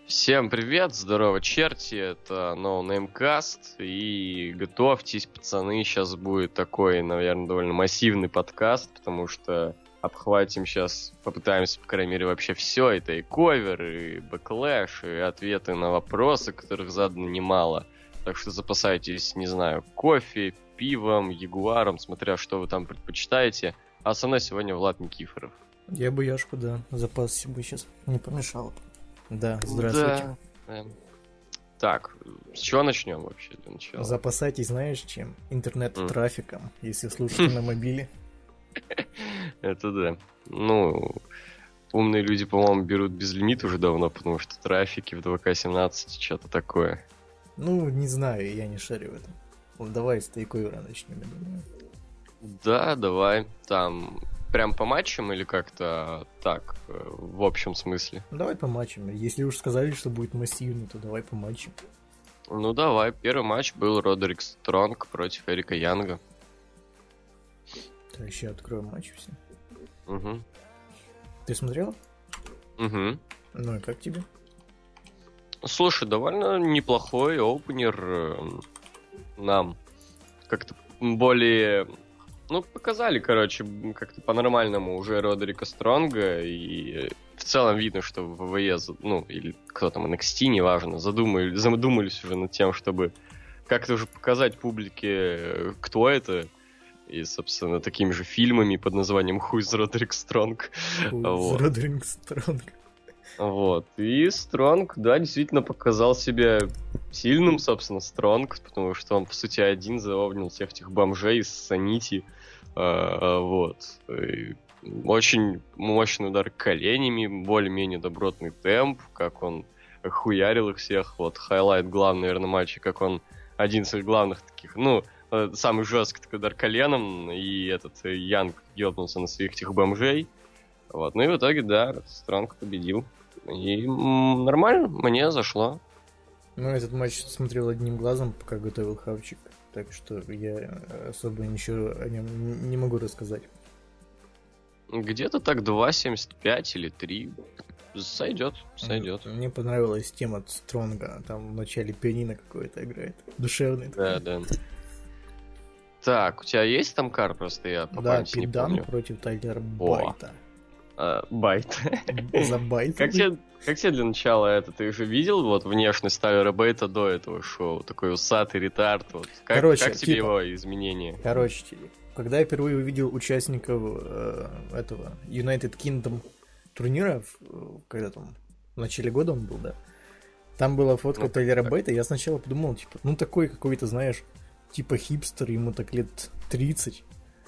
Всем привет, здорово, черти, это No Name Cast, и готовьтесь, пацаны, сейчас будет такой, наверное, довольно массивный подкаст, потому что обхватим сейчас, попытаемся, по крайней мере, вообще все, это и ковер, и бэклэш, и ответы на вопросы, которых задано немало, так что запасайтесь, не знаю, кофе, пивом, ягуаром, смотря что вы там предпочитаете, а со мной сегодня Влад Никифоров. Я бы яшку, да, запасся бы сейчас, не помешало. Да, здравствуйте. Да. Так, с чего начнем вообще для начала? Запасайтесь, знаешь, чем? Интернет-трафиком, если слушаете на мобиле. Это да. Ну, умные люди, по-моему, берут безлимит уже давно, потому что трафики в 2К17 что-то такое. Ну, не знаю, я не шарю в этом. Вот давай с тейковера начнем, я думаю. Да, давай. Там прям по матчам или как-то так, в общем смысле? Давай по матчам. Если уж сказали, что будет массивный, то давай по матчам. Ну, давай. Первый матч был Родерик Стронг против Эрика Янга. Так, еще откроем матч все. Угу. Ты смотрел? Угу. Ну и как тебе? Слушай, довольно неплохой опенер нам. Как-то более... Ну, показали, короче, как-то по-нормальному уже Родерика Стронга, и в целом видно, что в ВВЕ, ну, или кто там, NXT, неважно, задумались уже над тем, чтобы как-то уже показать публике, кто это, и, собственно, такими же фильмами под названием «Who's Roderick Strong». Who's Roderick Strong. Вот. И Стронг, да, действительно показал себя сильным, собственно, Стронг, потому что он, по сути, один заобнял всех этих бомжей с Санити. Вот. И очень мощный удар коленями, более-менее добротный темп, как он хуярил их всех. Вот хайлайт главный, наверное, матча, как он один из главных таких, ну, самый жесткий такой удар коленом, и этот Янг ёбнулся на своих этих бомжей. Вот. Ну и в итоге, да, Стронг победил. И нормально, мне зашло. Ну, этот матч смотрел одним глазом, пока готовил хавчик. Так что я особо ничего о нем не могу рассказать. Где-то так 2.75 или 3. Сойдет. Мне понравилась тема Стронга. Там в начале пианино какое-то играет. Душевный. Да. Так, у тебя есть там кар? Просто я по памяти не помню. Да, против Тайлера Байта. Байт. За байт. Как тебе для начала это? Ты уже видел вот внешность Тайлера Бейта до этого шоу? Такой усатый ретард. Вот. Как тебе его изменения? Короче, когда я впервые увидел участников этого United Kingdom турнира, когда там в начале года он был, да, там была фотка Тайлера Бейта, я сначала подумал, типа, ну такой какой-то, знаешь, типа хипстер, ему так лет 30.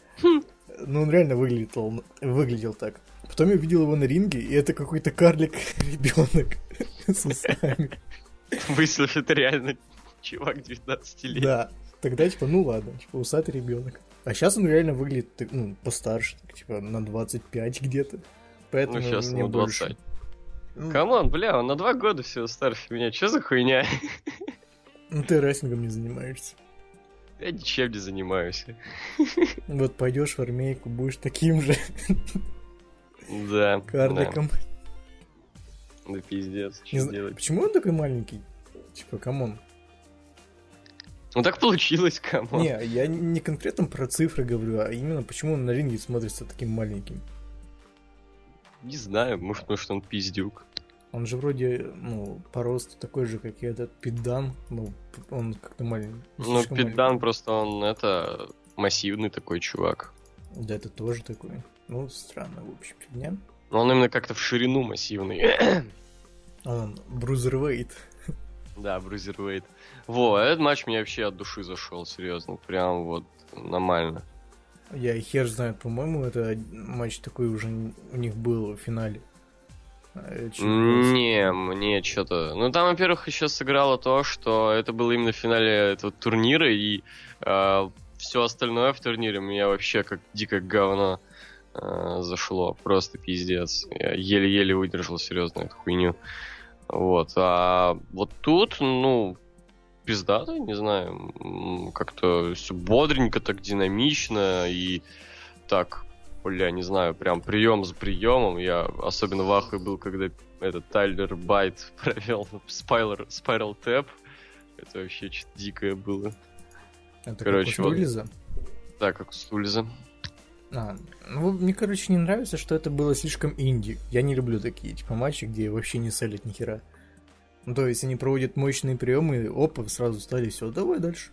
Ну он реально выглядел так. Потом я увидел его на ринге, и это какой-то карлик-ребенок с усами. Выяснил, что это реально чувак 19 лет. Да, тогда типа, ну ладно, типа усатый ребенок. А сейчас он реально выглядит, ну, постарше, типа на 25 где-то. Поэтому ну сейчас мне ему 20. больше. Камон, бля, он на 2 года всего старше меня. Че за хуйня? Ну ты рестлингом не занимаешься. Я ничем не занимаюсь. Вот пойдешь в армейку, будешь таким же. Да. Карликом. Да пиздец, что делать? Почему он такой маленький? Типа, камон. Ну так получилось, камон. Не, я не конкретно про цифры говорю, а именно почему он на ринге смотрится таким маленьким. Не знаю, может, потому что он пиздюк. Он же вроде, ну, по росту такой же, как и этот Питдан, но он как-то маленький. Ну, Питдан просто он, это, массивный такой чувак. Да, это тоже такой. Ну, странно, в общем, фигня. Но он именно как-то в ширину массивный. Он брузервейт. Да, брузервейт. Во, этот матч мне вообще от души зашел, серьезно. Прям вот нормально. Я и хер знает, по-моему, это матч такой уже у них был в финале. Не, мне что-то... Ну, там, во-первых, еще сыграло то, что это было именно в финале этого турнира, и все остальное в турнире меня вообще как дико говно зашло. Просто пиздец. Я еле-еле выдержал, серьезно, эту хуйню. Вот. А вот тут, ну, пиздато, не знаю, как-то все бодренько, так динамично, и так бля, не знаю, прям прием за приемом. Я особенно в ахуе был, когда этот Тайлер Байт провел Spiral Tap. Это вообще что-то дикое было. Это короче, как у Стульза? Да, как у Стульза. Мне, короче, не нравится, что это было слишком инди. Я не люблю такие, типа, матчи, где вообще не селят ни хера. Ну, то есть они проводят мощные приемы, опа, сразу стали, все, давай дальше.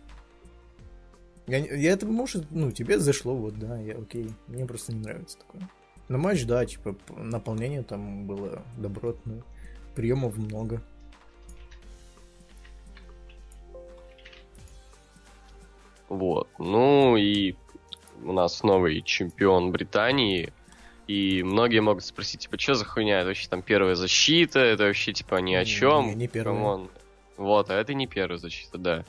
Я это, может, тебе зашло, вот, да, окей. Мне просто не нравится такое. Но матч, да, типа, наполнение там было добротное, приемов много. Вот, и у нас новый чемпион Британии, и многие могут спросить, типа, что за хуйня, это вообще там первая защита, это вообще, типа, ни о чем. Не первая. Вот, а это не первая защита, да.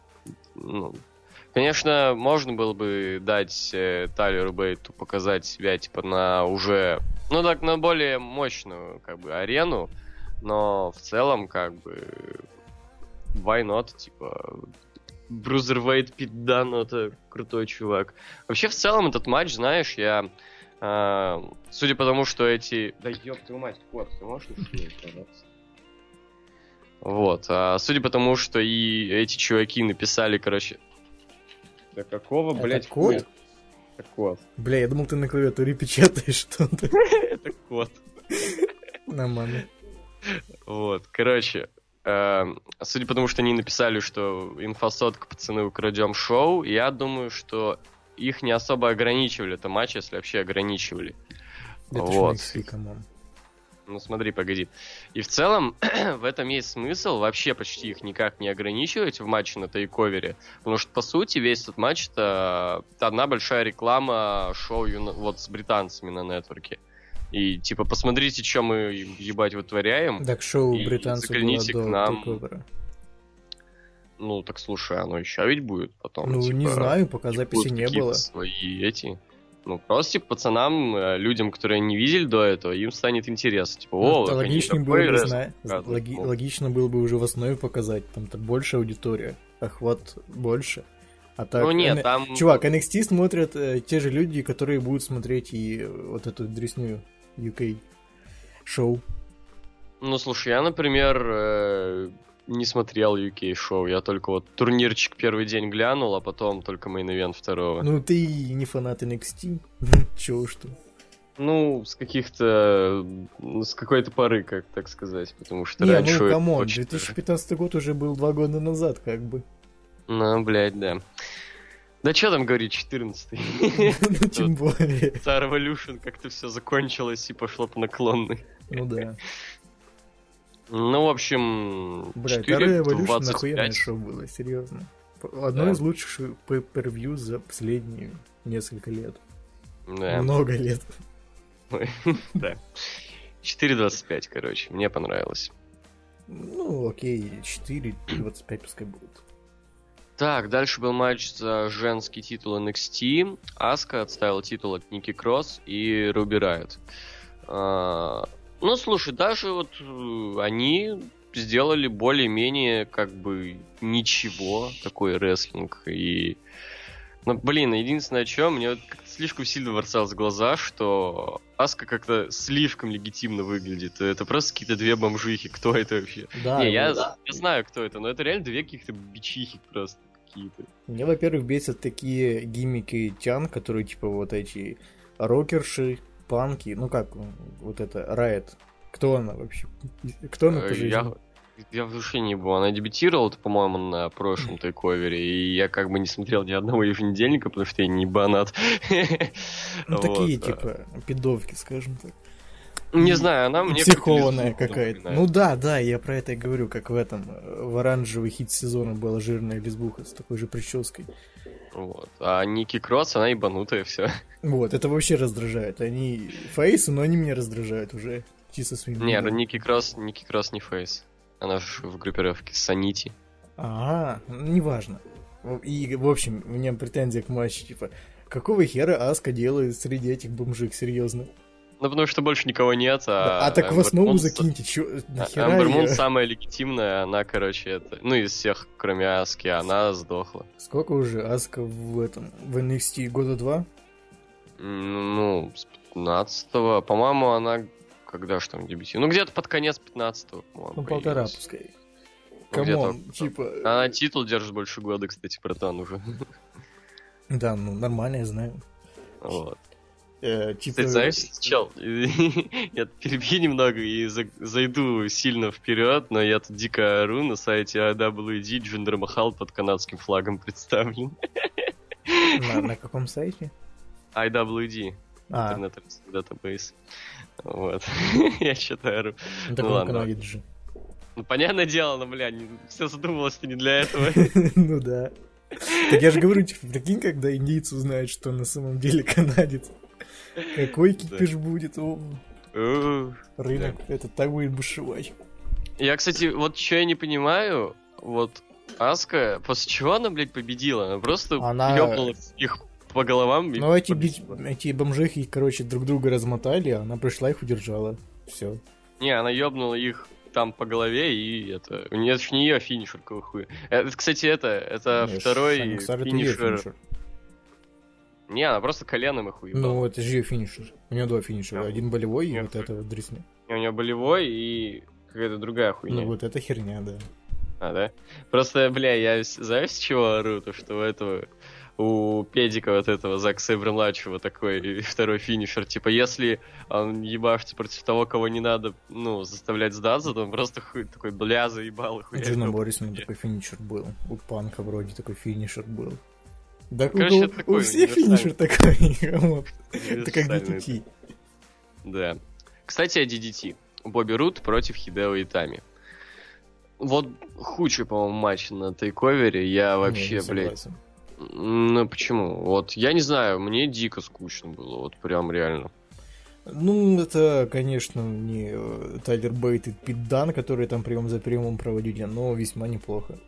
Конечно, можно было бы дать Тайлеру Бейту показать себя, типа, на уже, на более мощную, как бы, арену, но в целом, как бы, why not, типа... Брузервейт Пит Дан, это крутой чувак. Вообще, в целом, этот матч, знаешь, я... судя по тому, что эти... Да ёб твою мать, кот, ты можешь не пожалуйста? Вот. Судя по тому, что и эти чуваки написали, короче... Да какого, блядь, это кот? Это кот. Бля, я думал, ты на клавиатуре печатаешь что-то. Это кот. Нормально. Вот, короче... Судя по тому, что они написали, что инфосотка, пацаны, украдем шоу, я думаю, что их не особо ограничивали, это матч, если вообще ограничивали. Это вот. NXT, камон. Ну смотри, погоди. И в целом в этом есть смысл вообще почти их никак не ограничивать в матче на тейковере, потому что по сути весь этот матч это одна большая реклама шоу вот с британцами на нетворке. И, типа, посмотрите, что мы, ебать, вытворяем. Так шоу британцев было до тейковера. Ну, так слушай, оно еще ведь будет потом. Ну, типа, не знаю, пока записи не было. Свои эти... Ну, просто, типа, пацанам, людям, которые не видели до этого, им станет интересно. Типа, логично было бы уже в основе показать. Там-то больше аудитория, охват больше. А так, ну нет, там... Чувак, NXT смотрят те же люди, которые будут смотреть и вот эту дресню UK шоу. Ну, слушай, я, например, не смотрел UK шоу. Я только вот турнирчик первый день глянул, а потом только мейн-ивент второго. Ну, ты не фанат NXT? Чего что? Ну, с какой-то поры, как так сказать, потому что не, раньше... ну, камон, 2015 год уже был 2 года назад, как бы. Ну, блядь, да. Да что там говорить, 14-й? Ну, тем более. Star Revolution как-то все закончилось и пошло по наклонной. Ну, да. Ну, в общем... Бля, Star Revolution нахуенное шоу было, серьезно. Одно из лучших pay-per-view за последние несколько лет. Да. Много лет. Да. 4.25, короче, мне понравилось. Ну, окей, 4.25 пускай будет. Так, дальше был матч за женский титул NXT. Аска отставила титул от Ники Кросс и Руби Райот. Ну, слушай, даже вот они сделали более-менее как бы ничего, такой рестлинг. И... Ну, блин, единственное, что мне вот как-то слишком сильно бросалось в глаза, что Аска как-то слишком легитимно выглядит. Это просто какие-то две бомжихи. Кто это вообще? Да, не, я знаю, кто это, но это реально две каких-то бичихи просто какие-то. Мне, во-первых, бесят такие гиммики тян, которые типа вот эти рокерши, панки. Ну как, вот это, Riot. Кто она вообще? Кто она по жизни? Я в душе не был. Она дебютировала, по-моему, на прошлом тейковере, и я как бы не смотрел ни одного еженедельника, потому что я не банат. Ну, такие, типа, пидовки, скажем так. Не знаю, она мне... Психованная какая-то. Ну да, я про это и говорю, как в этом, в оранжевый хит сезона была жирная лесбуха с такой же прической. Вот. А Ники Кросс, она ебанутая, все. Вот, это вообще раздражает. Они фейсы, но они меня раздражают уже. Чисто своим. Не, Ники Кросс не фейс. Она же в группировке с Санити. Неважно. И, в общем, у меня претензия к матчу, типа, какого хера Аска делает среди этих бомжик, серьезно? Ну, потому что больше никого нет, так в основу закиньте, нахера Эмбер Мун самая легитимная, она, короче, это... Ну, из всех, кроме Аски, она сдохла. Сколько уже Аска в NXT? Года 2? Ну, с 15-го. По-моему, она... Когда же там дебютировала? Ну, где-то под конец 15-го, по-моему. Ну, полтора появилась. пускай. Ну, где-то Камон, вот. типа... Она титул держит больше года, кстати, братан, уже. Да, ну, нормально, я знаю. Вот. Типа... Кстати, знаешь, чел, я перебью немного и зайду сильно вперед, но я тут дико ору, на сайте IWD Джиндер Махал под канадским флагом представлен. На каком сайте? IWD. Internet Database. Вот. Я что-то ору. На таком канале же. Ну, понятное дело, но, бля, все задумалось-то не для этого. Ну да. Так я же говорю, типа, прикинь, когда индейцы узнают, что он на самом деле канадец. Какой кипиш будет, рынок, это так будет бушевать. Я, кстати, вот что я не понимаю, вот Аска, после чего она, блядь, победила? Она просто ёбнула их по головам. Ну, эти бомжихи, короче, друг друга размотали, а она пришла их удержала. Все. Не, она ёбнула их там по голове, и это... У нее не ее финишер, какого хуя. Это, кстати, это второй финишер. Не, она просто коленом их уебала. Ну, это же ее финишер. У нее два финишера. Один болевой и вот это вот дресня. У нее болевой и какая-то другая хуйня. Ну, вот это херня, да. А, да? Просто, бля, я знаешь, с чего ору? То, что у этого... У Педика вот этого, Зака Сейбра-младшего, такой второй финишер. Типа, если он ебашится против того, кого не надо, ну, заставлять сдаться, то он просто такой, бля, заебал. У Джина Моррисона такой финишер был. У Панка вроде такой финишер был. Да, короче, у всех финишер такой. Это как DDT. Да. Кстати, о DDT. Бобби Рут против Хидео Итами. Вот худший, по-моему, матч на тейковере. Я вообще, блядь... Ну, почему? Вот, я не знаю, мне дико скучно было, вот прям реально. Ну, это, конечно, не Тайлер Бейт и Пит Дан, которые там прием за приемом проводили, но весьма неплохо.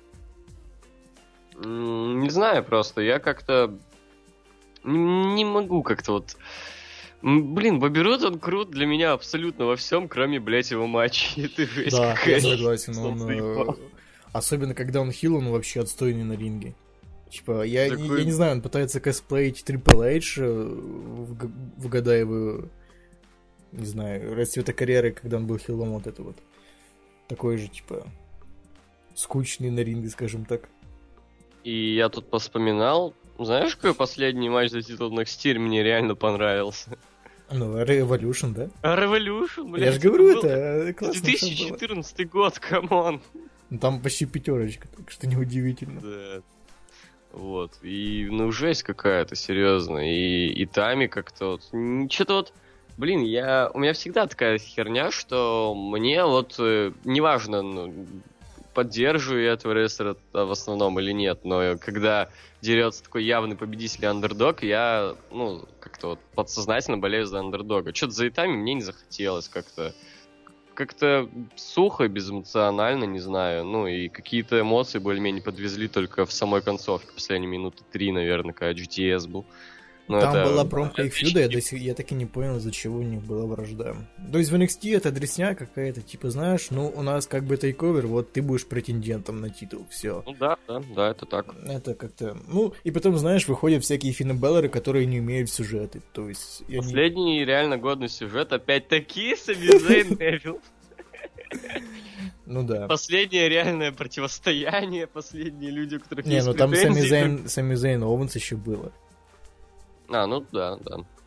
Не знаю просто, я как-то не могу как-то вот... Блин, Бобби Рут, он крут для меня абсолютно во всем, кроме, блядь, его матчей. Да, я согласен, он... Особенно, когда он хил, он вообще отстойный на ринге. Типа, я не знаю, он пытается косплеить Triple H в года его, не знаю, расцвета карьеры, когда он был хилом, вот это вот. Такой же, типа, скучный на ринге, скажем так. И я тут поспоминал, знаешь, какой последний матч за титул NXT мне реально понравился? Ну, Revolution, да? Revolution, блядь. Я же говорю, это классно. 2014 год, камон. Ну, там почти пятерочка, так что неудивительно. Да. Вот, и, ну, жесть какая-то, серьезно, и Тами как-то вот, что-то вот, блин, у меня всегда такая херня, что мне вот, неважно, ну, поддерживаю я этого рестлера в основном или нет, но когда дерется такой явный победитель и андердог, я, ну, как-то вот подсознательно болею за андердога. Что-то за Итами мне не захотелось как-то сухо, безэмоционально, не знаю. Ну, и какие-то эмоции более-менее подвезли только в самой концовке. Последние минуты 3, наверное, когда GTS был. Но там была промка их фьюда, я так и не понял, из-за чего у них была вражда. То есть в NXT это дресня какая-то, типа, знаешь, ну, у нас как бы тейковер, вот ты будешь претендентом на титул, все. Ну да, это так. Это как-то, ну, и потом, знаешь, выходят всякие Финн Беллеры, которые не умеют в сюжеты, то есть... Последний реально годный сюжет, опять-таки, Сами Зейн Невилл. Ну да. Последнее реальное противостояние, последние люди, у которых не, есть претензии. Не, ну там Сами Зейн Оуэнс еще было. А, ну да.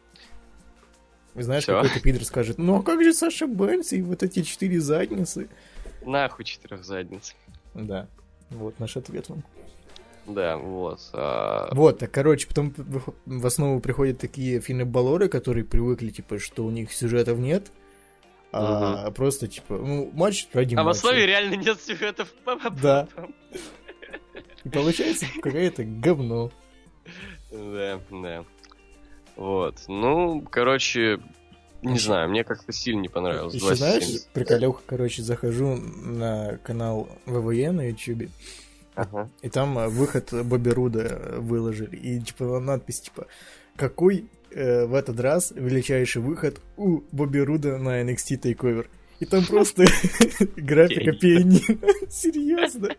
И знаешь, какой-то пидор скажет, ну а как же Саша Бэнкс и вот эти 4 задницы? Нахуй 4 задниц. Да, вот наш ответ вам. Да, вот. Вот, так, короче, потом в основу приходят такие Финн Балоры, которые привыкли, типа, что у них сюжетов нет, а просто, типа, ну, матч ради матча. А в основе реально нет сюжетов. Да. И получается какое-то говно. Да. Вот. Ну, короче, не знаю, мне как-то сильно не понравилось. Еще знаешь, приколёха, короче, захожу на канал ВВЕ на Ютубе, и там выход Бобби Руда выложили, и типа надпись типа «Какой в этот раз величайший выход у Бобби Руда на NXT TakeOver?» И там просто графика пианино. Серьезно.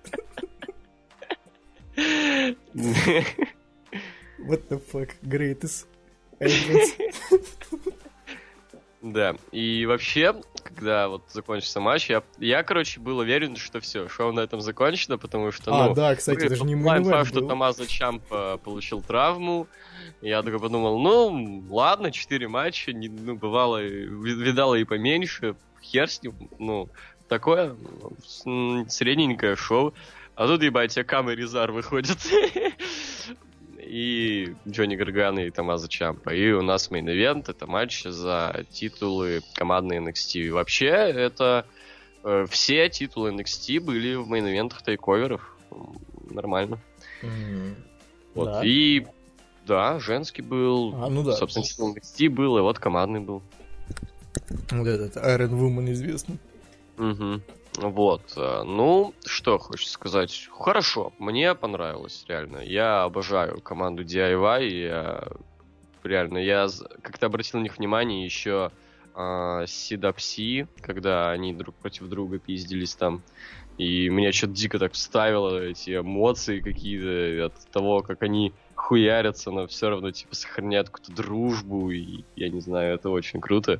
What the fuck, greatest. Да, и вообще, когда вот закончился матч, я, короче, был уверен, что все, шоу на этом закончено, потому что, да, кстати, это же не факт, что Томмазо Ciampa получил травму, я только подумал, ладно, 4 матча, бывало, видало и поменьше, хер с ним, такое средненькое шоу, а тут, ебать, Акам и Резар выходят. И Джонни Гаргано и Томмазо Ciampa. И у нас мейн-эвент, это матч за титулы командной NXT. И вообще, это все титулы NXT были в мейн-эвентах тейковеров. Нормально. Вот. Да. И да, женский был. Да. Собственно, титул NXT был, и вот командный был. Вот этот Iron Woman известный. Угу. Вот, что хочется сказать. Хорошо, мне понравилось, реально. Я обожаю команду DIY, я как-то обратил на них внимание еще CWC, когда они друг против друга пиздились там. И меня что-то дико так вставило, эти эмоции какие-то от того, как они хуярятся, но все равно типа сохраняют какую-то дружбу, и я не знаю, это очень круто.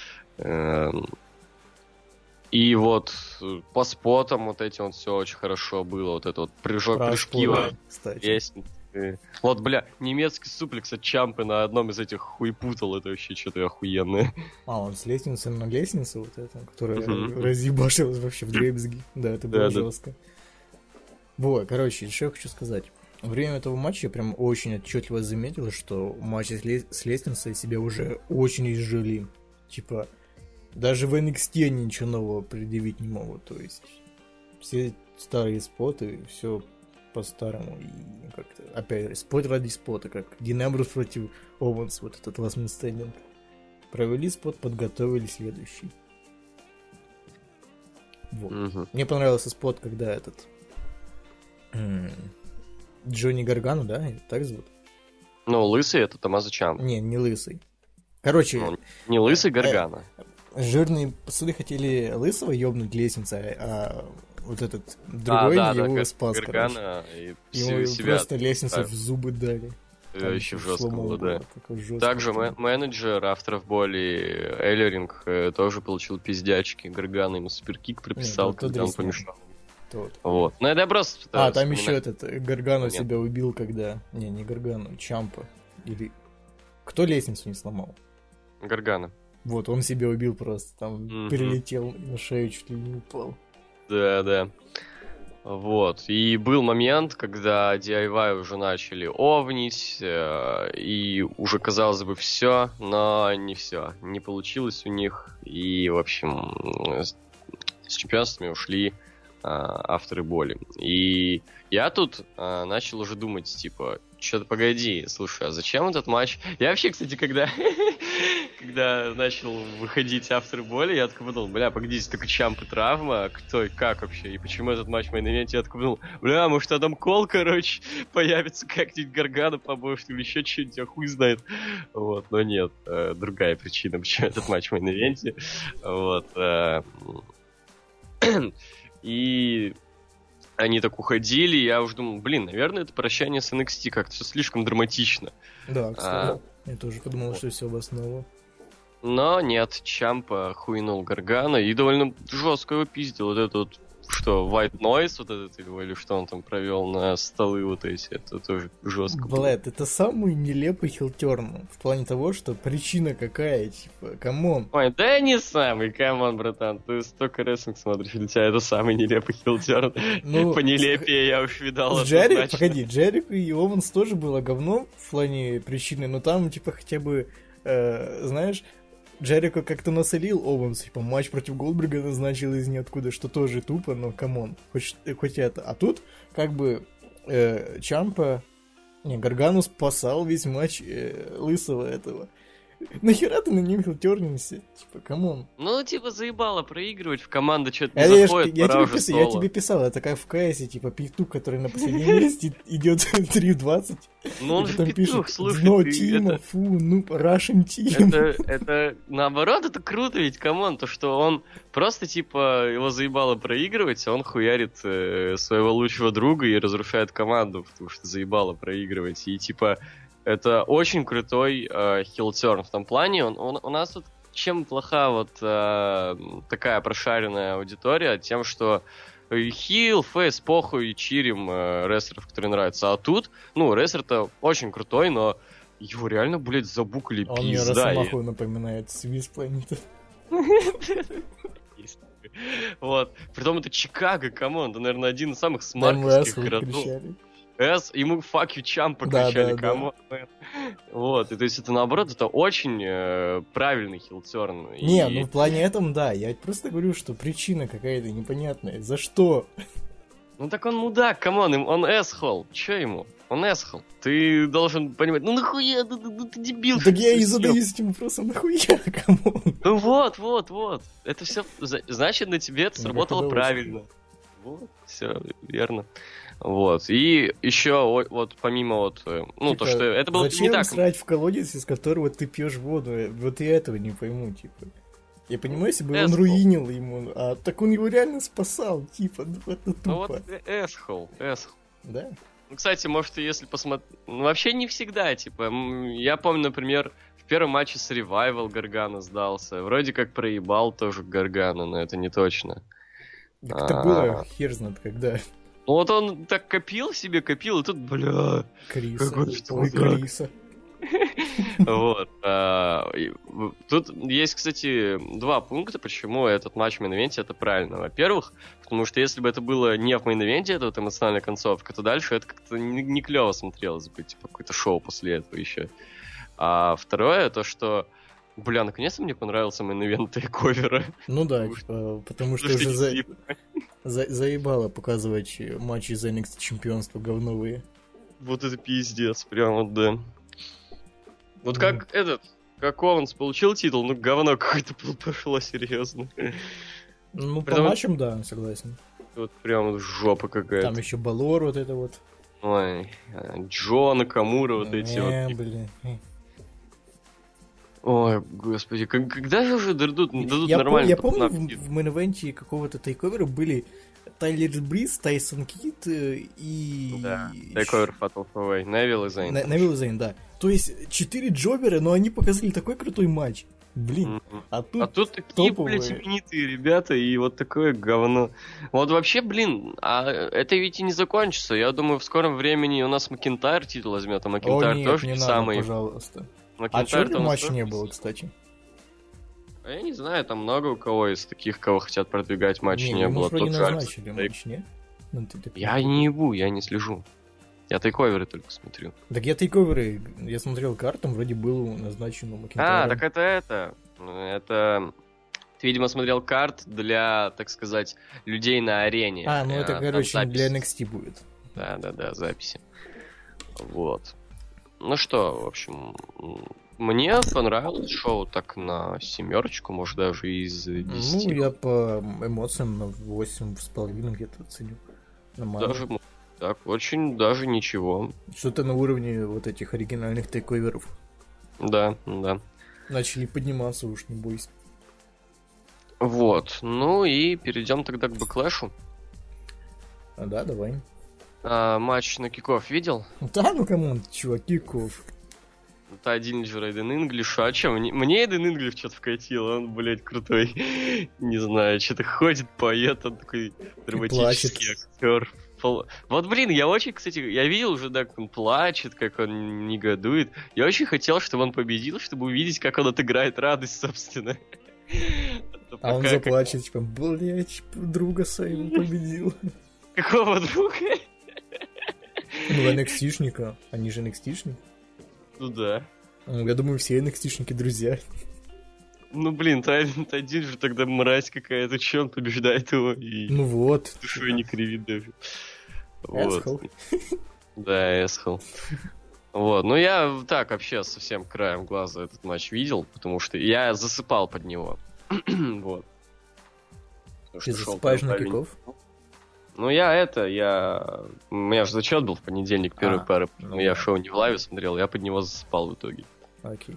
И вот по спотам вот этим вот все очень хорошо было. Вот это вот прыжки, лестницы. Вот, немецкий суплекс от Ciampa на одном из этих хуепутал. Это вообще что-то охуенное. Он с лестницы на лестнице вот это, которая разъебашилась вообще в дребезги. Да, это было жестко. Вот, еще хочу сказать. Во время этого матча я прям очень отчетливо заметил, что матчи с лестницей себя уже очень изжили. Типа, даже в NXT они ничего нового предъявить не могут. То есть все старые споты, все по-старому. И как-то, опять, спот ради спота, как Дин Эмбрус против Оуэнс, вот этот Last Man Standing. Провели спот, подготовили следующий. Вот. Мне понравился спот, когда этот Джонни Гаргано, да? Так зовут? Лысый это Томмазо Ciampa. Не лысый. Короче... не лысый Гаргано. Жирные пацаны хотели лысого ёбнуть лестницей, а вот этот другой его спас, короче. Ему просто лестницу в зубы дали. Еще жестко было, да. Также менеджер авторов боли Эллеринг тоже получил пиздячки. Гаргано ему суперкик прописал, когда он помешал. Вот. Ну, это просто... там еще этот Гаргано себя убил, когда... Не Гаргано, Ciampa. Или... Кто лестницу не сломал? Гаргано. Вот, он себя убил просто. Там перелетел на шею, чуть ли не упал. Да. Вот. И был момент, когда DIY уже начали овнить, и уже, казалось бы, все, но не все. Не получилось у них. И, в общем, с чемпионствами ушли авторы боли. И я тут начал уже думать, типа, что-то погоди, слушай, а зачем этот матч? Я вообще, кстати, когда начал выходить авторы боли, я такой подумал, погоди, здесь только Ciampa травма, кто и как вообще, и почему этот матч в мейн-ивенте? Я такой подумал, может Адам Кол, короче, появится как-нибудь Гаргано поможет или еще что-нибудь, а хуй знает. Вот, но нет, другая причина, почему этот матч в мейн-ивенте. Вот. И они так уходили, и я уже думал, наверное, это прощание с NXT, как-то все слишком драматично. Да, кстати, я тоже подумал, что все обосновано. Но нет, Ciampa хуйнул Гаргано и довольно жестко его пиздил. Вот это вот, что, White Noise, вот этот его, или что он там провел на столы вот эти, это тоже жестко. Это самый нелепый хилтерн. В плане того, что причина какая, типа, камон. Ой, да не самый, камон, братан. Ты столько рестлинг смотришь, для тебя это самый нелепый хилтерн. По нелепее я уж видал. Джерико и Оуэнс тоже было говно в плане причины, но там, типа, хотя бы, знаешь, Джерико как-то насолил Оуэнс, типа, матч против Голдберга назначил из ниоткуда, что тоже тупо, но камон, хоть это. А тут, как бы, Ciampa, Гаргано спасал весь матч лысого этого. Нахера ты на ним хилтернился? Типа, камон. Заебало проигрывать, в команду что-то не заходит, я тебе писал, это как в КСе, типа, петух, который на последнем месте идет 3-20. Он же петух, слушай, но Тима, Russian Team. Это наоборот, это круто, ведь, камон, то, что он просто, типа, его заебало проигрывать, он хуярит своего лучшего друга и разрушает команду, потому что заебало проигрывать, и, типа, Это очень крутой хилтерн в том плане. У нас тут чем плоха вот такая прошаренная аудитория? Тем, что хил, фейс, похуй, чирим рестлеров, которые нравятся. А тут, ну, рестлер-то очень крутой, но его реально, блядь, забукали Он мне Росомаху напоминает Свис Планета. Вот. Притом это Чикаго, камон, это, наверное, один из самых смарковских городов. Ему fuck you champ покричали, камон. Вот, и то есть это наоборот, это очень правильный хилтерн. Не, ну в плане этом, да, я просто говорю, что причина какая-то непонятная. За что? Ну так он мудак, камон, он эсхол, чё ему? Он эсхол. Ты должен понимать, ну нахуя, ты дебил. Так я и задаюсь этим вопросом, нахуя, камон? Ну вот. Это все, значит, на тебе это сработало правильно. Вот, все верно. Вот. И еще вот помимо вот, ну, типа, то, что это было зачем не так. Зачем срать в колодец, из которого ты пьешь воду? Вот я этого не пойму, типа. Я понимаю, если бы он руинил ему, а так он его реально спасал, типа, ну это тупо. Ну вот эсхол. Да? Ну, кстати, может, если посмотреть... Ну, вообще не всегда, типа. Я помню, например, в первом матче с Revival Гаргана сдался. Вроде как проебал тоже Гаргана, но это не точно. Так это было хер знает когда. Вот он так копил, и тут, бля... Криса. Вот. Тут есть, кстати, два пункта, почему этот матч в мейн-ивенте это правильно. Во-первых, потому что если бы это было не в мейн-ивенте, это вот эмоциональная концовка, то дальше это как-то не клево смотрелось бы, типа какое-то шоу после этого еще. А второе, то что, бля, наконец-то мне понравился мейн-ивент тейковера. Ну да, потому что уже заебало показывать матчи за NXT чемпионство говновые. Вот это пиздец, прямо, да. Вот как как Оуэнс получил титул, ну говно какое-то пошло, серьезно. Ну, по матчам, да, согласен. Вот прям жопа какая-то. Там еще Балор вот это вот. Ой, Джо, Накамура, вот эти вот. Блин. Ой, господи, когда же уже дадут нормально? Я помню, в мейн-ивенте какого-то тейковера были Тайлер Бриз, Тайсон Кид и... Да, тейковер Fatal 4-Way, Невилл и Зейн. Невилл и Зейн, да. То есть 4 джобера, но они показали такой крутой матч. Блин, а тут такие, блядь, именитые ребята, и вот такое говно. Вот вообще, блин, а это ведь и не закончится. Я думаю, в скором времени у нас Макентайр титул возьмет, а Макентайр тоже не самый... пожалуйста. А чё матча не было, кстати? А я не знаю, там много у кого из таких, кого хотят продвигать, матч не было. Вроде назначили матч, не? Я не ебу, я не слежу. Я тейковеры только смотрю. Так я тейковеры, я смотрел картам, вроде был назначен у Макентайра. А, так это. Ты, видимо, смотрел карт для, так сказать, людей на арене. А, ну это, короче, для NXT будет. Да, записи. Вот. Ну что, в общем, мне понравилось шоу так на 7, может, даже из 10. Ну, я по эмоциям на 8,5 где-то ценю. Нормально. Даже так, очень даже ничего. Что-то на уровне вот этих оригинальных тейковеров. Да. Начали подниматься, уж не бойся. Вот, ну и перейдем тогда к бэклэшу. Да, давай. Матч на киков видел? Да, ну камон, чувак, киков. Это один же Эйден Инглиш. А чё, мне Эйден Инглиш что-то вкатил, он, блядь, крутой. Не знаю, что-то ходит, поет, он такой драматический актер. Вот, блин, я очень, кстати, я видел уже, да, как он плачет, как он негодует. Я очень хотел, чтобы он победил, чтобы увидеть, как он отыграет радость, собственно. А он заплачет, типа, блядь, друга своего победил. Какого друга? Ну, NXT-шника. Они же NXT-шники. Ну да. Я думаю, все NXT-шники друзья. Ну, блин, Тайлент один же тогда мразь какая-то, че он побеждает его и... Ну вот. Душой не кривит даже. Эсхол. Да, эсхол. Вот, ну я так вообще совсем краем глаза этот матч видел, потому что я засыпал под него. Вот. Ты засыпаешь на киков? Ну, у меня же зачет был в понедельник, первой пары, но я шоу не в лайве смотрел, я под него засыпал в итоге. Окей.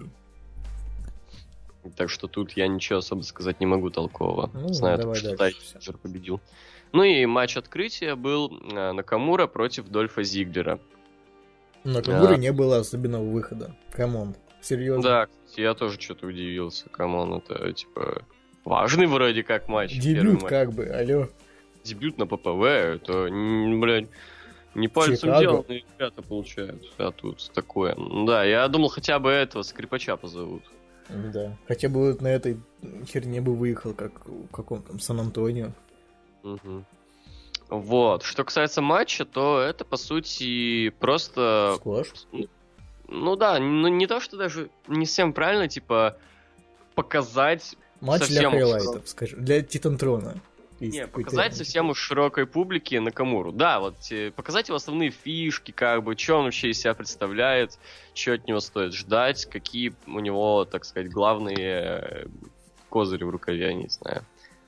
Так что тут я ничего особо сказать не могу толкового. Ну, знаю, что Тайлер победил. Ну и матч открытия был Накамура против Дольфа Зиглера. На Камуры не было особенного выхода. Камон, серьезно. Да, кстати, я тоже что-то удивился. Камон, это, типа, важный вроде как матч. Дебют как бы, алло. Дебют на ППВ, это, блядь, не пальцем деланные ребята получают. А тут такое. Да, я думал, хотя бы этого скрипача позовут. Да, хотя бы вот на этой херне бы выехал, как в каком там Сан-Антонио. Угу. Вот. Что касается матча, то это, по сути, просто... Сквош? Ну да, ну не то, что даже не совсем правильно, типа, показать... Матч совсем для хайлайтов, скажем, для Титантрона. Не, показать совсем уж широкой публике Накамуру. Да, вот показать его основные фишки, как бы, что он вообще из себя представляет, что от него стоит ждать, какие у него, так сказать, главные козыри в рукаве, я не знаю.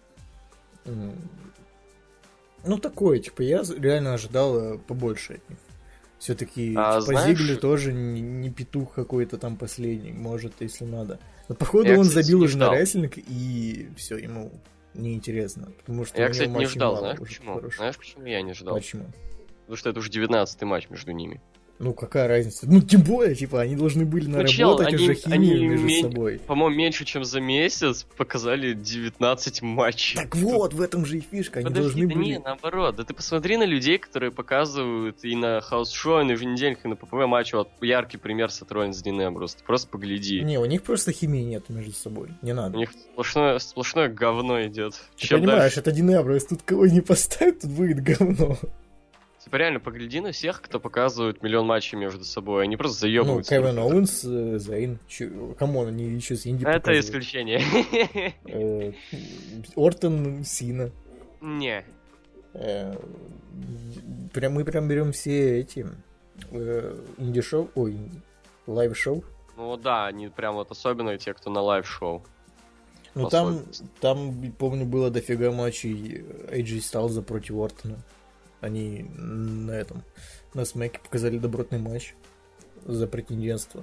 Ну, такое, типа, я реально ожидал побольше от них. Все-таки, знаешь... Зиглер тоже не петух какой-то там последний, может, если надо. Но, походу, он забил уже на рестлинг, и все, ему неинтересно. Потому что я, кстати, не ждал, знаешь почему? Хороший. Знаешь, почему я не ждал? Почему? Потому что это уже 19-й матч между ними. Ну, какая разница? Ну, тем более, типа, они должны были наработать уже химию между собой. По-моему, меньше, чем за месяц показали 19 матчей. Так вот, в этом же и фишка, они должны были... Не, наоборот, да ты посмотри на людей, которые показывают и на хаус-шоу, и на еженедельных, и на ППВ матче. Вот яркий пример Сатрон с Динем просто погляди. Не, у них просто химии нет между собой, не надо. У них сплошное говно идет. Ты понимаешь, это Динеброс, тут кого не поставят, тут будет говно. Типа реально погляди на всех, кто показывает миллион матчей между собой, они просто заебываются. Ну, Кевин Оуэнс, Зейн, камон, они еще с Инди это показывают. Исключение. Ортон, Сина. Не. Мы прям берем все эти инди-шоу, лайв-шоу. Ну да, они прям вот особенно те, кто на лайв-шоу. Ну там, помню, было дофига матчей AJ Styles против Ортона. Они на Смэке показали добротный матч за претендентство.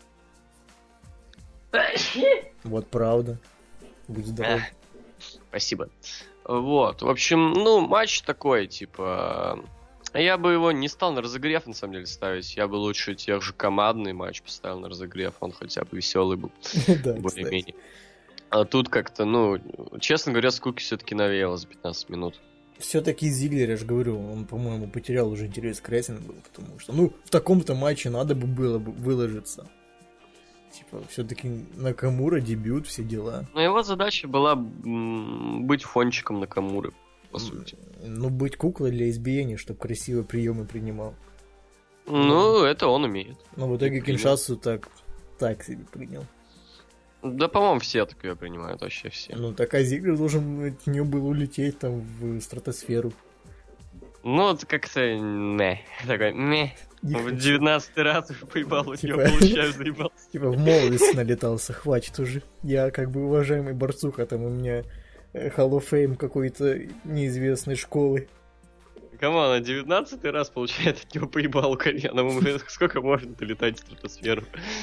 Вот правда. Будь здоров. Спасибо. Вот, в общем, ну, матч такой, типа... Я бы его не стал на разогрев, на самом деле, ставить. Я бы лучше тех же командный матч поставил на разогрев. Он хотя бы веселый был. Более-менее. А тут как-то, ну, честно говоря, скуки все-таки навеяло за 15 минут. Все-таки Зиглер, я же говорю, он, по-моему, потерял уже интерес к рестлингу, потому что, ну, в таком-то матче надо бы было бы выложиться. Типа, все-таки Накамура, дебют, все дела. Но его задача была быть фончиком Накамуры, по сути. Ну, быть куклой для избиения, чтобы красиво приемы принимал. Ну, это он умеет. Но в итоге Киншасу так себе принял. Да, по-моему, все так ее принимают, вообще все. Ну, так а Зиглер должен от нее был улететь там в стратосферу. Ну, это как-то... Такой, в 19-й раз уже поебал от нее, получаю, заебался. Типа в молодости налетался, хватит уже. Я как бы уважаемый борцуха, там у меня Hall of Fame какой-то неизвестной школы. Камон, 19-й раз получает от него поебалу коленом. Сколько можно-то летать в стратосферу?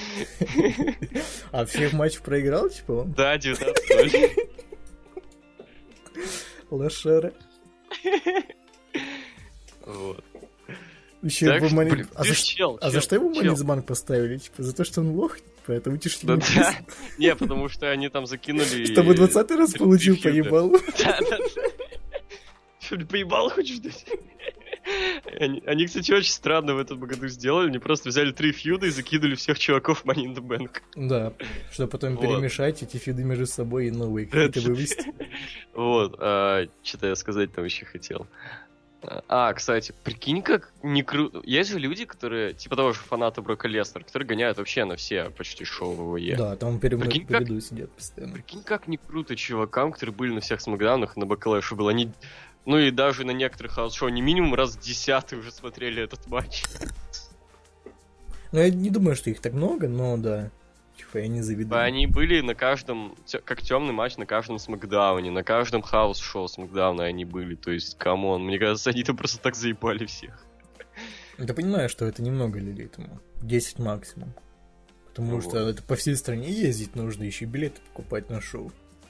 А всех матчев проиграл, типа он? Да, 19-0. Лошара. Вот. Еще так, его блин, за что его Маннисбанк поставили? Типа за то, что он лох? Поэтому тишь не Не, потому что они там закинули... Чтобы 20-й раз получил поебалу. Да. Что, поебал хочешь дать? Они, кстати, очень странно в этом году сделали. Они просто взяли 3 фьюда и закинули всех чуваков в Money in the Bank. Да, чтобы потом перемешать эти фьюды между собой и новые какие-то вывести. Вот, что-то я сказать там еще хотел. Кстати, прикинь, как не круто. Есть же люди, которые, типа того же фаната Брока Леснера, которые гоняют вообще на все почти шоу ВВЕ. Да, там переду сидят постоянно. Прикинь, как не круто чувакам, которые были на всех смакдаунах и на Бэклэше было. Они, ну и даже на некоторых хаус-шоу, не минимум раз 10-й уже смотрели этот матч. Ну, я не думаю, что их так много, но да. Типа, я не завидую. Они были на каждом, как темный матч, на каждом смакдауне, на каждом хаус-шоу смакдауна они были. То есть, камон, мне кажется, они там просто так заебали всех. Ты понимаешь, что это немного людей, тому 10 максимум. Потому что это по всей стране ездить нужно, еще билеты покупать на шоу.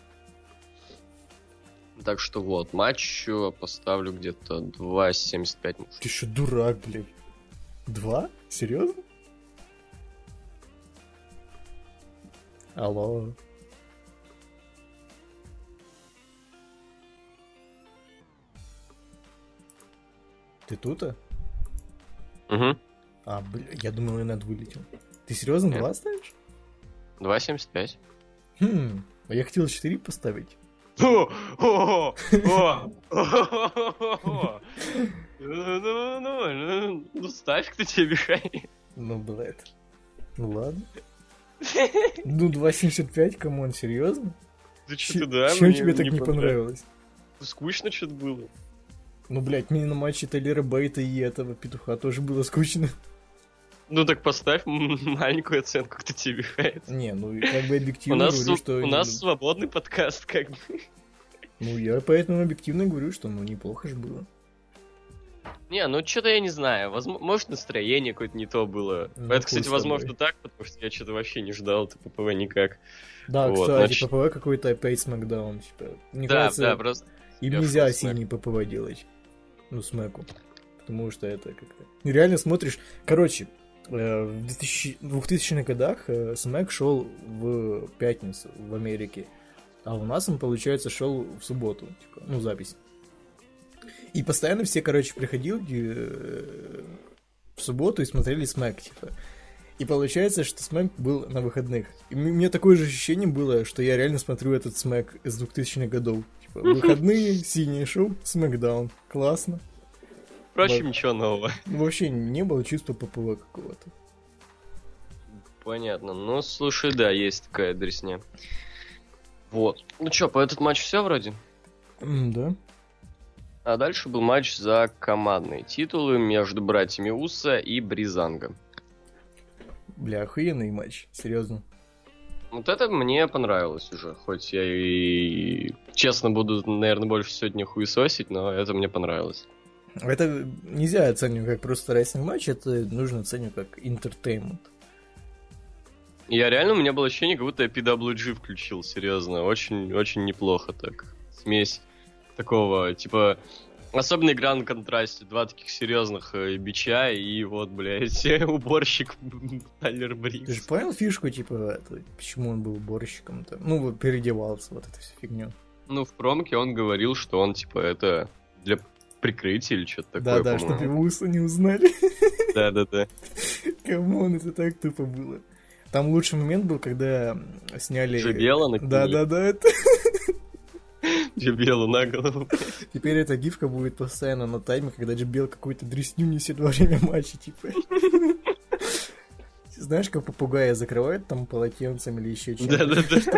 Так что вот, матч поставлю где-то 2.75. Ты что, дурак, блядь? 2? Серьезно? Алло. Ты тут-то? Угу. А, бля, я думал, Инет вылетел. Ты серьезно 2 ставишь? 2.75. А я хотел 4 поставить. Ну, ставь, кто тебе мешает. Ну, блядь. Ну, ладно. Ну, 2.75, камон, серьезно? Да что-то да, Чем тебе так не понравилось? Скучно что-то было. Ну, блядь, мне на матче Тайлера Бейта и этого петуха тоже было скучно. Ну так поставь маленькую оценку, кто тебе мешает. Не, ну как бы объективно говорю, что... У нас свободный подкаст, как бы. Ну, я поэтому объективно говорю, что ну неплохо же было. Не, ну что-то я не знаю. Может, настроение какое-то не то было. Ну, это, кстати, возможно так, потому что я что-то вообще не ждал ППВ никак. Да, вот, кстати, значит... ППВ какой-то опять смакдаун. Типа. Мне да, кажется, да, просто... им нельзя синий ППВ делать. Ну, смеку. Потому что это как-то... Реально смотришь... Короче, в 2000-х годах смэк шел в пятницу в Америке. А у нас он, получается, шел в субботу. Типа, ну, запись. И постоянно все, короче, приходили в субботу и смотрели смэк, типа. И получается, что смэк был на выходных. И у меня такое же ощущение было, что я реально смотрю этот смэк из 2000-х годов. Типа, выходные, синее шоу, смэкдаун. Классно. Впрочем, ничего нового. Вообще не было чувства ППВ какого-то. Понятно. Ну, слушай, да, есть такая дресня. Вот. Ну что, по этот матч все вроде? Да. А дальше был матч за командные титулы между братьями Уса и Бризанго. Бля, охуенный матч, серьезно. Вот это мне понравилось уже. Хоть я и честно буду, наверное, больше сегодня хуесосить, но это мне понравилось. Это нельзя оценивать как просто рестлинг матч, это нужно оценивать как entertainment. Я реально, у меня было ощущение, как будто я PWG включил, серьезно. Очень неплохо так. Смесь такого, типа... Особенно игра на контрасте. Два таких серьезных бича и вот, блядь, уборщик Тайлер Бриз. Ты же понял фишку, типа, почему он был уборщиком-то? Ну, вот переодевался, вот эту всю фигню. Ну, в промке он говорил, что он, типа, это для прикрытия или что-то такое, да, чтобы его Уса не узнали. Да. Камон, это так тупо было. Там лучший момент был, когда сняли... Джебела накинули. Да, это... Джебелу на голову. Теперь эта гифка будет постоянно на тайме, когда Джебел какую-то дресню несет во время матча, типа. Знаешь, как попугая закрывают там полотенцем или еще чем-то?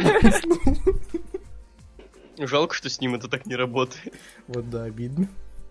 Да. Жалко, что с ним это так не работает. Вот да, обидно.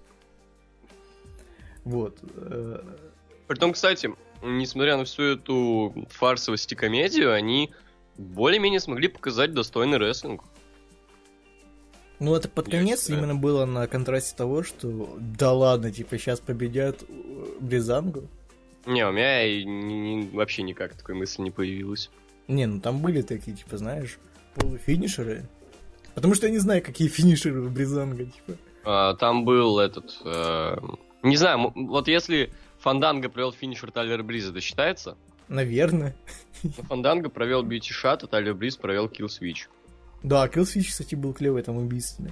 Вот. Притом, кстати, несмотря на всю эту фарсовость и комедию, они более-менее смогли показать достойный рестлинг. Ну, это под конец именно было на контрасте того, что да ладно, типа, сейчас победят Бризангу. Не, у меня вообще никак такой мысли не появилась. Не, ну там были такие, типа, знаешь, полуфинишеры. Потому что я не знаю, какие финишеры у Бризанга, типа. Там был этот... не знаю, вот если Фанданго провел финишер Тайлера Бриза, это считается? Наверное. Фанданго провел Бьюти Шат, а Тайлер Бриз провел Kill Switch. Да, Kill Switch, кстати, был клевый, там убийственный.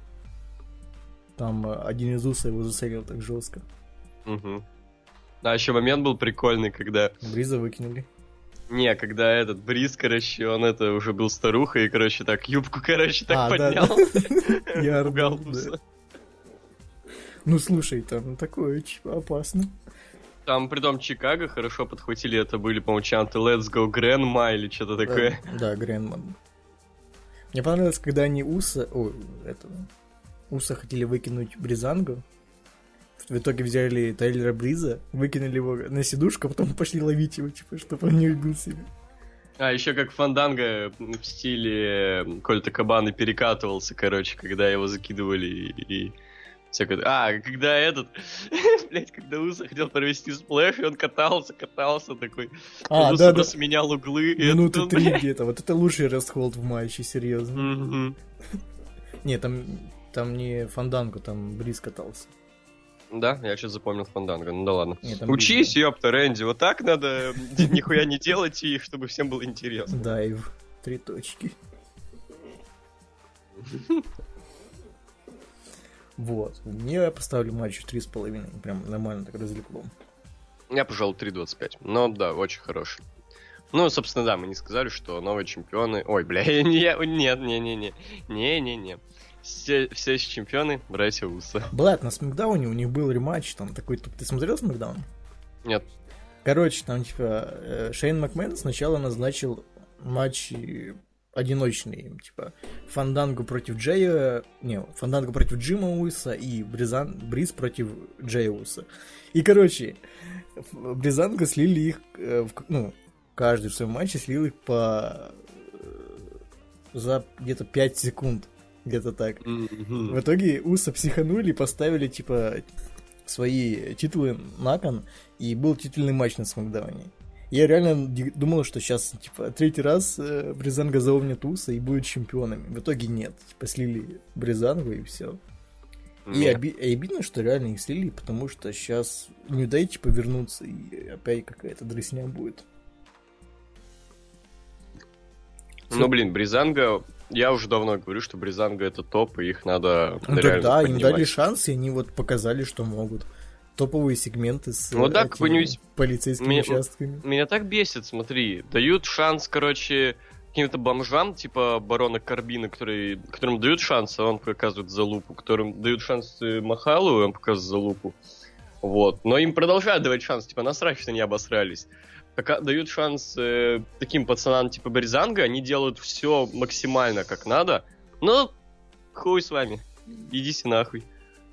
Там один из Уса его засорил так жестко. Угу. А еще момент был прикольный, когда... Бриза выкинули. Не, когда этот Бриз, короче, он это уже был старухой, и, короче, так юбку, короче, так поднял. Я ругал Уса. Ну, слушай, там такое опасно. Там, притом, Чикаго хорошо подхватили, это были, по-моему, чанты Let's Go Grandma или что-то такое. Да, Grandma. Мне понравилось, когда они Уса хотели выкинуть Бризангу. В итоге взяли Тайлера Бриза, выкинули его на сидушку, а потом пошли ловить его, типа, чтобы он не убил себя. А, еще как Фанданго в стиле Кольта Кабаны перекатывался, короче, когда его закидывали и всякое... А, когда блять, когда Уса хотел провести сплэш, и он катался такой. Уса просто менял углы. Минуты 3 где-то. Вот это лучший расхолд в матче, серьезно. Не, там не Фанданго, там Бриз катался. Да, я сейчас запомнил Фанданго, ну да ладно. Нет, там Учись, ёпта, Рэнди, вот так надо нихуя не делать, и чтобы всем было интересно. Дайв. 3 точки. Вот. Мне поставлю матч 3,5. Прям нормально так развлекло. Я, пожалуй, 3.25. Но да, очень хороший. Ну, собственно, да, мы не сказали, что новые чемпионы... Ой, бля, нет. Все еще чемпионы, братья Уса. Блэд, на Смакдауне у них был рематч, там такой... Ты смотрел Смакдаун? Нет. Короче, там, типа, Шейн Макмен сначала назначил матчи одиночные, типа, Фанданго против Джея... Не, Фанданго против Джима Уиса и Бриз против Джея Уса. И, короче, Бризанго слили их, каждый в своем матче слил их за где-то 5 секунд. Где-то так. В итоге Уса психанули и поставили, типа, свои титулы на кон, и был титульный матч на Смакдауне. Я реально думал, что сейчас, типа, 3-й раз Бризанго заовнит Уса и будет чемпионами. В итоге нет. Типа, слили Бризанго и все. И обидно, что реально их слили, потому что сейчас не дай, типа, вернуться, и опять какая-то дресня будет. Ну, блин, Бризанго... Я уже давно говорю, что Бризанго это топ, и их надо реально да, поднимать. им дали шанс, и они вот показали, что могут. Топовые сегменты с полицейскими участками. Меня так бесит, смотри. Дают шанс, короче, каким-то бомжам, типа барона Карбина, которым дают шанс, а он показывает залупу. Которым дают шанс Махалу, и он показывает залупу. Вот. Но им продолжают давать шанс, типа насрать, что они обосрались. Пока дают шанс таким пацанам типа Бризанго, они делают все максимально как надо. Ну, хуй с вами. Идите нахуй.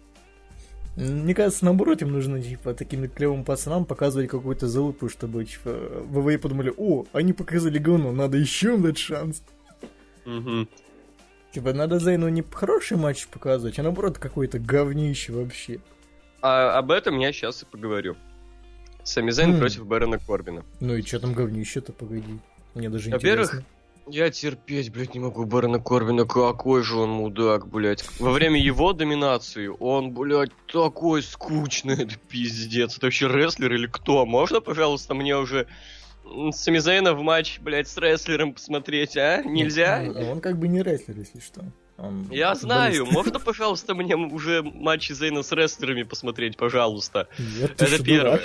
Мне кажется, наоборот, им нужно, типа, таким клевым пацанам показывать какую-то залупу, чтобы, типа, ВВЕ подумали, о, они показали говно, надо еще им дать шанс. Угу. Типа, надо Зейну не хороший матч показывать, а наоборот, какое-то говнище вообще. А об этом я сейчас и поговорю. Сами Зейн против Бэрона Корбина. Ну и что там говнище-то, погоди. Мне даже Во-первых, интересно. я терпеть, блядь, не могу Бэрона Корбина. Какой же он мудак, блядь. Во время его доминации он, блядь, такой скучный. Это пиздец. Это вообще рестлер или кто? Можно, пожалуйста, мне уже Сами Зейна в матч, блядь, с рестлером посмотреть, а? Нельзя? Он как бы не рестлер, если что. Я знаю, можно, пожалуйста, мне уже матчи Зейна с рестлерами посмотреть, пожалуйста? Нет, это первое.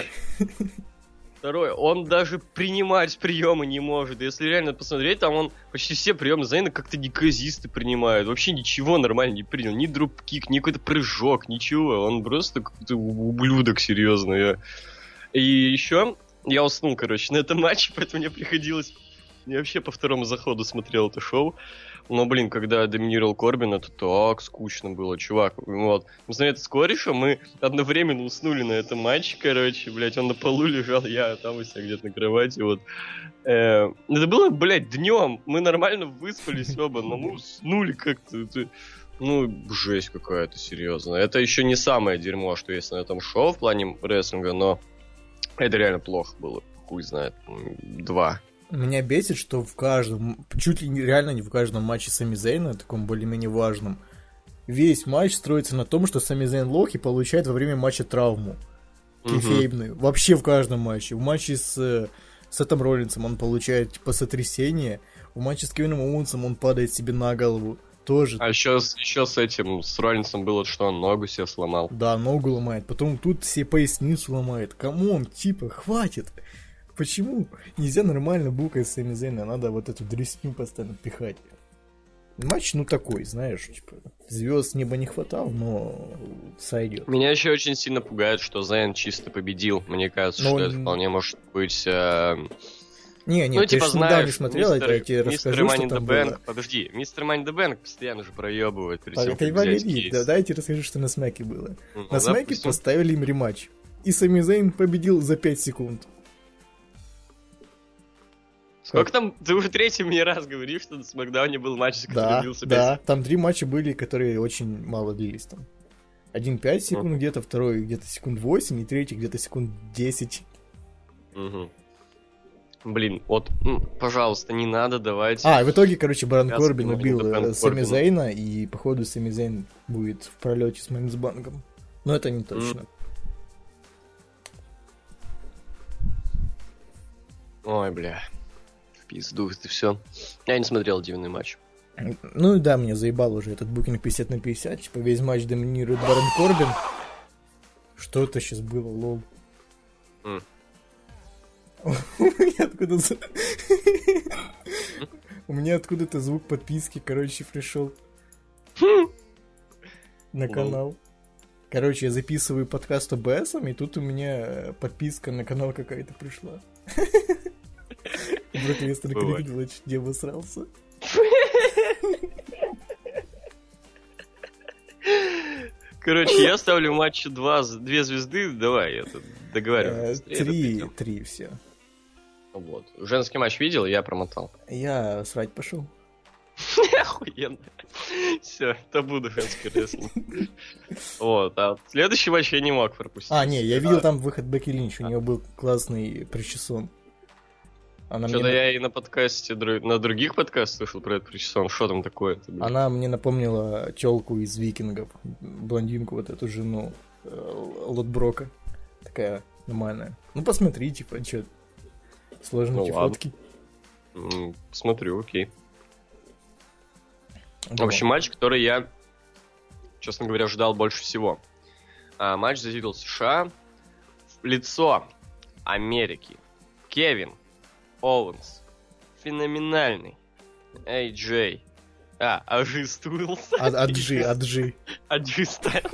Второе, он даже принимать приемы не может. Если реально посмотреть, там он почти все приемы Зейна как-то неказисто принимает. Вообще ничего нормально не принял. Ни дропкик, ни какой-то прыжок, ничего. Он просто какой-то ублюдок, серьезно. И еще я уснул, короче, на этом матче, поэтому мне приходилось... Я вообще по второму заходу смотрел это шоу. Но, блин, когда доминировал Корбин, это так скучно было, чувак. Вот. Мы с это с корешем, мы одновременно уснули на этом матче, короче, блядь, он на полу лежал, я там у себя где-то на кровати, вот. Это было, блядь, днем. Мы нормально выспались оба, но мы уснули как-то. Ну, жесть какая-то, серьезно. Это еще не самое дерьмо, что есть на этом шоу в плане рестлинга, но это реально плохо было. Хуй знает. 2. Меня бесит, что в каждом, чуть ли реально не в каждом матче Сами Зейна, таком более-менее важном, весь матч строится на том, что Сами Зейн лох и получает во время матча травму. Кейфейбную. Вообще в каждом матче. В матче с Сетом Роллинсом он получает типа сотрясение. В матче с Кевином Оуэнсом он падает себе на голову. Тоже. А еще с этим, с Роллинсом было, что он ногу себе сломал. Да, ногу ломает. Потом тут все поясницу ломает. Камон, типа, хватит. Почему нельзя нормально букать Сами Зейна, надо вот эту дресню постоянно пихать? Матч, ну, такой, знаешь, типа, звезд с неба не хватало, но сойдет. Меня еще очень сильно пугает, что Зейн чисто победил. Мне кажется, что это вполне может быть... Не, ну, ты типа, знаешь, не смотрел, я тебе расскажу, что там было. Подожди, мистер Money the Bank постоянно же проебывает. Это инвалид, да, я тебе расскажу, что на Смэке было. На Смэке поставили им рематч, и Сами Зейн победил за 5 секунд. Сколько там? Ты уже третий мне раз говоришь, что на Смакдауне был матч, который длился 5 секунд. Да, там 3 матча были, которые очень мало длились там. Один 5 секунд где-то, второй где-то секунд 8, и третий где-то секунд 10. Блин, вот, пожалуйста, не надо давать... в итоге, короче, Барон Корбин убил Сами Зейна, и, походу, Сами Зейн будет в пролете с Мэнсбангом. Но это не точно. Ой, бля. В пизду это все. Я не смотрел дивный матч. Ну да, мне заебал уже этот букинг 50/50. Типа весь матч доминирует Барон Корбин. Что это сейчас было, лол? У меня откуда-то звук подписки, короче, пришел на канал. Короче, я записываю подкаст ОБСом, и тут у меня подписка на канал какая-то пришла. Брок Лестер крикнул, чуть не обосрался. Короче, я ставлю матчу 2 звезды. Давай, это договариваемся. 3 все. Вот. Женский матч видел, я промотал. Я срать пошел. Охуенно. Все, табу женский рестлинг. Вот, а следующий матч я не мог пропустить. Не, я видел там выход Бекки Линч, у нее был классный причесон. Что-то я и на подкасте, на других подкастах слышал про этот причесон. Что там такое? Она мне напомнила тёлку из Викингов, блондинку, вот эту жену Лотброка. Такая нормальная. Ну посмотри, типа, что сложно эти фотки. Смотрю, окей. В общем, матч, который я, честно говоря, ждал больше всего. Матч за титул США. В лицо Америки. Кевин Оуэнс. Феноменальный. AJ. Аджи Стуилс. Аджи Стайлс.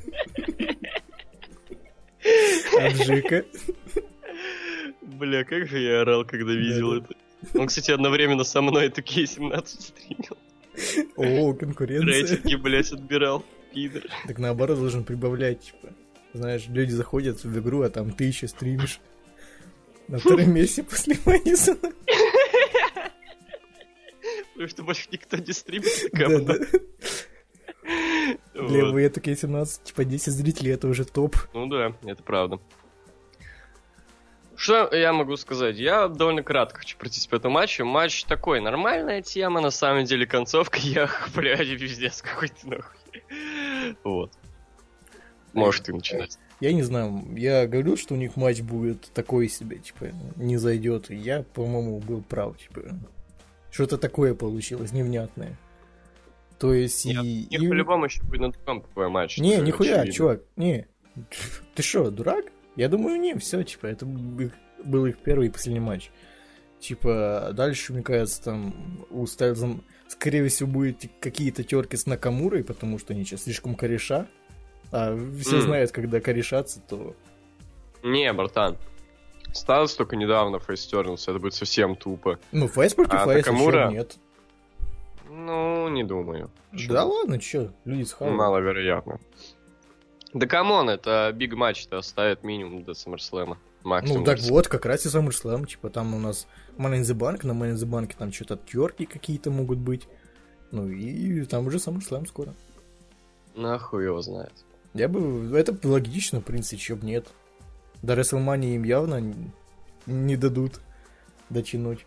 Аджика. Бля, как же я орал, когда видел это. Он, кстати, одновременно со мной эту K17 стримил. О, конкуренция. Рейтинги, блядь, отбирал. Пидор. Так наоборот, должен прибавлять, типа. Знаешь, люди заходят в игру, а там ты еще стримишь. На втором месте после Манисона. Потому что больше никто не стримит. Да. Для эту K17, типа 10 зрителей, это уже топ. Ну да, это правда. Что я могу сказать? Я довольно кратко хочу пройтись по этому матчу. Матч такой, нормальная тема, на самом деле, концовка, блядь, пиздец какой-то нахуй. Вот. Можешь ты начинать. Я не знаю, я говорю, что у них матч будет такой себе, типа, не зайдет. И я, по-моему, был прав, типа. Что-то такое получилось, невнятное. То есть и по-любому еще будет на другом такой матч. Не, нихуя, чувак, не. Ты что, дурак? Я думаю, не, все, типа, это был их первый и последний матч. Типа, дальше, мне кажется, там у Стайлза, скорее всего, будет какие-то терки с Накамурой, потому что они сейчас слишком кореша. А все знают, когда корешатся, то... Не, братан. Стайлз только недавно фейстернулся, это будет совсем тупо. Ну, фейс против фейс, Накамура... нет. Ну, не думаю. Да ладно, чё, люди схавают. Маловероятно. Да камон, это биг матч-то оставит минимум до SummerSlam. Максимум. Ну так вот, как раз и SummerSlam, типа там у нас Money in the Bank, на Money in the Bank там что-то терки какие-то могут быть. Ну и там уже SummerSlam скоро. Нахуй его знает. Это логично, в принципе, чё б нет. До WrestleMania им явно не дадут дотянуть.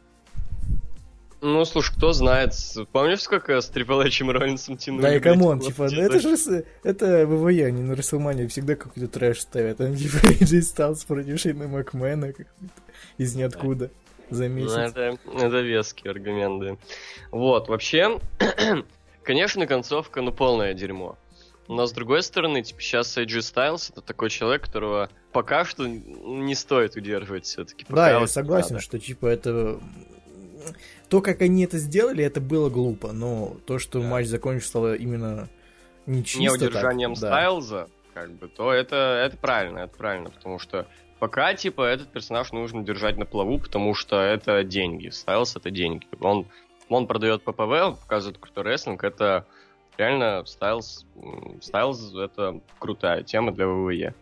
Ну, слушай, кто знает. Помнишь, сколько с Triple H и Роллинсом тянули? Да и камон, типа, ну это же, это ВВЕ, они на WrestleMania всегда какой-то трэш ставят. Там типа AJ Styles против Шейна Макмена какой-то из ниоткуда за месяц. Ну, это веские аргументы. Вот, вообще, конечно, концовка, полное дерьмо. Но, с другой стороны, типа, сейчас AJ Styles это такой человек, которого пока что не стоит удерживать все-таки. Да, я согласен, что, типа, это... То, как они это сделали, это было глупо, но то, что матч закончился именно не чисто неудержанием Стайлза, как бы, то это правильно, потому что пока, типа, этот персонаж нужно держать на плаву, потому что это деньги, Стайлз это деньги. Он продает ППВ, показывает крутой рестлинг, это реально Стайлз это крутая тема для ВВЕ.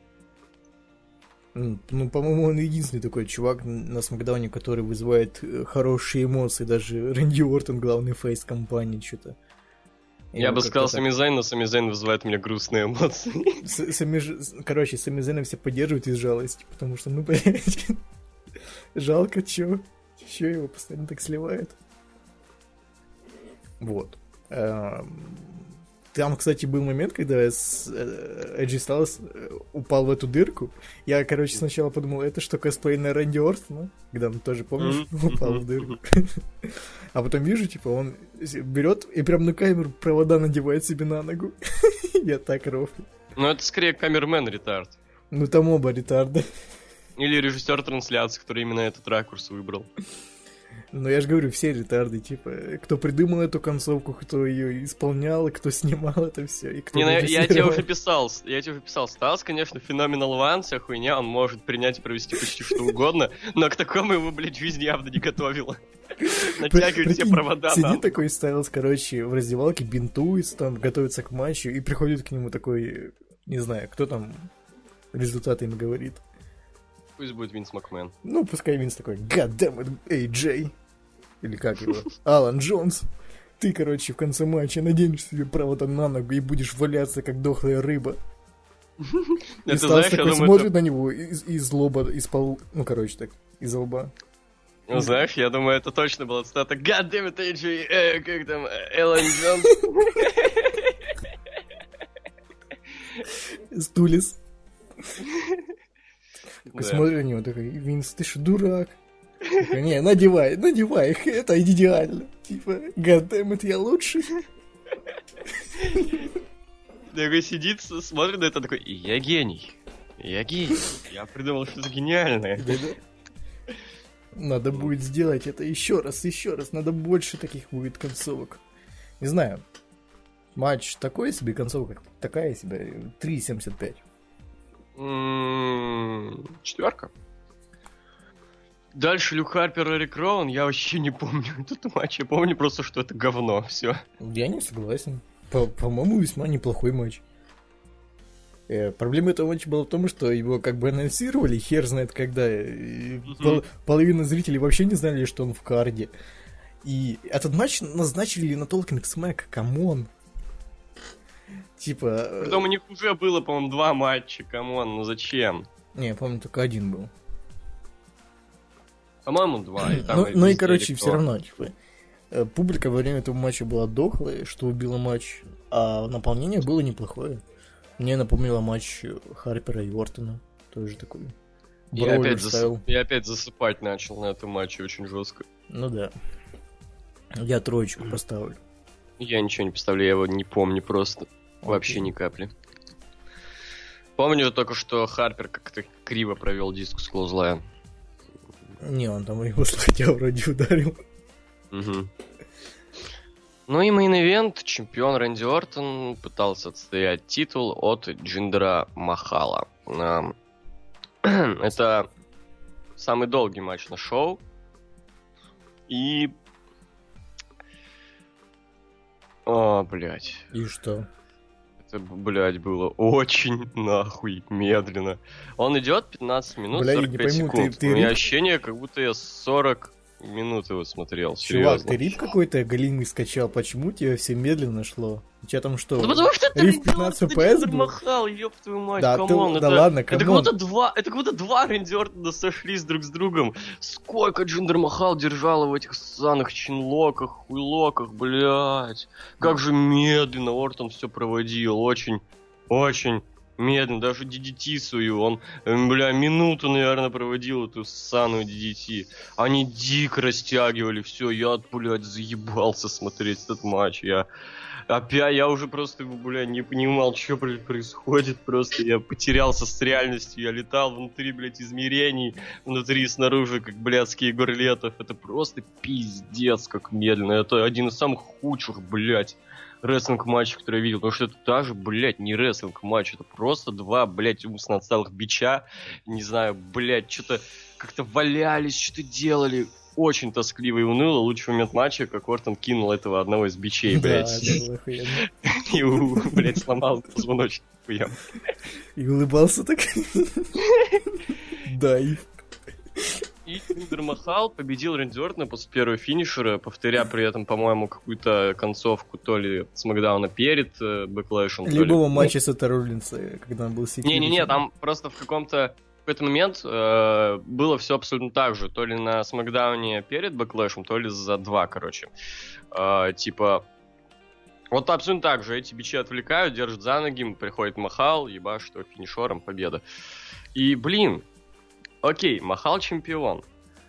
Ну, по-моему, он единственный такой чувак на Смакдауне, который вызывает хорошие эмоции. Даже Рэнди Уортон, главный фейс компании, что-то. Я бы сказал Сами Зейн, но Сами Зейн вызывает у меня грустные эмоции. Короче, Сами Зейна все поддерживают из жалости, потому что, блядь, жалко, чё его постоянно так сливает. Вот. Там, кстати, был момент, когда AJ Styles упал в эту дырку. Я, короче, сначала подумал, это что, косплей на Рэнди Ортона? Когда он тоже, помнишь, упал в дырку. А потом вижу, типа, он берет и прям на камеру провода надевает себе на ногу. Я так рофлю. Ну, это скорее камермен ретард. Ну, там оба ретарда. Или режиссер трансляции, который именно этот ракурс выбрал. Ну, я же говорю, все ретарды, типа, кто придумал эту концовку, кто ее исполнял, кто снимал это все, и кто я тебе уже писал, Стас, конечно, Phenomenal One, вся хуйня, он может принять и провести почти что угодно, но к такому его, блядь, жизнь явно не готовила. Натягивать все провода. Сидит такой Стайлз, короче, в раздевалке, бинтуется, там, готовится к матчу, и приходит к нему такой, не знаю, кто там результаты им говорит. Пусть будет Винс Макмен. Ну, пускай Винс такой, God damn it, AJ. Или как его? Алан Джонс. Ты, короче, в конце матча наденешь себе провода на ногу и будешь валяться, как дохлая рыба. И Стас такой смотрит на него из лоба, ну, короче, так, из лба. Ну, знаешь, я думаю, это точно была цитата God damn it, AJ, как там, Алан Джонс. Стулис. Такой смотрит на него, такой, Винс, ты что, дурак? Такой, не, надевай, это идеально. Типа, God damn it, я лучший. Такой сидит, смотрит на это, такой, я гений, я придумал что-то гениальное. Надо будет сделать это еще раз, надо больше таких будет концовок. Не знаю, матч такой себе, концовка такая себе, 3.75. 4. Дальше Люк Харпер и Эрик Роуэн, я вообще не помню этот матч, я помню просто, что это говно, все. Я не согласен. По-моему, весьма неплохой матч. Проблема этого матча была в том, что его как бы анонсировали, хер знает когда. Половина зрителей вообще не знали, что он в карде. И этот матч назначили на Talking Smack, камон. Типа... Потом у них уже было, по-моему, 2 матча, камон, ну зачем? Не, я помню, только один был. По-моему, 2. Ну и, короче, все равно, типа, публика во время этого матча была дохлая, что убило матч, а наполнение было неплохое. Мне напомнило матч Харпера и Ортона, тоже такой. Я опять засыпать начал на этом матче очень жестко. Ну да. Я 3 поставлю. Я ничего не поставлю, я его не помню просто. Вообще ни капли. Помню только, что Харпер как-то криво провел дискус Клоузлайн. Не, он там его с локтя вроде ударил. Угу. Ну и мейн-ивент. Чемпион Рэнди Ортон пытался отстоять титул от Джиндера Махала. Это самый долгий матч на шоу. И... О, блядь. И что? Это, блядь, было очень нахуй медленно. Он идет 15 минут, 45 секунд. У меня ощущение, как будто я 40 минут его смотрел. Чувак, серьезно. Ты рип какой-то галимый скачал, почему тебе все медленно шло? У тебя там что? Ну потому что ты риф 15 FPS был? Махал, ёб твою мать, да, камон. Да ладно, камон. Это как будто 2 Рэнди Ортона сошлись друг с другом. Сколько Джиндер Махал держал в этих ссаных чинлоках, хуйлоках, блядь. Как же медленно Ортон все проводил, очень медленно, даже DDT свою, он, минуту, наверное, проводил эту ссаную DDT. Они дико растягивали, все, я, блядь, заебался смотреть этот матч, я уже просто, не понимал, что происходит, просто я потерялся с реальностью, я летал внутри, блядь, измерений, внутри и снаружи, как блядский Егор Летов, это просто пиздец, как медленно, это один из самых худших, блядь, рестлинг-матчей, который я видел, потому что это даже, блядь, не рестлинг-матч, это просто 2, блядь, умственно отсталых бича, не знаю, блядь, что-то как-то валялись, что-то делали, очень тоскливо и уныло. Лучший момент матча, как Ортон кинул этого одного из бичей, блядь. Да, охуенно. И, блядь, сломал позвоночник. И улыбался так. Да, и... И Джиндер Махал победил Рэнди Ортона после первого финишера, повторя при этом, по-моему, какую-то концовку то ли Смакдауна перед Бэклэшем, любого матча Сета Роллинса, когда он был секьюрити. Не-не-не, там просто в какой-то момент было все абсолютно так же. То ли на Смакдауне перед Бэклэшем, то ли за 2, короче. Типа, Вот абсолютно так же. Эти бичи отвлекают, держат за ноги, приходит Махал, ебашь, что финишером победа. И, блин, окей, Махал чемпион.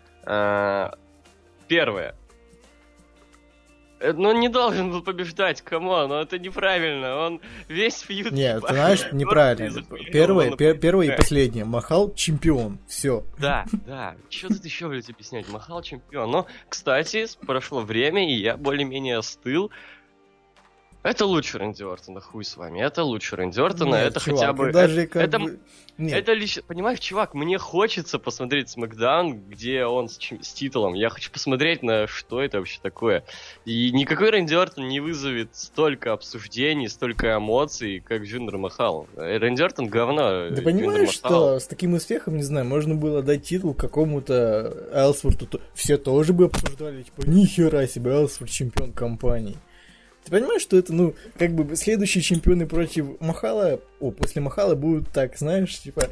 Первое. Но он не должен был побеждать, камон, но это неправильно, он весь фьюд... Нет, ты знаешь, неправильно. Первое и последнее. Махал чемпион, все. Да, что тут еще, блядь, объяснять? Махал чемпион. Но, кстати, прошло время, и я более-менее остыл. Это лучше Рэнди Ортона, хуй с вами. Это лучше Рэнди Ортона, это чувак, хотя бы... Даже как бы... Это лишь, понимаешь, чувак, мне хочется посмотреть Смэкдаун, где он с титулом. Я хочу посмотреть, на что это вообще такое. И никакой Рэнди Ортон не вызовет столько обсуждений, столько эмоций, как Джиндер Махал. Рэнди Ортон говно. Ты понимаешь, что с таким успехом, не знаю, можно было дать титул какому-то Элсворту. Все тоже бы обсуждали, типа, нихера себе, Элсворт чемпион компании. Ты понимаешь, что это, ну, как бы следующие чемпионы против Махала, после Махала будут так, знаешь, типа,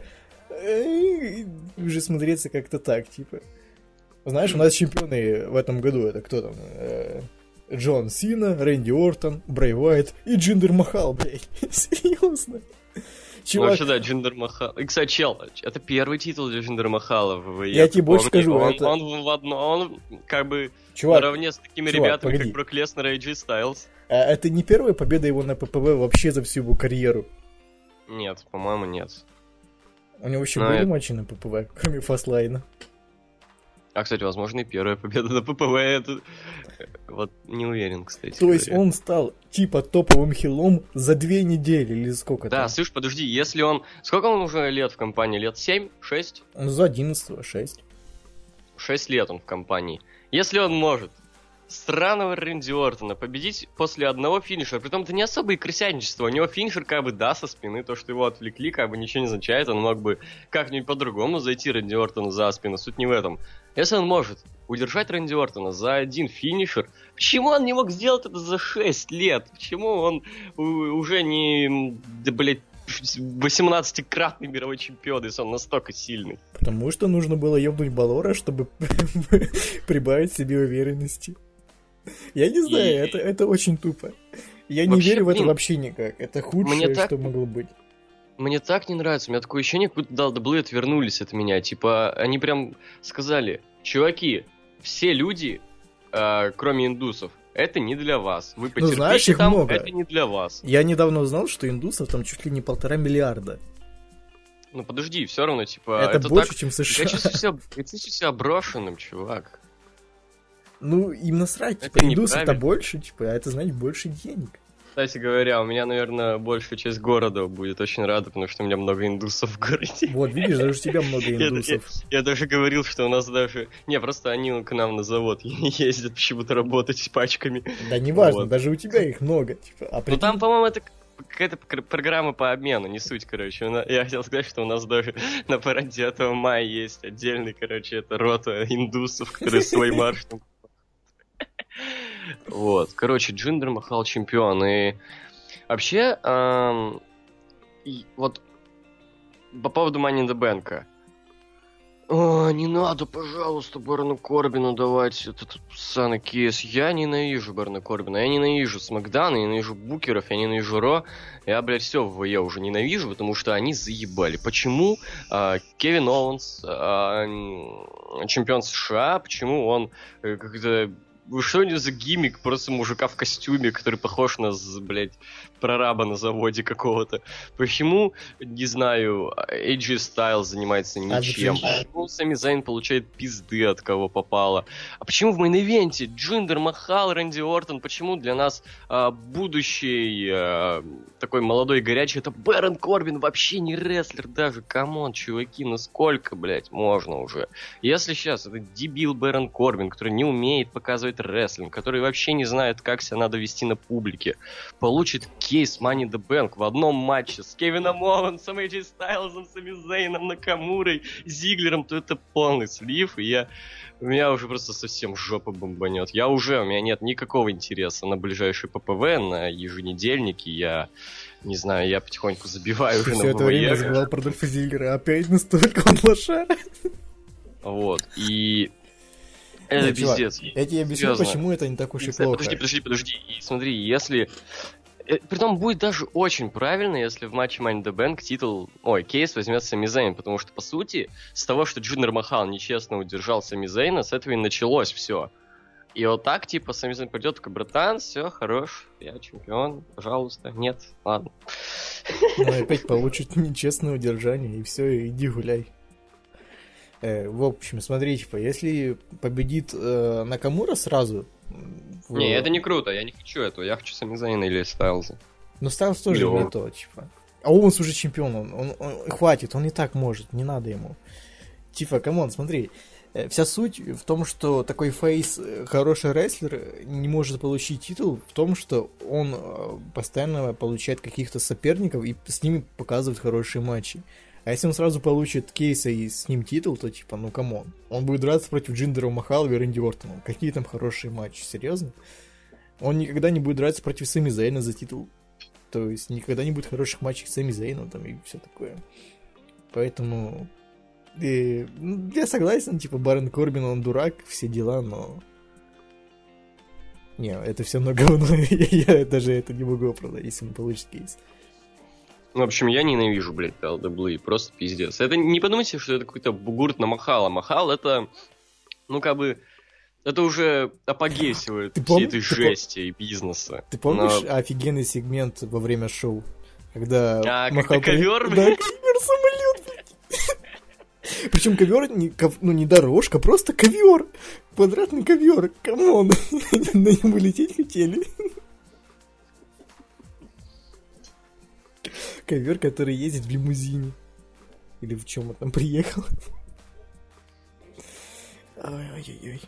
уже смотреться как-то так, типа. Знаешь, у нас чемпионы в этом году, это кто там? Джон Сина, Рэнди Ортон, Брэй Уайт и Джиндер Махал, блядь. Серьезно. Чувак... Ну, вообще, да, Джиндер Махал. И, кстати, чел, это первый титул для Джиндера Махала в Я тебе больше скажу, он как бы чувак, наравне с такими ребятами, как Брок Леснер и AJ Styles. Это не первая победа его на ППВ вообще за всю его карьеру? Нет, по-моему, нет. У него еще были матчи на ППВ, кроме Фастлайна? А, кстати, возможно, и первая победа на ППВ. Это... Вот не уверен, кстати. То есть он стал типа топовым хилом за 2 недели или сколько там? Да, слышь, подожди, если он... Сколько он уже лет в компании? Лет 7? 6? Ну, за 11, 6. 6 лет он в компании. Если он может странного Рэнди Ортона победить после одного финиша, притом это не особое крысяничество, у него финишер как бы да со спины, то, что его отвлекли, как бы ничего не означает, он мог бы как-нибудь по-другому зайти Рэнди Ортону за спину, суть не в этом. Если он может удержать Рэнди Ортона за один финишер, почему он не мог сделать это за 6 лет? Почему он уже не, да, блядь, 18-кратный мировой чемпион, если он настолько сильный? Потому что нужно было ебнуть Балора, чтобы прибавить себе уверенности. Я не знаю, это очень тупо. Я не верю в это вообще никак. Это худшее, что могло быть. Мне так не нравится. У меня такое ощущение, как будто WWE отвернулись от меня. Типа, они прям сказали: чуваки, все люди, кроме индусов, это не для вас. Вы потерпите, знаешь, их там, много. Это не для вас. Я недавно узнал, что индусов там чуть ли не 1,5 миллиарда. Ну подожди, все равно, типа... Это больше, так... чем США. Я чувствую себя брошенным, чувак. Ну, им насрать, типа, индусов-то больше, типа, а это, значит, больше денег. Кстати говоря, у меня, наверное, большая часть города будет очень рада, потому что у меня много индусов в городе. Вот, видишь, даже у тебя много индусов. Я даже говорил, что у нас даже... Не, просто они к нам на завод ездят почему-то работать с пачками. Да неважно, даже у тебя их много. Ну там, по-моему, это какая-то программа по обмену, не суть, короче. Я хотел сказать, что у нас даже на параде 9 мая есть отдельный, короче, это рота индусов, которые свой марш там... Вот, короче, Джиндер Махал чемпион. И вообще, вот по поводу Money in the Bank. Не надо, пожалуйста, Барону Корбину давать этот ссаный кейс. Я ненавижу Барона Корбина, я ненавижу Смэкдаун, я ненавижу букеров, я ненавижу Ро. Я, блядь, все в ВЕ уже ненавижу, потому что они заебали. Почему Кевин Оуэнс, чемпион США, почему он как-то... Что у него за гиммик просто мужика в костюме, который похож на, блядь, прораба на заводе какого-то? Почему, не знаю, AJ Styles занимается ничем? Почему Сами Зайн получает пизды от кого попало? А почему в мейн-ивенте Джиндер Махал, Рэнди Ортон? Почему для нас будущий такой молодой и горячий это Бэрон Корбин, вообще не рестлер даже? Камон, чуваки, ну сколько, блядь, можно уже? Если сейчас это дебил Бэрон Корбин, который не умеет показывать рестлинг, который вообще не знает, как себя надо вести на публике, получит кейс Money in the Bank в одном матче с Кевином Оуэнсом, AJ Стайлзом, Сами Зейном, Накамурой, Зиглером, то это полный слив, и у меня уже просто совсем жопа бомбанет. У меня нет никакого интереса на ближайший ППВ, на еженедельники, я не знаю, я потихоньку забиваю уже на ВВЕ. Все это время забывал про Дольфа Зиглера, опять настолько он лошара. Вот, и... Это Нет, чувак, пиздец. я тебе объясню, Серьезно. почему это не так уж и плохо. Подожди. И смотри, если... Притом будет даже очень правильно, если в матче Money in the Bank кейс возьмет Сами Зейн, потому что, по сути, с того, что Джиндер Махал нечестно удержал Сами Зейна, с этого и началось все. И вот так, типа, Сами Зейн придет, такой, братан, все, хорош, я чемпион, пожалуйста. Нет, ладно. Ну, опять получит нечестное удержание, и все, иди гуляй. В общем, смотри, типа, если победит Накамура сразу... Не, это не круто, я не хочу этого, я хочу Сами Зейна или Стайлза. Но Стайлз тоже не то, типа. А Оуэнс уже чемпион, он хватит, он и так может, не надо ему. Типа, камон, смотри, вся суть в том, что такой фейс, хороший рестлер, не может получить титул, в том, что он постоянно получает каких-то соперников и с ними показывает хорошие матчи. А если он сразу получит кейса и с ним титул, то типа, ну камон. Он будет драться против Джиндера Махала и Рэнди Ортона. Какие там хорошие матчи, серьезно? Он никогда не будет драться против Сами Зейна за титул. То есть никогда не будет хороших матчей с Сами Зейном там и все такое. Поэтому... я согласен, типа, Барон Корбин, он дурак, все дела, но... Не, это все много говно. Я даже это не могу оправдать, если он получит кейс. В общем, я ненавижу, блядь, WWE, просто пиздец. Это не подумайте, что это какой-то бугурт на Махала. Махал это, ну, как бы, это уже апогессивает всей этой жести и бизнеса. Ты помнишь офигенный сегмент во время шоу? Когда Махал... ковер, блядь? Да, ковер-самолет, блядь. Причем ковер не дорожка, просто ковер. Квадратный ковер, камон. На нем лететь хотели. Ковер, который ездит в лимузине. Или в чем он там приехал. Ой-ой-ой.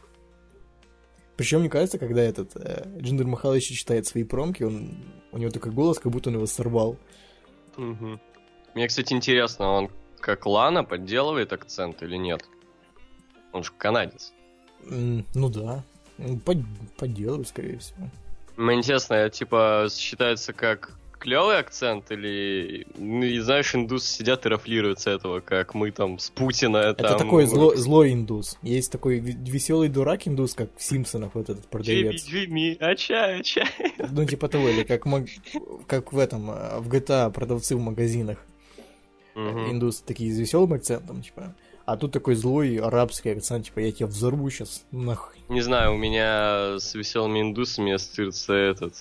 Причем, мне кажется, когда этот Джиндер Махал еще читает свои промки, у него такой голос, как будто он его сорвал. Угу. Мне, кстати, интересно, он как Лана подделывает акцент или нет? Он же канадец. Ну да. Подделывает, скорее всего. Мне интересно, это типа считается как клевый акцент или, ну, и знаешь, индусы сидят и рафлируют с этого, как мы там с Путина. Это там... такой злой индус. Есть такой веселый дурак индус, как в Симпсонах вот этот продавец. Джимми, ачай. Ну, типа того, или как в этом, в GTA продавцы в магазинах. Индусы такие с веселым акцентом, типа. А тут такой злой арабский акцент, типа, я тебя взорву сейчас, нахуй. Не знаю, у меня с веселыми индусами ассоциируется этот...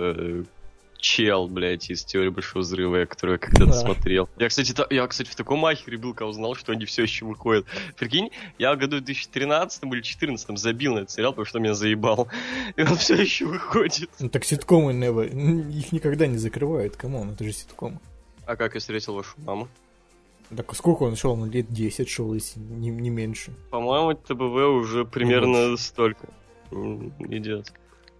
чел, блядь, из «Теории Большого Взрыва», я который я когда-то смотрел. Я, кстати, в таком ахере был, когда узнал, что они все еще выходят. Прикинь, я в году 2013 или 2014 забил на этот сериал, потому что меня заебал. И он все еще выходит. Ну так ситкомы их никогда не закрывают, камон, это же ситком. А как я встретил вашу маму? Так сколько он шел? Он лет 10 шел, если не меньше. По-моему, ТБВ уже примерно столько идет.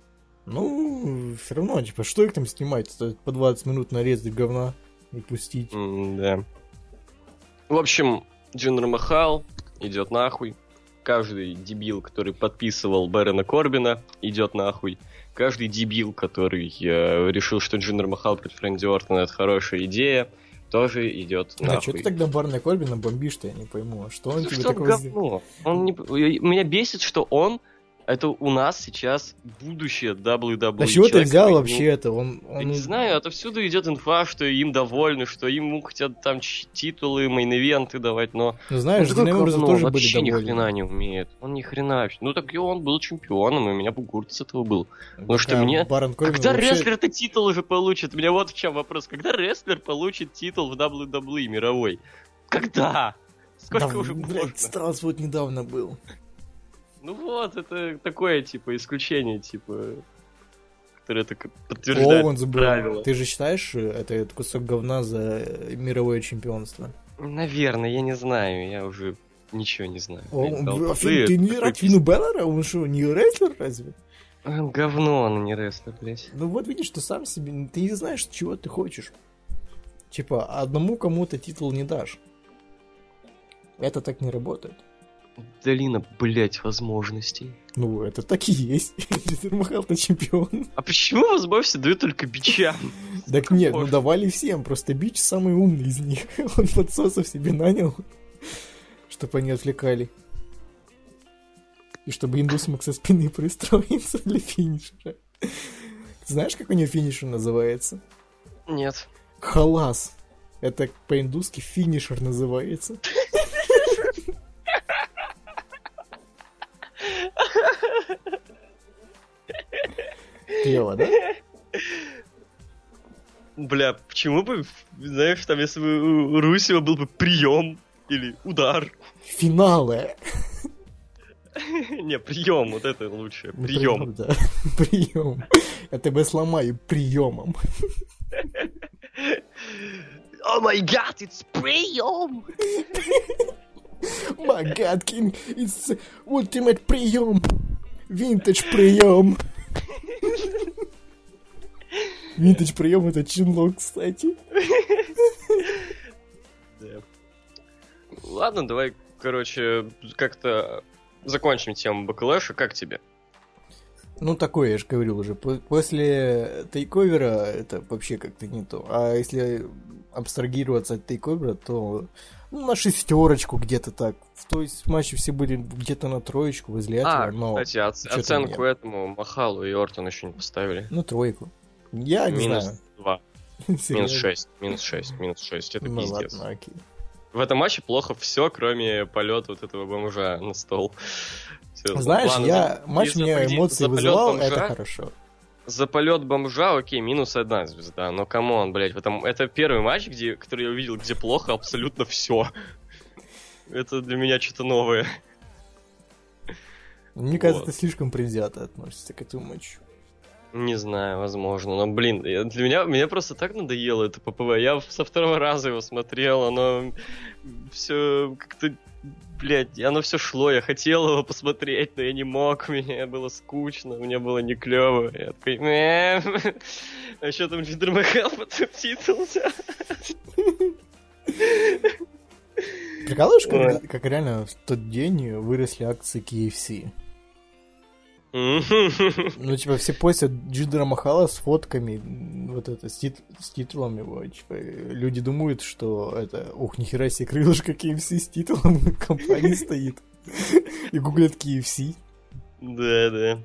Ну, все равно, типа, что их там снимать? По 20 минут нарезать говна и пустить. Да. В общем, Джиндер Махал идет нахуй. Каждый дебил, который подписывал Бэрона Корбина, идет нахуй. Каждый дебил, который решил, что Джиндер Махал против Рэнди Ортона это хорошая идея, тоже идет нахуй. А что ты тогда Барона Корбина бомбишь-то, я не пойму. А что он тебе такое говно? Меня бесит, что он... Это у нас сейчас будущее WWE. Да чего ты взял вообще это? Я не знаю, отовсюду идет инфа, что им довольны, что ему хотят там титулы, мейн-ивенты давать, но... Ну знаешь, Динаморзы тоже были вообще довольны. Ни хрена не умеет. Он ни хрена вообще. Ну так и он был чемпионом, и у меня бугурт с этого был. Потому что мне... Когда рестлер-то титул уже получит? У меня вот в чем вопрос. Когда рестлер получит титул в WWE мировой? Когда? Сколько уже можно? Странс вот недавно был. Ну вот, это такое, типа, исключение, типа, которое так подтверждает правила. Ты же считаешь, это кусок говна за мировое чемпионство? Наверное, я не знаю, я уже ничего не знаю. Ты не рад Финну Бэллера? Он что, не рестлер разве? Говно, он не рестлер, блядь. Ну вот видишь, ты сам себе, ты не знаешь, чего ты хочешь. Типа, одному кому-то титул не дашь. Это так не работает. Долина, блять, возможностей. Ну, это так и есть. Джиндер Махал-то чемпион. А почему возможности дают только бичам? Так нет, ну давали всем. Просто бич самый умный из них. Он подсосов себе нанял, чтобы они отвлекали. и чтобы индус мог со спины пристроиться для финишера. Знаешь, как у него финишер называется? Нет. Халас. Это по-индусски финишер называется. Клево, да? Бля, почему бы, знаешь, там, если бы у Русева был бы прием или удар. Финале. Не, прием, вот это лучше. Прием. Да, прием. Я тебя сломаю приемом. О май гад, it's прием! My God, King, it's ultimate прием. Винтаж прием. Винтаж прием — это чинлок, кстати. Да. Ладно, давай, короче, как-то закончим тему бэклэша. Как тебе? Ну, такое, я же говорил уже. После тейковера это вообще как-то не то. А если абстрагироваться от тейковера, то на 6 где-то так. То есть матчи все были где-то на 3 возле этого. Но кстати, оценку этому Махалу и Ортон еще не поставили. Ну, 3. Я не знаю. Минус 2. Минус 6. Это ну, пиздец. Ладно, окей. В этом матче плохо все, кроме полета вот этого бомжа на стол. Всё. Знаешь, Ладно, матч мне эмоции вызывал, бомжа, это хорошо. За полет бомжа, окей, минус 1 звезда. Но камон, блядь, это первый матч, который я увидел, где плохо абсолютно все. Это для меня что-то новое. Мне кажется, ты слишком предвзято относишься к этому матчу. Не знаю, возможно, но, блин, для меня просто так надоело это ППВ. Я со 2 раза его смотрел, оно все как-то, блядь, оно все шло, я хотел его посмотреть, но я не мог, мне было скучно, мне было не клево. Я такой, а еще там Джиндер Махал потом титул взял. Прикалываешь, как реально в тот день выросли акции KFC? Ну, типа, все постят Джиндера Махала с фотками, вот это, с титулом его, типа, люди думают, что это, ух, нихера себе, крылышко KFC с титулом компании стоит, и гуглят KFC. Да.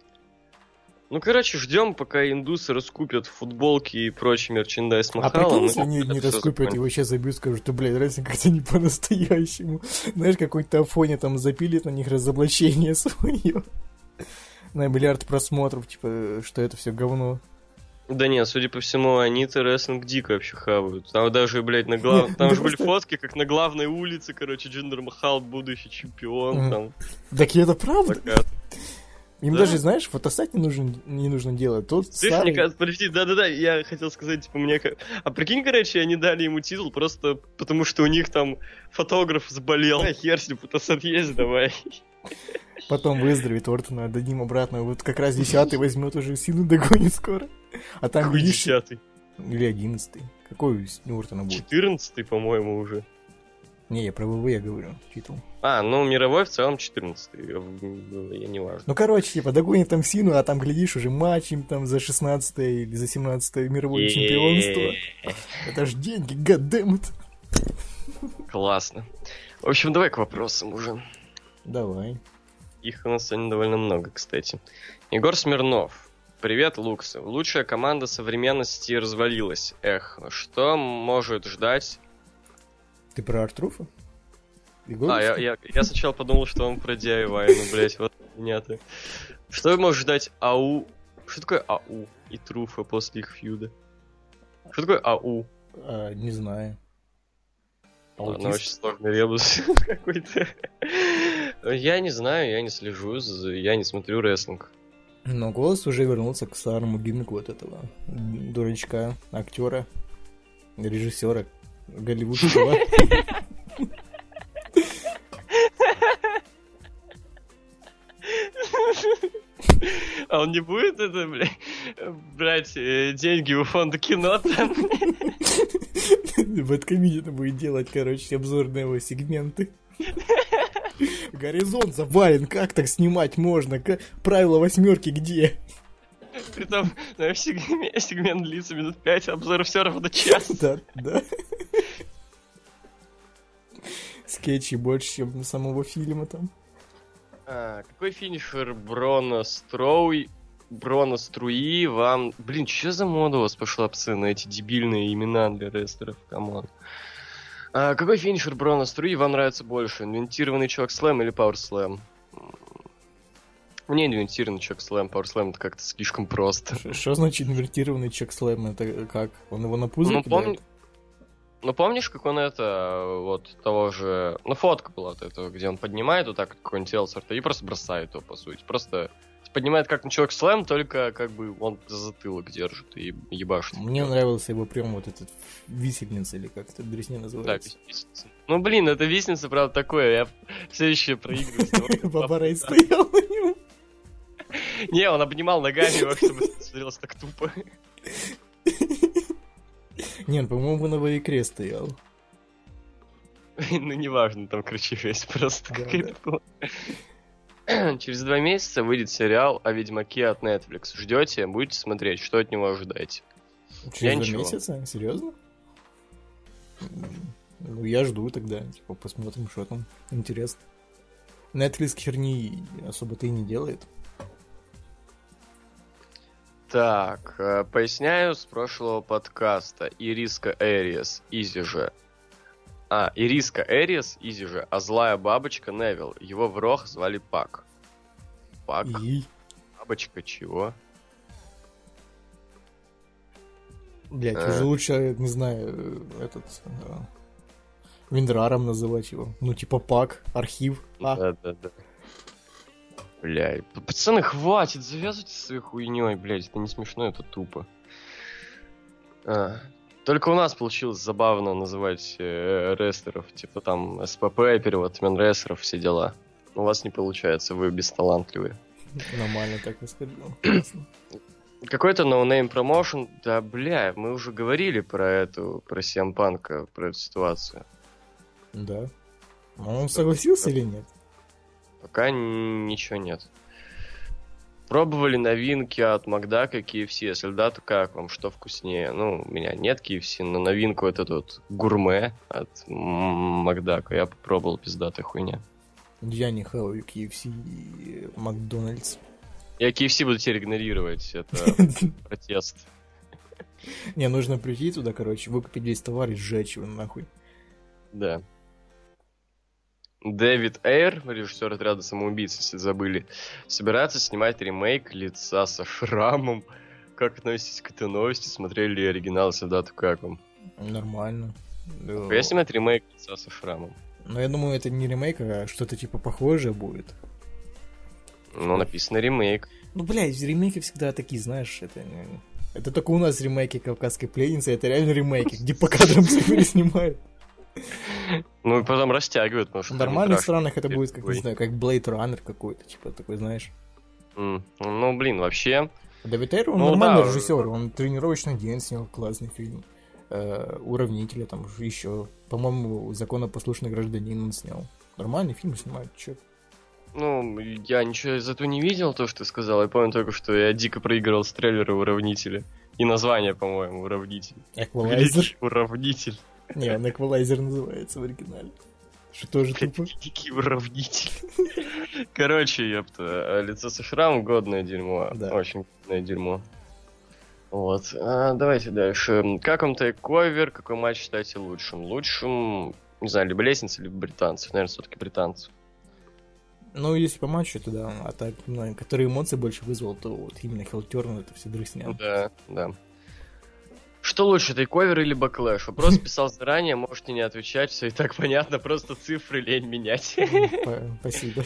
Ну, короче, ждем, пока индусы раскупят футболки и прочий мерчендайз Махала. А прикинь, если они не раскупят, его сейчас забьют, скажут, что, блядь, рестлинг как-то не по-настоящему. Знаешь, какой-то Афоне там запилит на них разоблачение свое. На миллиард просмотров, типа, что это все говно. Да нет, судя по всему, они-то рестлинг дико вообще хавают. Там даже, блядь, там же были фотки, как на главной улице, короче, Джиндер Махал, будущий чемпион. Там. Так и это правда? Им да? Даже, знаешь, фотосайт не нужно делать. Тут старый... мне кажется, подожди, да, я хотел сказать, типа, мне... А прикинь, короче, они дали ему титул просто потому, что у них там фотограф заболел. Хер с ним, фотосайт есть, давай. Потом выздоровеет Ортона, отдадим обратно. Вот как раз 10-й возьмет уже Сину, догонит скоро. А там какой 10-й? Или 11-й. Какой у Ортона будет? 14-й, по-моему, уже. Не, я про ВВ говорю, титул. Ну, мировой в целом 14-й, я не важно. Ну, короче, типа, догонит там Сину, а там, глядишь, уже матч им там за 16-е или за 17-е мировое чемпионство. Это ж деньги, goddammit. Классно. В общем, давай к вопросам уже. Давай. Их у нас сегодня довольно много, кстати. Егор Смирнов. Привет, Луксы. Лучшая команда современности развалилась. Эх, что может ждать... Ты про Артруфа? Я сначала подумал, что он про DIY, ну, блять, вот меня-то. Что может ждать АУ? Что такое АУ и Труфа после их фьюда? Что такое АУ? Не знаю. Ладно, очень сложный ребус какой-то. Я не знаю, я не слежу, я не смотрю рестлинг. Но голос уже вернулся к старому гиммику вот этого дурачка, актера, режиссера голливудского. А он не будет это, брать деньги у фонда кино там? Бэткомедиан будет делать, короче, обзор на его сегменты. Горизонт завален, как так снимать можно? Правило 8 где? Притом, сегмент длится минут 5, обзор все равно час. Да. Скетчи больше, чем самого фильма там. Какой финишер Брона Струи вам... Блин, что за мода у вас пошла, пацаны, на эти дебильные имена для рестлеров? Камон. Какой финишер Брона Струи вам нравится больше? Инвентированный чок-слэм или пауэрслэм? Мне инвентированный чок-слэм. Пауэрслэм это как-то слишком просто. Что значит инвертированный чек-слэм? Это как? Он его на пузо кидает? Ну, помнишь, как он это, вот, того же... Ну, фотка была от этого, где он поднимает вот так какой-нибудь тело с рта и просто бросает его, по сути. Просто поднимает как на чок-слэм, только как бы он за затылок держит и ебашит. Мне нравился его прям вот этот висельница, или как это в дресне называется. Да, висельница. Ну, блин, это висельница, правда, такое. Я все еще проигрываю. Баба Рэй стоял на нем. Не, он обнимал ногами его, чтобы смотрелось так тупо. Нет, по-моему, на во икре стоял. Ну, неважно, там, короче, весь просто какая-то была. Через 2 месяца выйдет сериал о Ведьмаке от Netflix. Ждете? Будете смотреть? Что от него ожидаете? Через 2 месяца? Серьезно? Ну, я жду тогда. Типа, посмотрим, что там. Интересно. Netflix херни особо-то и не делает. Так, поясняю с прошлого подкаста. Ириска Эриас, Изи же. Ириска Эриас, Изи же, а злая бабочка Невил. Его в Рох звали Пак. Пак? Бабочка чего? Блять, уже лучше, не знаю, Виндраром называть его. Ну, типа Пак, архив. Да-да-да. Блядь, пацаны, хватит, завязывайте своей хуйней, блядь, это не смешно, это тупо. Только у нас получилось забавно называть рестлеров, типа там СПП, перевод имен рестлеров, все дела. У вас не получается, вы бесталантливые. Нормально так и сказал. Какой-то no-name promotion, да, бля, мы уже говорили про CM Punk, про эту ситуацию. Да. Он согласился или нет? Пока ничего нет. Пробовали новинки от Макдака, KFC. Если да, то как вам? Что вкуснее? Ну, у меня нет KFC, но новинку это тут гурме от Макдака. Я попробовал, пиздатая хуйня. Я не хаваю KFC и Макдональдс. Я KFC буду теперь игнорировать. Это протест. Не, нужно прийти туда, короче, выкупить весь товар и сжечь его нахуй. Да. Дэвид Эйр, режиссер «Отряда самоубийц», если забыли, собирается снимать ремейк «Лица со шрамом». Как относитесь к этой новости? Смотрели ли оригинал «Солдату как вам»? Нормально. Я снимать ремейк «Лица со шрамом». Но я думаю, это не ремейк, а что-то типа похожее будет. Ну, написано ремейк. Ну, блядь, ремейки всегда такие, знаешь, это только у нас ремейки «Кавказской пленницы», это реально ремейки, где по кадрам все переснимают. Ну и потом растягивают, потому что... В нормальных странах это будет, как, не знаю, как Blade Runner какой-то, типа такой, знаешь. Ну, блин, вообще... Дэвид Эйр, он нормальный режиссер, он «Тренировочный день» снял, классный фильм. «Уравнители», там еще, по-моему, «Законопослушный гражданин» он снял. Нормальный фильм снимает, чё? Ну, я ничего из этого не видел, то, что ты сказал. Я помню только, что я дико проигрывал с трейлера «Уравнители». И название, по-моему, «Уравнитель». Эквалайзер. «Уравнитель». Не, он «Эквалайзер» называется в оригинале. Что тоже тупо. Дикий уравнитель. Короче, ёпта, «Лицо со шрамом» годное дерьмо. Да. Очень годное дерьмо. Вот. Давайте дальше. Как вам тейковер? Какой матч считаете лучшим? Лучшим, не знаю, либо лестница, либо британцев. Наверное, все-таки британцев. Ну, если по матчу, то да. А так, ну, которые эмоции больше вызвал, то вот именно Hell Turn, это все дрысня. Да, да. Что лучше, тейковер или бэклэш? Вопрос писал заранее, можете не отвечать, все и так понятно, просто цифры лень менять. Спасибо.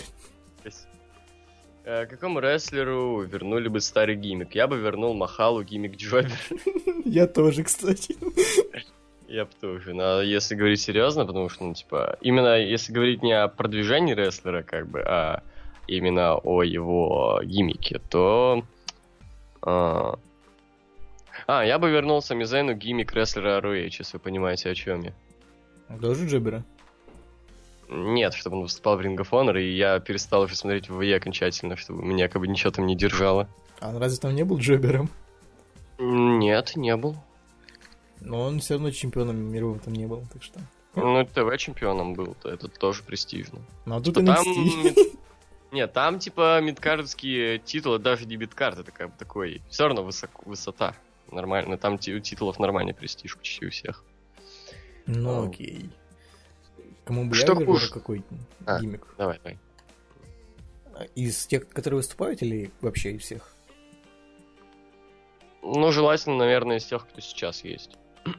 Какому рестлеру вернули бы старый гиммик? Я бы вернул Махалу гиммик Джобер. Я тоже, кстати. Я бы тоже. Но если говорить серьезно, потому что, ну, типа, именно если говорить не о продвижении рестлера, как бы, а именно о его гиммике, то... я бы вернул Сами Зейну гиммик рестлера ROH, если вы понимаете, о чем я. Тоже Джобера? Нет, чтобы он выступал в Ring of Honor, и я перестал уже смотреть в ВВЕ окончательно, чтобы меня как бы ничего там не держало. А он разве там не был Джобером? Нет, не был. Но он все равно чемпионом мировым там не был, так что... Ну, ТВ чемпионом был, то это тоже престижно. Ну, а тут NXT. Нет, там, типа, мидкардовские титулы, даже не мидкард, это как бы такой, все равно высота. Нормально, там у титулов нормальный престиж почти у всех. Ну, окей. Кому бы Что я выбрал хуже? какой гиммик? Давай. Из тех, которые выступают, или вообще из всех? Ну, желательно, наверное, из тех, кто сейчас есть.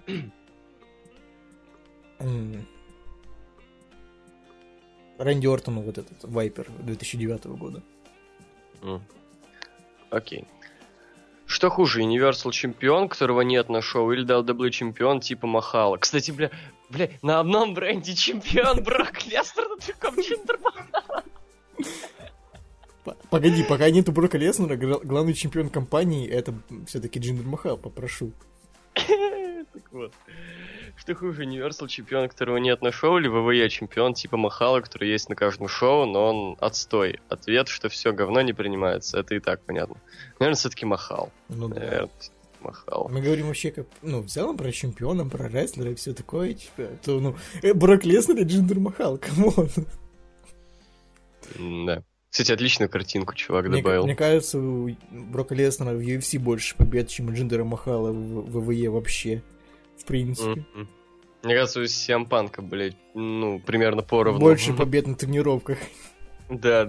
Рэнди Ортон, вот этот Вайпер 2009 года. Окей. Что хуже, Universal чемпион, которого нет на шоу, или WWE чемпион типа Махала? Кстати, бля, на одном бренде чемпион Брок Леснер, на другом Джиндер Махал. Погоди, пока нету Брока Леснера, главный чемпион компании это все-таки Джиндер Махал, попрошу. Так вот. Что хуже, Universal чемпион, которого нет на шоу, или WWE чемпион типа Махала, который есть на каждом шоу, но он отстой? Ответ, что все говно не принимается. Это и так понятно. Наверное, все-таки Махал. Ну да. Наверное, Махал. Мы говорим вообще как, в целом про чемпиона, про рестлера и все такое, типа, то, Брок Леснер и Джиндер Махал, камон. Да. Кстати, отличную картинку чувак добавил. Мне кажется, у Брока Леснера в UFC больше побед, чем у Джиндера Махала в ВВЕ вообще. В принципе. Мне кажется, у CM Punk'а, блядь, примерно поровну. Больше побед на тренировках. Да.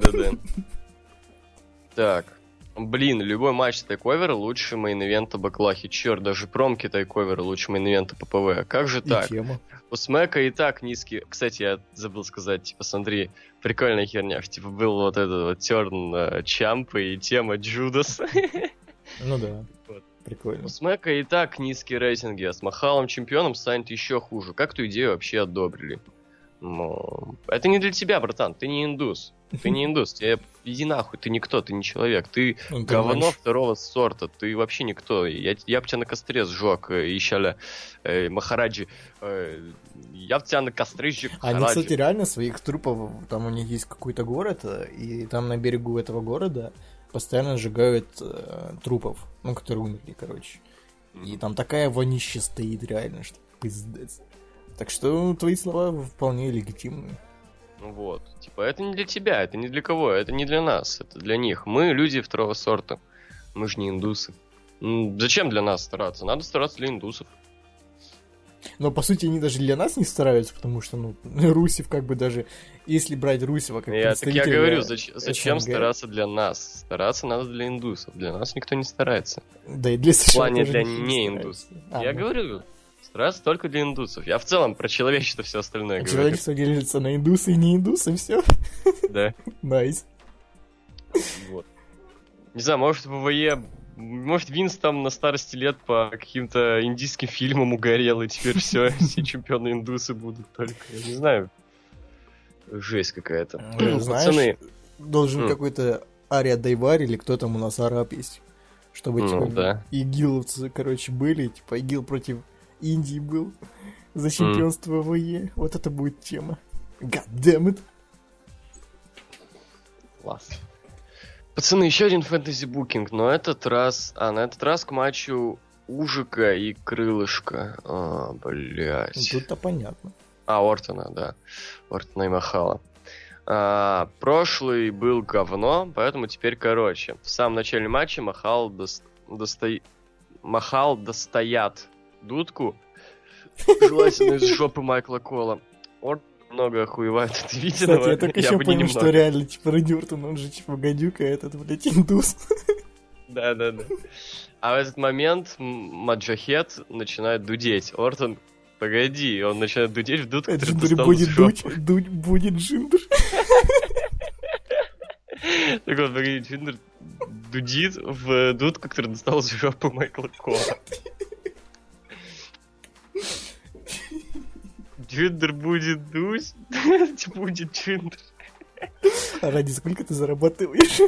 Так. Блин, любой матч тайковера лучше мейн-ивента Баклахи. Черт, даже промки тайковера лучше мейн-ивента ППВ. Как же так? Тема. У Смэка и так низкий... Кстати, я забыл сказать, типа, смотри, прикольная херня, что, типа, был вот этот вот Терн Чамп и тема Джудас. Ну да, Вот. прикольно. У Смэка и так низкие рейтинги, а с Махалом чемпионом станет еще хуже. Как эту идею вообще одобрили? Ну, это не для тебя, братан, ты не индус. Ты не индус, тебе иди нахуй, ты никто, ты не человек. Ты говно второго сорта, ты вообще никто. Я бы тебя на костре сжег, ищаля Махараджи. Я бы тебя на костре сжег. Они, кстати, реально своих трупов, там у них есть какой-то город, и там на берегу этого города постоянно сжигают трупов, которые умерли, короче. И там такая вонища стоит реально, что пиздец. Так что твои слова вполне легитимны. Вот. Типа, это не для тебя, это не для кого, это не для нас, это для них. Мы люди второго сорта. Мы же не индусы. Зачем для нас стараться? Надо стараться для индусов. Но, по сути, они даже для нас не стараются, потому что, Русев, как бы даже, если брать Русева как представителя... Так я говорю, зачем стараться для нас? Стараться надо для индусов. Для нас никто не старается. Да и для США в плане тоже для не индусов. Я говорю, стараться только для индусов. Я в целом про человечество все остальное говорю. Человечество делится на индусы и не индусы, все. Да. Найс. Вот. Не знаю, может, в ВВЕ... Может, Винс там на старости лет по каким-то индийским фильмам угорел, и теперь все чемпионы индусы будут только. Я не знаю. Жесть какая-то. Знаешь, пацаны... должен какой-то Ария Дайвар или кто там у нас араб есть. Чтобы, типа, игиловцы, были. Типа, игил против Индии был за чемпионство ВВЕ. Вот это будет тема. God damn it. Класс. Пацаны, еще один фэнтези-букинг, но на этот раз к матчу Ужика и Крылышка. Блять. Тут-то понятно. Ортона, да. Ортона и Махала. Прошлый был говно, поэтому теперь короче. В самом начале матча Махал достоят дудку, желательно из жопы Майкла Кола. Много охуевает от виденного. Кстати, я только еще понял, что реально, типа, Рэнди Ортон, он же, типа, гадюка, этот, блядь, индус. Да. А в этот момент Маджахет начинает дудеть. Ортон, погоди, он начинает дудеть в дудку, который достал из жопы. Будет Джиндер. Так вот, погоди, Джиндер дудит в дудку, которую достал из жопы Майкла Кола. Джиндер будет дуть, будет Джиндер. А Рэнди, сколько ты зарабатываешь?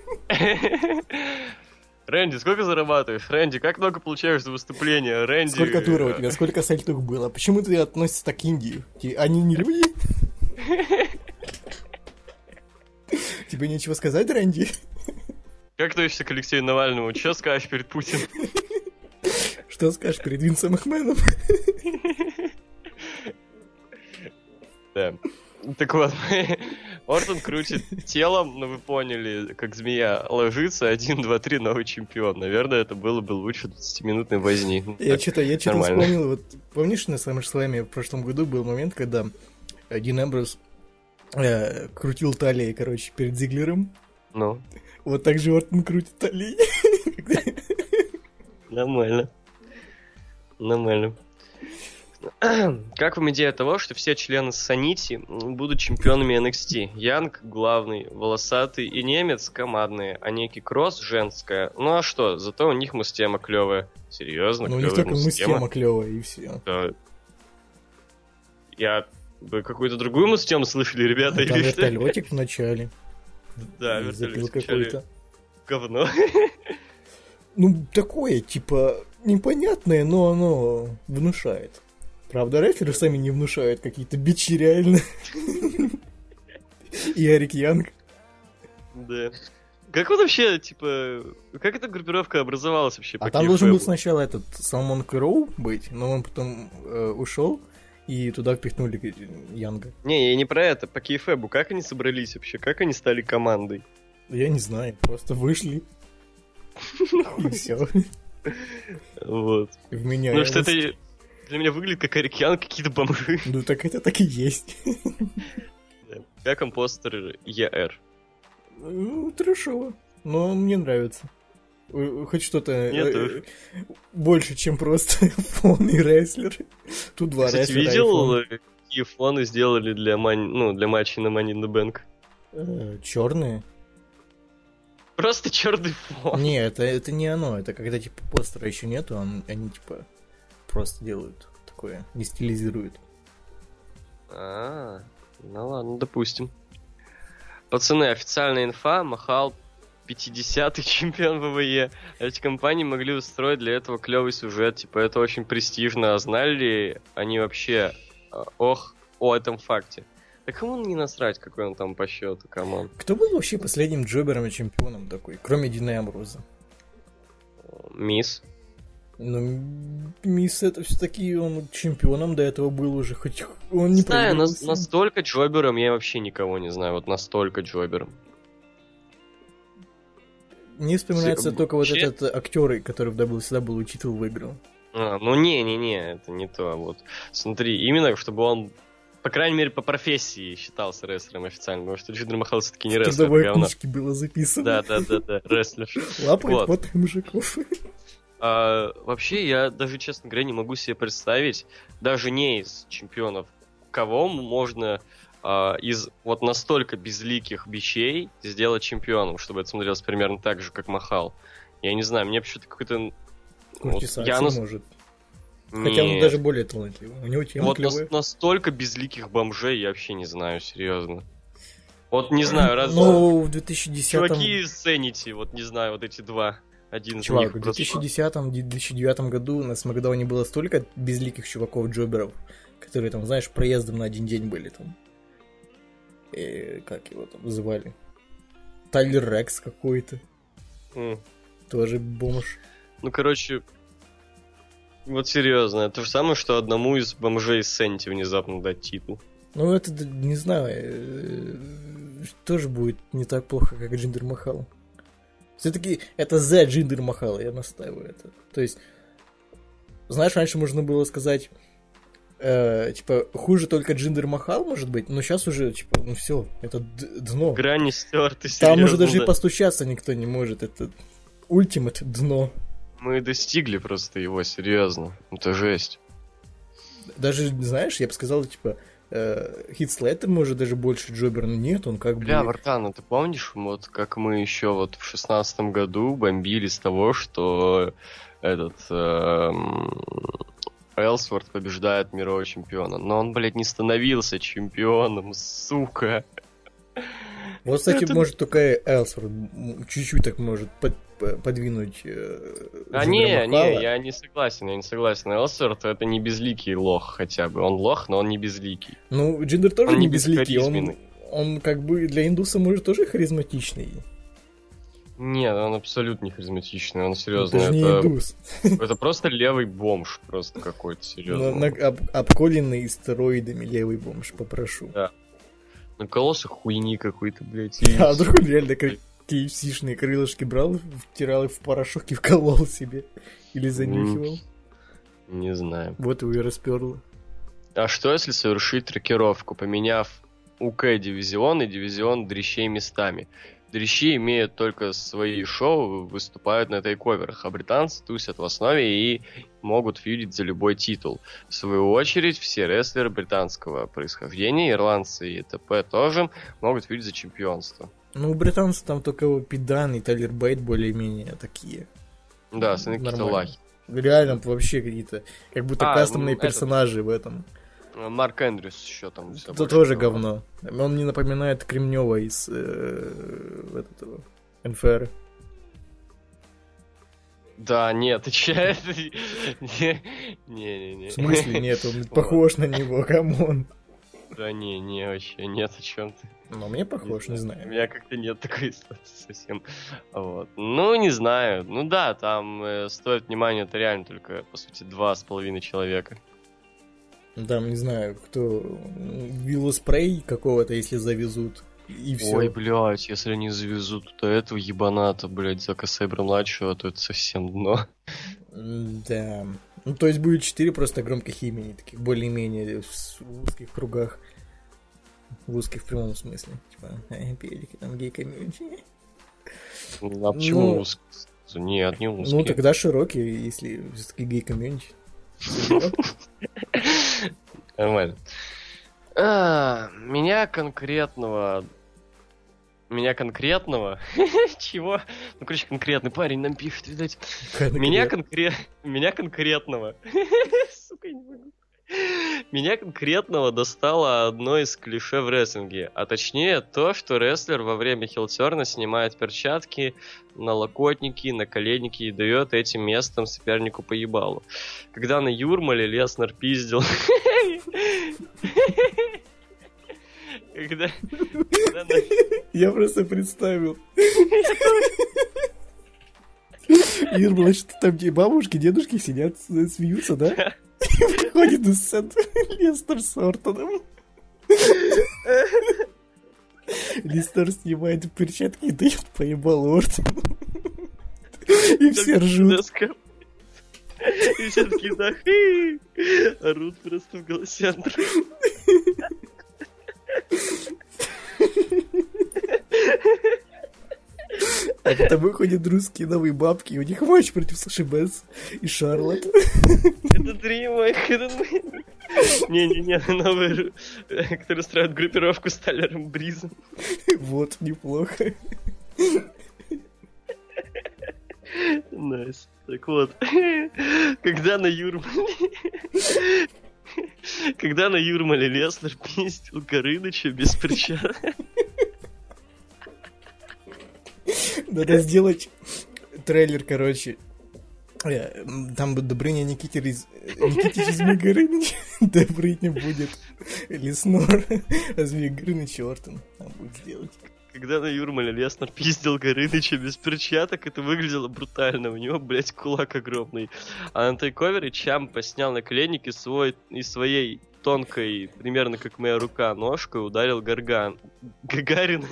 Рэнди, сколько зарабатываешь? Рэнди, как много получаешь за выступление? Рэнди... Сколько туров у тебя? Сколько сальтух было? Почему ты относишься так к Индии? Они не люди? Тебе нечего сказать, Рэнди? Как относишься к Алексею Навальному? Что скажешь перед Путиным? Что скажешь перед Винсом Ахменом? Да. Так вот, Ортон крутит телом, но вы поняли, как змея ложится, 1, 2, 3, новый чемпион. Наверное, это было бы лучше 20-минутной возни. Я что-то вспомнил, вот помнишь, на SummerSlam в прошлом году был момент, когда Дин Эмброуз крутил талией, короче, перед Зиглером. Ну. Вот так же Ортон крутит талией. Нормально. Как вам идея того, что все члены Санити будут чемпионами NXT? Янг главный, волосатый и немец командные, а некий Кросс женская. Ну а что, зато у них мустема клевая. Серьезно, ну, у них только мустема клевая и все. Вы какую-то другую мустему слышали, ребята? Там вертолетик в начале. Да, вертолетик какой-то. Говно. Ну, такое, типа, непонятное, но оно внушает. Правда, реферы сами не внушают, какие-то бичи реально. И Эрик Янг. Да. Как вот вообще, типа, как эта группировка образовалась вообще? А там должен был сначала этот Салмон Кроу быть, но он потом ушел, и туда впихнули Янга. Не, я не про это, по кейфэбу. Как они собрались вообще? Как они стали командой? Я не знаю, просто вышли. И все. Вот. Ну что это для меня выглядит как Эрик Янг, какие-то бомжи. Ну так это так и есть. Как импостер ЕР. Ну, трэшово. Но мне нравится. Хоть что-то больше, чем просто фон и рестлер. Тут два рестлера. Кстати, видел, какие фоны сделали для матчей на Money in the Bank? Черные. Просто черный фон. Не, это не оно. Это когда типа постера еще нету, они типа просто делают такое, не стилизируют. Ну ладно, допустим. Пацаны, официальная инфа, Махал 50-й чемпион ВВЕ. Эти компании могли устроить для этого клевый сюжет, типа это очень престижно. А знали ли они вообще о этом факте? Да кому не насрать, какой он там по счету, камон. Кто был вообще последним джобером и чемпионом такой, кроме Дина Эмброуза? Мисс. Ну, Мисс это все-таки он чемпионом до этого был уже, хоть он не знаю, настолько джобером я вообще никого не знаю, вот настолько джобером. Мне вспоминается только вот этот актер, который в WCW был и титул выиграл. Ну не, это не то, вот. Смотри, именно, чтобы он, по крайней мере, по профессии считался рестлером официально, потому что Джиндер Махал все-таки не рестлер, говно. В было записано. Да, рестлер. Лапает вот мужиков. Вообще, я даже, честно говоря, не могу себе представить, даже не из чемпионов, кого можно из вот настолько безликих бичей сделать чемпионом, чтобы это смотрелось примерно так же, как Махал. Я не знаю, мне почему-то какой-то... может. Хотя он даже более талантливый. У него тема клевая. Настолько безликих бомжей я вообще не знаю, серьезно. Вот не знаю, раз... Ну, в 2010-м... Чуваки из Sanity, вот не знаю, вот эти два. Один из Чувак, них в 2010-2009 году на Смакдауне было столько безликих чуваков-джоберов, которые там, знаешь, проездом на один день были там. Как его там звали? Тайлер Рекс какой-то. Тоже бомж. Ну, короче, вот серьезно, это то же самое, что одному из бомжей из Сенти внезапно дать титул. Ну, это, не знаю, тоже будет не так плохо, как Джиндер Махал. Все-таки это за Джиндер Махал, я настаиваю это. То есть, знаешь, раньше можно было сказать, типа, хуже только Джиндер Махал, может быть, но сейчас уже, типа, ну все, это дно. Грани стерты, серьезно. Там уже даже и постучаться никто не может, это ультимат дно. Мы достигли просто его, серьезно, это жесть. Даже, знаешь, я бы сказал, типа, Хит Слейтер может даже больше джобер, но нет, он как бы... Бля, Вартана, ты помнишь, вот как мы еще вот в 16-м году бомбили с того, что этот Элсворт побеждает мирового чемпиона, но он, блядь, не становился чемпионом, сука. Вот, кстати, может только Элсворт чуть-чуть так может подвинуть не, я не согласен. Элсворт это не безликий лох хотя бы. Он лох, но он не безликий. Ну, Джиндер тоже не безликий. Он как бы для индуса может тоже харизматичный. Нет, он абсолютно не харизматичный, он серьезно. Это же не индус. Это просто левый бомж, просто какой-то серьезно. Обколенный стероидами левый бомж, попрошу. Да. Накололся хуйни какой-то, блядь. А вдруг он реально KFC-шные крылышки брал, втирал их в порошок и вколол себе? Или занюхивал? Не знаю. Вот его и расперло. А что, если совершить трекировку, поменяв УК-дивизион и дивизион дрищей местами? Дрищи имеют только свои шоу, выступают на тейковерах, а британцы тусят в основе и могут фьюдить за любой титул. В свою очередь, все рестлеры британского происхождения, ирландцы и т.п. тоже могут фьюдить за чемпионство. Ну, у британцев там только Пидан и Тайлер Бейт более-менее такие. Да, остальные какие-то лахи. Реально вообще какие-то, как будто кастомные персонажи в этом. Марк Эндрюс еще там. Это тоже говно. Он мне напоминает Кремнева из этого НФР. Да, нет, ты че? Не. В смысле нет, он похож на него, камон. Да не, вообще нет, о чем ты. Ну, мне похож, не знаю. У меня как-то нет такой ситуации совсем. Вот. Ну, не знаю. Ну да, там стоит внимания, это реально только, по сути, 2,5 человека. Там, не знаю, кто... Виллоспрей какого-то, если завезут, и все. Ой, блядь, если они завезут то этого ебаната, блядь, Зака Сейбра-младшего, то это совсем дно. Да. Ну, то есть будет 4 просто громких имени, таких более-менее в узких кругах. В узких в прямом смысле. Типа, пелики, там гей-комьюнити. А почему узкие? Нет, не узкие. Ну, тогда широкие, если все-таки гей-комьюнити. Нормально. Меня конкретного... Чего? Ну, короче, конкретный парень нам пишет, видать. Меня конкретного. Сука, я не могу. Меня конкретного достало одно из клише в рестлинге, а точнее то, что рестлер во время хилтерна снимает перчатки, налокотники, наколенники и дает этим местом сопернику по ебалу. Когда на Юрмале Леснер пиздил... Я просто представил. Юрмала, что там где бабушки, дедушки сидят, смеются, да? И приходит из центра Лестер с Ортоном. Лестер снимает перчатки и дает поебалу Ортону. И все ржут. И все такие, да, орут просто в голосцентр. А потом выходят русские новые бабки, и у них матч против Саши Бенс и Шарлотт. Это Дримайк, Не, новые, которые строят группировку с Тайлером Бризом. Вот, неплохо. Найс. Так вот, когда на Юрмале Леснер пиздил Горыныча без перчаток. Надо сделать трейлер, короче. Там Добрыня Никитич из Змей Горыныч. Добрыня будет Леснор, а Змей Горыныч Ортон. Там будет сделать. Когда на Юрмале Леснер пиздил Горыныча без перчаток, это выглядело брутально. У него, блять, кулак огромный. А на тейковере Чампа снял наколенник из своей тонкой, примерно как моя рука, ножкой ударил Гагарина.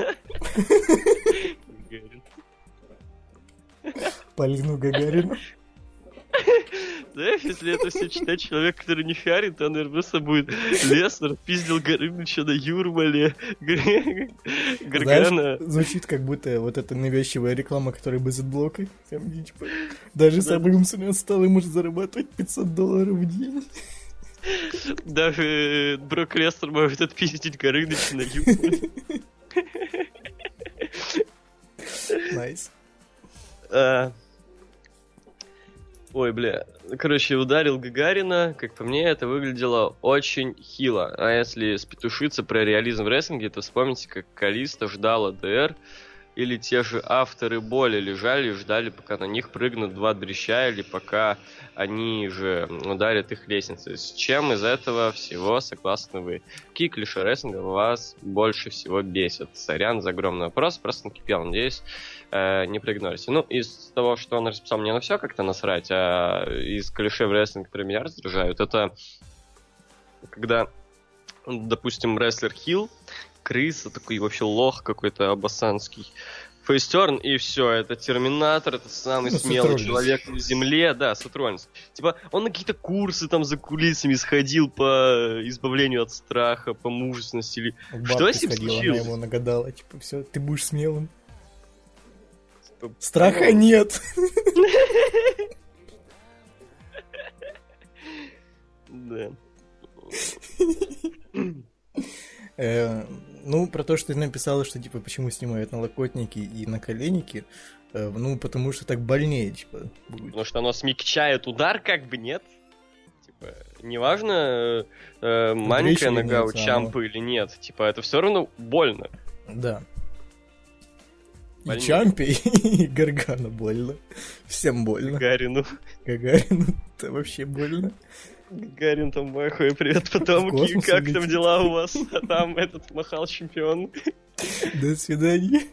Полину Гагарину. Знаешь, если это все читать человек, который не шарит, то, наверное, просто будет Леснер пиздил Горыныча на Юрмале. Знаешь, звучит как будто вот эта навязчивая реклама, которая безотблокой. Типа, даже самый умственный отсталый может зарабатывать $500 в день. Даже Брок Леснер может отпиздить Горыныча на Юрмале. Найс. Ой, бля. Короче, ударил Гагарина. Как по мне, это выглядело очень хило. А если спетушиться про реализм в рестлинге, то вспомните, как Калиста ждал АДР, или те же авторы боли лежали и ждали, пока на них прыгнут два дрища, или пока они же ударят их лестницей. С чем из этого всего согласны вы? Какие клише рестлинга вас больше всего бесят? Сорян за огромный вопрос, просто накипел, надеюсь, не проигнорите. Ну, из того, что он расписал, мне на все как-то насрать, а из клише в рестлинге, которые меня раздражают, это когда допустим, рестлер Хилл, крыса, такой вообще лох какой-то абасанский. Фейстерн, и все, это Терминатор, это самый смелый человек на Земле, да, Сет Роллинс. Типа, он на какие-то курсы там за кулисами сходил по избавлению от страха, по мужественности. Или... Что с ним случилось? Она ему нагадала, типа, все, ты будешь смелым. Страха нет. Да. Ну, про то, что ты написала, что, типа, почему снимают налокотники и наколенники, ну, потому что так больнее, типа, будет. Потому что оно смягчает удар, как бы, нет? Типа, неважно, маленькая нога у Чампа или нет, типа, это все равно больно. Да. И Чампе, и Гаргану больно. Всем больно. Гагарину. Это вообще больно. Гагарин там махой, привет, потомки, как там дела у вас? А там этот махал чемпион. До свидания.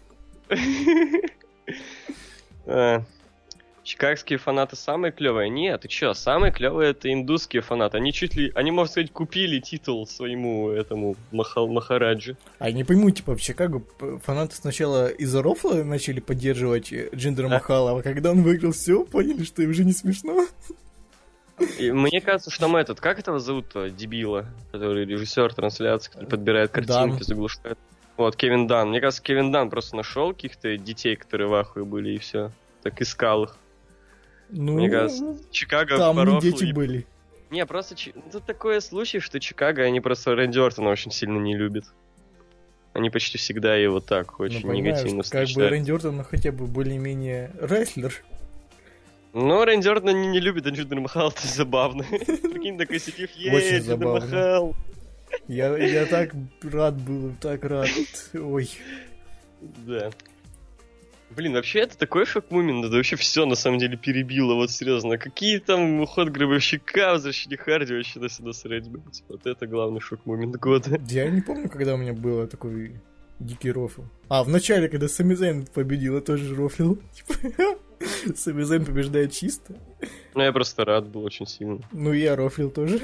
Чикагские фанаты самые клевые? Нет, ты чё, самые клевые это индусские фанаты. Они чуть ли, они, можно сказать, купили титул своему этому Махараджи. А я не пойму, типа, в Чикаго фанаты сначала из-за рофла начали поддерживать Джиндера Махала, а когда он выиграл, все, поняли, что им уже не смешно. И мне кажется, что там этот, как этого зовут-то, дебила, который режиссер трансляции, который подбирает картинки, заглушает. Вот, Кевин Дан. Мне кажется, Кевин Дан просто нашел каких-то детей, которые в ахуе были, и все. Так искал их. Ну, мне кажется, Чикаго там не дети были. Не, просто тут такой случай, что Чикаго, они просто Рэнди Ортона очень сильно не любят. Они почти всегда его так очень негативно встречают. Как бы Рэнди Ортон хотя бы более-менее рестлер. Ну, Рэнди Ортон они не любят, а Джиндер Махал, это забавно. Прикинь, такой сидишь, Джиндер Махал. Я так рад был, так рад. Ой. Да. Блин, вообще это такой шок-момент, это вообще все на самом деле перебило, вот серьезно. Какие там уход Гробовщика, возвращение Харди, вообще до сюда срать бы. Вот это главный шок-момент года. Я не помню, когда у меня было такой дикий рофл. А, в начале, когда Сами Зайн победил, я тоже рофлил. Сами Зайн побеждает чисто. Ну, я просто рад был очень сильно. Ну, я рофлил тоже.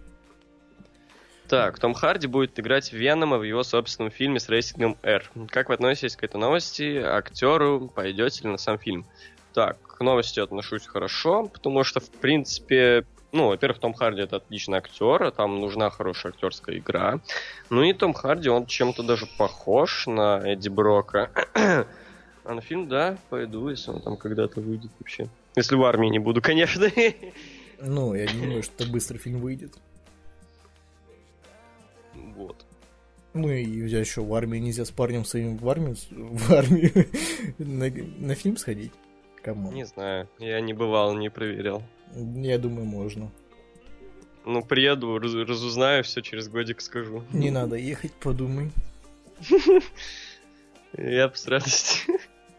Так, Том Харди будет играть Венома в его собственном фильме с рейтингом R. Как вы относитесь к этой новости? Актеру пойдете ли на сам фильм? Так, к новости отношусь хорошо, потому что, в принципе, ну, во-первых, Том Харди это отличный актер, а там нужна хорошая актерская игра. Ну и Том Харди, он чем-то даже похож на Эдди Брока. А на фильм, да, пойду, если он там когда-то выйдет вообще. Если в армии не буду, конечно. Ну, я не думаю, что быстро фильм выйдет. Вот. Ну и еще в армии нельзя с парнем своим в армию на фильм сходить. Кому? Не знаю, я не бывал, не проверял. Я думаю, можно. Ну, приеду, разузнаю, все через годик скажу. Не надо ехать, подумай. Я с радостью.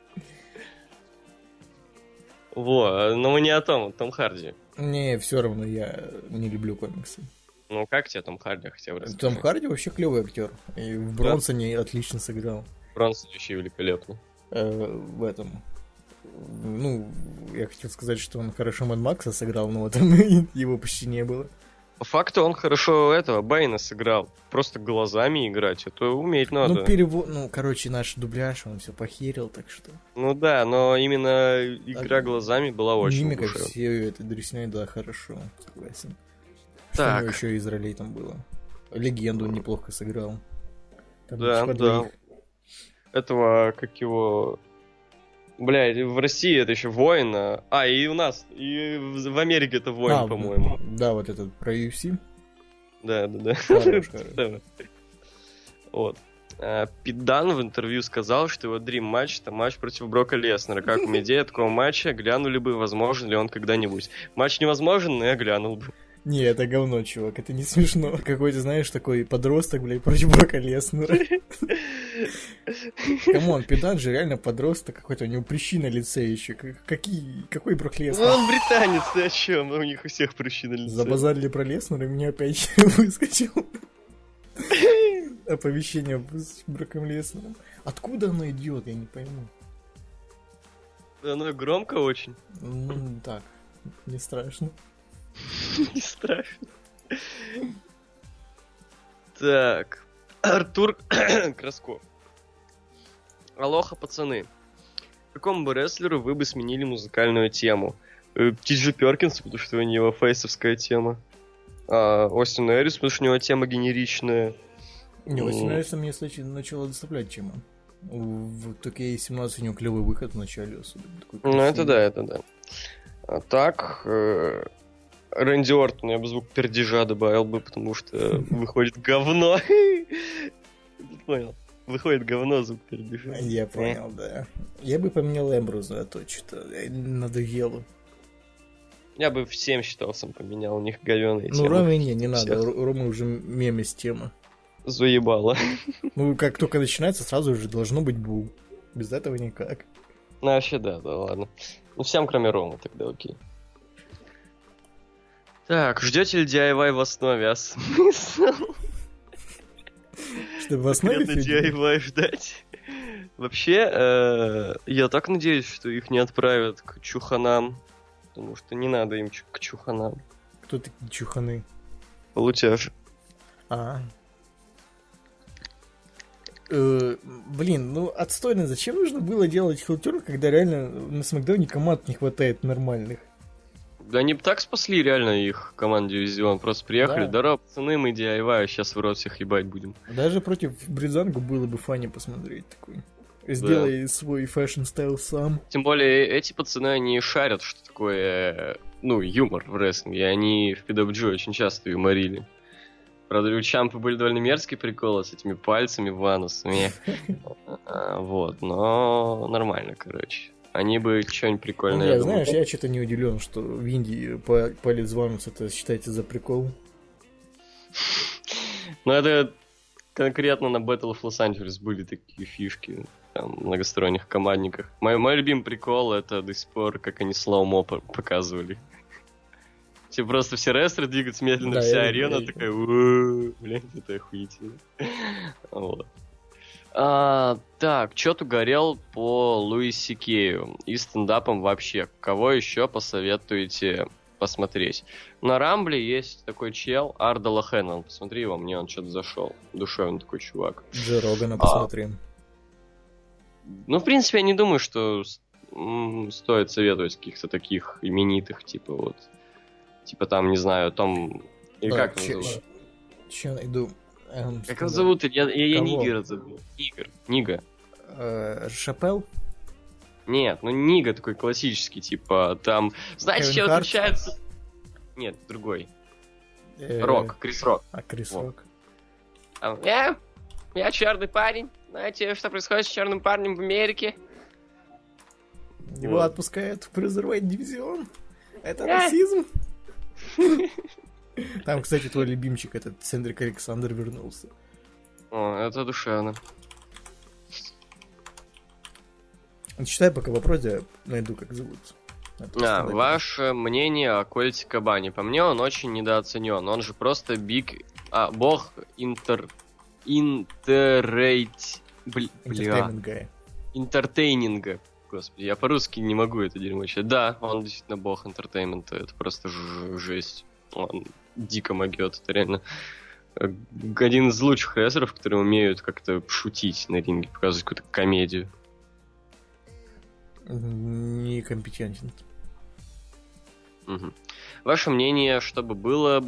Во, но мы не о том Харди. Не, все равно я не люблю комиксы. Ну, как тебе Том Харди, хотя бы расскажи? Том Харди вообще клевый актер. И в Бронсоне отлично сыграл. Бронсон вообще великолепно. В этом. Ну, я хотел сказать, что он хорошо Мэд Макса сыграл, но там его почти не было. По факту он хорошо Бэйна сыграл. Просто глазами играть, это уметь надо. Ну, короче, наш дубляж, он все похерил, так что... Ну да, но именно игра глазами была очень мимика, все это дресня, да, хорошо, согласен. Так. Что еще из ролей там было? Легенду неплохо сыграл. Там да. Этого, как его... Блядь, в России это еще Воин. И у нас, и в Америке это Воин, по-моему. Да, вот этот про UFC. Да. Хорош. Вот. Пит Дан в интервью сказал, что его Dream матч это матч против Брока Леснера. Как вам идея такого матча? Глянули бы, возможен ли он когда-нибудь. Матч невозможен, но я глянул бы. Не, это говно, чувак, это не смешно. Какой-то, знаешь, такой подросток, блядь, против Брока Леснера. Камон, Педан же реально подросток какой-то, у него прыщи на лице еще. Какой Брок Леснер? Ну он британец, ты о чем? У них у всех прыщи на лице. Забазарили про Леснера, и мне опять выскочил оповещение с Броком Леснером. Откуда оно идет, я не пойму. Оно громко очень. Ну, так, не страшно. Не страшно. Так. Артур Красков. Алоха, пацаны. Какому бы рестлеру вы бы сменили музыкальную тему? Ти-Джи Перкинс, потому что у него фейсовская тема. Остин Эрис, потому что у него тема генеричная. Не, Остин Эрис мне, кстати, начала доставлять тема. В 2K17 у него клевый выход в начале особенно. Ну, это да. А так, Рэнди Ортон я бы звук пердежа добавил бы, потому что выходит говно. Понял. Выходит говно, звук пердежа. Я понял, да. Я бы поменял Эмбруза, а то что-то надоело. Я бы всем считал, сам поменял, у них говёные темы. Ну, Роме не надо, Роме уже мем из темы. Заебало. Ну, как только начинается, сразу же должно быть бу. Без этого никак. Ну, вообще, да, ладно. Ну, всем, кроме Ромы, тогда окей. Так, ждете ли DIY в основе? А смысл? Чтобы в основе DIY ждать? Вообще, я так надеюсь, что их не отправят к чуханам. Потому что не надо им к чуханам. Кто такие чуханы? Получашь. Блин, ну отстойно. Зачем нужно было делать хилтерн, когда реально на Смакдауне команд не хватает нормальных? Да они бы так спасли реально их команду дивизион. Просто приехали, здорово, пацаны, мы DIY, сейчас в рот всех ебать будем. Даже против Бризангу было бы фанни посмотреть такой. Сделай свой фэшн-стайл сам. Тем более эти пацаны, они шарят, что такое, юмор в рестлинге. И они в PWG очень часто юморили. Правда, у Чампа были довольно мерзкие приколы с этими пальцами в анус. Вот, но нормально, короче. Они бы что-нибудь прикольное... Знаешь, я что-то не удивлен, что в Индии палец в анус это считается за прикол. Ну, это конкретно на Battle of Los Angeles были такие фишки. Там, в многосторонних командниках. Мой любимый прикол — это до сих пор, как они слоумо показывали. Типа просто все рестлеры двигаются медленно, вся арена такая, блин, это охуительно. Вот. Так, чё-то горел по Луи Си Кею и стендапом вообще. Кого еще посоветуете посмотреть? На Рамбле есть такой чел, Ардала Хэннон. Посмотри его, мне он что-то зашел. Душевный такой чувак. Джо Рогана посмотрим. Ну, в принципе, я не думаю, что стоит советовать каких-то таких именитых, типа вот. Типа там, не знаю, Том... Или как его зовут? Че найду? Как его зовут? Я Нигера забыл. Нига. Шапел? Нет, Нига такой классический, типа там... Знаете, чем отличается? Нет, другой. Рок, Крис Рок. Крис Рок. Я черный парень. Знаете, что происходит с черным парнем в Америке? Его отпускают в Cruiserweight дивизион. Это расизм. Там, кстати, твой любимчик, этот Сендрик Александр, вернулся. О, это душевно. Читай пока вопрос, я найду, как зовут. Ваше мнение о Кольте Кабане. По мне, он очень недооценен. Он же просто бог интертейнинга. Господи, я по-русски не могу это дерьмо читать. Да, он действительно бог интертеймента. Это просто жесть. Он дико могет. Это реально один из лучших рестлеров, которые умеют как-то шутить на ринге, показывать какую-то комедию. Некомпетентен. Угу. Ваше мнение, что бы было,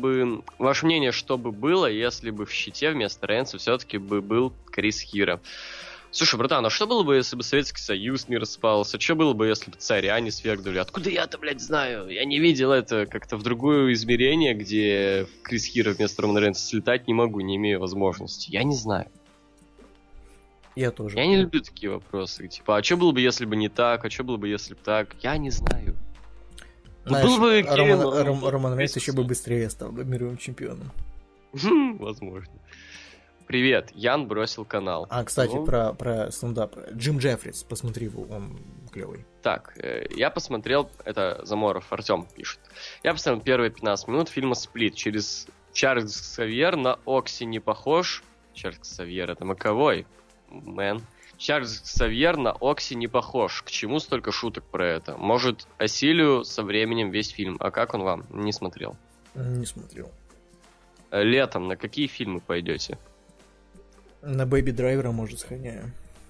если бы в щите вместо Рейнса все-таки был Крис Хиро? Слушай, братан, а что было бы, если бы Советский Союз не распался? Что было бы, если бы царя не свергнули? Откуда я-то, блядь, знаю? Я не видел это как-то в другое измерение, где Крис Хиро вместо Романа Рейнса слетать не могу, не имею возможности. Я не знаю. Я тоже. Я не люблю такие вопросы. Типа, а что было бы, если бы не так? А что было бы, если бы так? Я не знаю. Знаешь, был бы Роман Рейнс еще бы быстрее стал бы мировым чемпионом. Возможно. Привет, Ян бросил канал. Кстати, про стендап. Джим Джеффрис, посмотри его, он клевый. Так, я посмотрел, это Заморов Артем пишет. Я посмотрел первые 15 минут фильма «Сплит». Через Чарльз Ксавьер на Окси не похож. Чарльз Ксавьер, это Маковой. Чарльз Ксавьер на Окси не похож. К чему столько шуток про это? Может, осилю со временем весь фильм. А как он вам? Не смотрел. Не смотрел. летом на какие фильмы пойдете? На Бэйби Драйвера, может, сгоняю.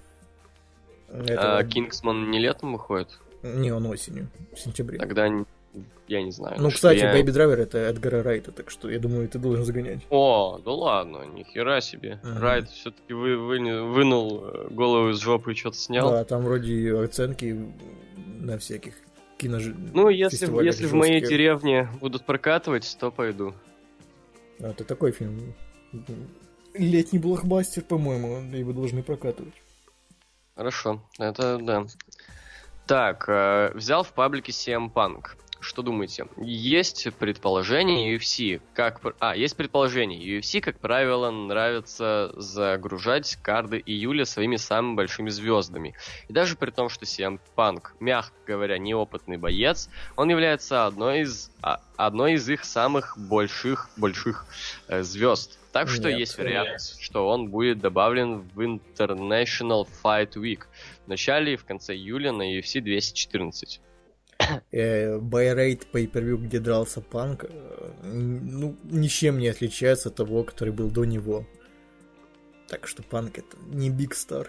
Кингсман не летом выходит? Не, он осенью, в сентябре. Тогда я не знаю. Ну, кстати, Бэйби Драйвер это Эдгара Райта, так что я думаю, ты должен загонять. О, да ладно, нихера себе. Райт все-таки вынул голову из жопы и что-то снял. Да, там вроде оценки на всяких Ну, если в моей деревне будут прокатывать, то пойду. Это такой фильм. Летний блокбастер, по-моему, его должны прокатывать. Хорошо, это да. Так, взял в паблике CM Punk. Что думаете? Есть предположение UFC, есть предположение. UFC, как правило, нравится загружать карды июля своими самыми большими звездами. И даже при том, что CM Punk, мягко говоря, неопытный боец, он является одной из их самых больших звезд. Так что есть вероятность, что он будет добавлен в International Fight Week в начале и в конце июля на UFC 214. Байрейт pay-per-view, где дрался Панк, ничем не отличается от того, который был до него. Так что Панк это не Big Star.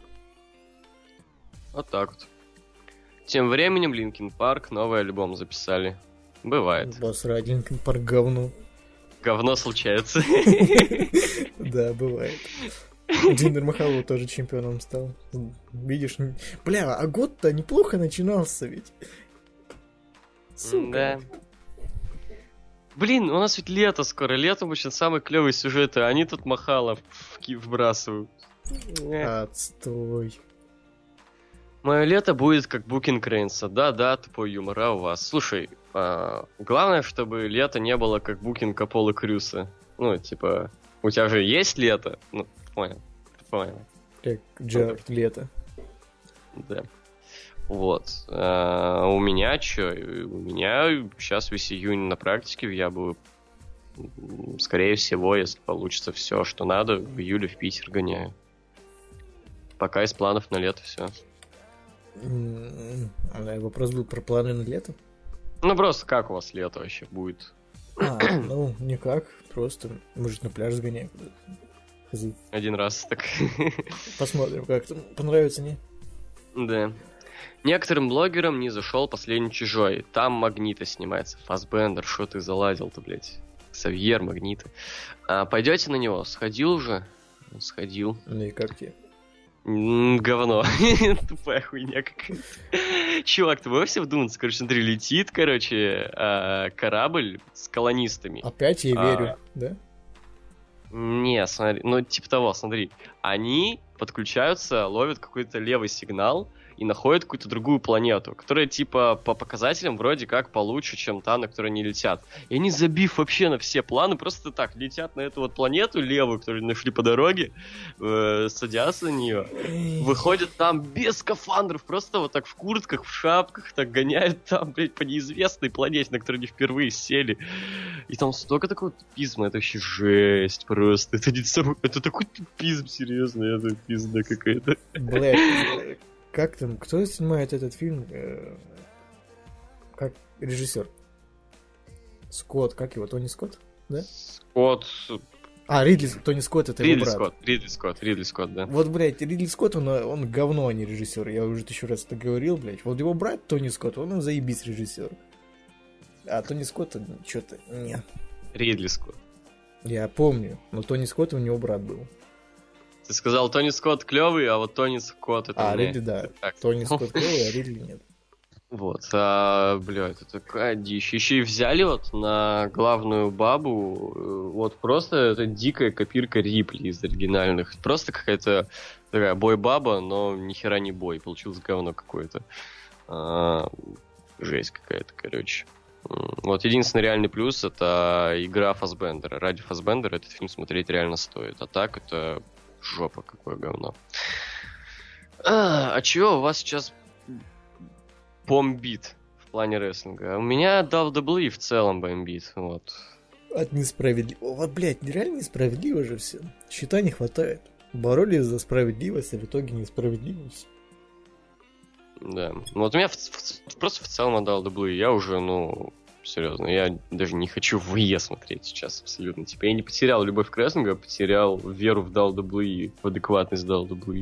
Вот так вот. Тем временем Linkin Park новый альбом записали. Бывает. Посрать, Linkin Park говно. Говно случается. Да, бывает. Джиндер Махалу тоже чемпионом стал. Видишь? Бля, а год-то неплохо начинался ведь. Сука. Да. Блин, у нас ведь лето скоро. Летом очень самые клевые сюжеты. Они тут Махала вбрасывают. Отстой. Мое лето будет как Букинг Рейнса. Да, тупой юмор, а у вас? Слушай, главное, чтобы лето не было как Букинг Аполло Крюса. Ну, типа, у тебя же есть лето? Ну, понял. Как Джаред лето. Да. Вот. У меня что? У меня сейчас весь июнь на практике. Я бы, скорее всего, если получится все, что надо, в июле в Питер гоняю. Пока из планов на лето все. Вопрос был про планы на лето? Ну, просто как у вас лето вообще будет? Ну, никак. Просто, может, на пляж сгоняем куда-то. Один раз так. Посмотрим, как там. Понравится, не? Да. Некоторым блогерам не зашел последний Чужой. Там Магнита снимается. Фассбендер, что ты заладил-то, блядь? Савьер, Магнита. Пойдете на него? Сходил уже? Сходил. Ну и как тебе? Говно. Тупая хуйня какая-то. Чувак, ты вовсе вдуматься? Короче, смотри, летит, корабль с колонистами. Опять я верю, да? Не, смотри, ну типа того, смотри. Они подключаются, ловят какой-то левый сигнал и находят какую-то другую планету, которая типа по показателям вроде как получше, чем та, на которой они летят. И они, забив вообще на все планы, просто так летят на эту вот планету левую, которую нашли по дороге, садятся на нее, выходят там без скафандров, просто вот так в куртках, в шапках, так гоняют там, блядь, по неизвестной планете, на которой они впервые сели. И там столько такого тупизма, это вообще жесть просто. Это такой тупизм, серьезно, это пизда какая-то. Блядь. Как там, кто снимает этот фильм? Как режиссер? Скотт, как его, Тони Скотт? Да? Скотт. Тони Скотт это его брат. Ридли Скотт, да. Вот, блядь, Ридли Скотт, он говно, а не режиссер. Я уже еще раз это говорил, блядь. Вот его брат Тони Скотт, он заебись режиссер. А Тони Скотт, что-то, нет. Ридли Скотт. Я помню, но Тони Скотт у него брат был. Ты сказал, Тони Скотт клевый, а вот Тони Скотт это... Ридли, да. Тони Скотт клевый, а Ридли нет. Вот, бля, это такая дичь. Еще и взяли вот на главную бабу, вот просто это дикая копирка Рипли из оригинальных. Просто какая-то такая бой-баба, но нихера не бой. Получилось говно какое-то. Жесть какая-то, короче. Вот единственный реальный плюс — это игра Фассбендера. Ради Фассбендера этот фильм смотреть реально стоит. А так это жопа, какое говно. А чего у вас сейчас бомбит в плане рестлинга? У меня WWE в целом бомбит. Вот. От несправедливого. Вот, блядь, нереально несправедливо же все. Щита не хватает. Боролись за справедливость, а в итоге несправедливость. Да. Вот у меня просто в целом отдал WWE. Я уже, серьезно. Я даже не хочу ВЕ смотреть сейчас абсолютно. Типа, я не потерял любовь к рестлингу, а потерял веру в WWE, в адекватность WWE.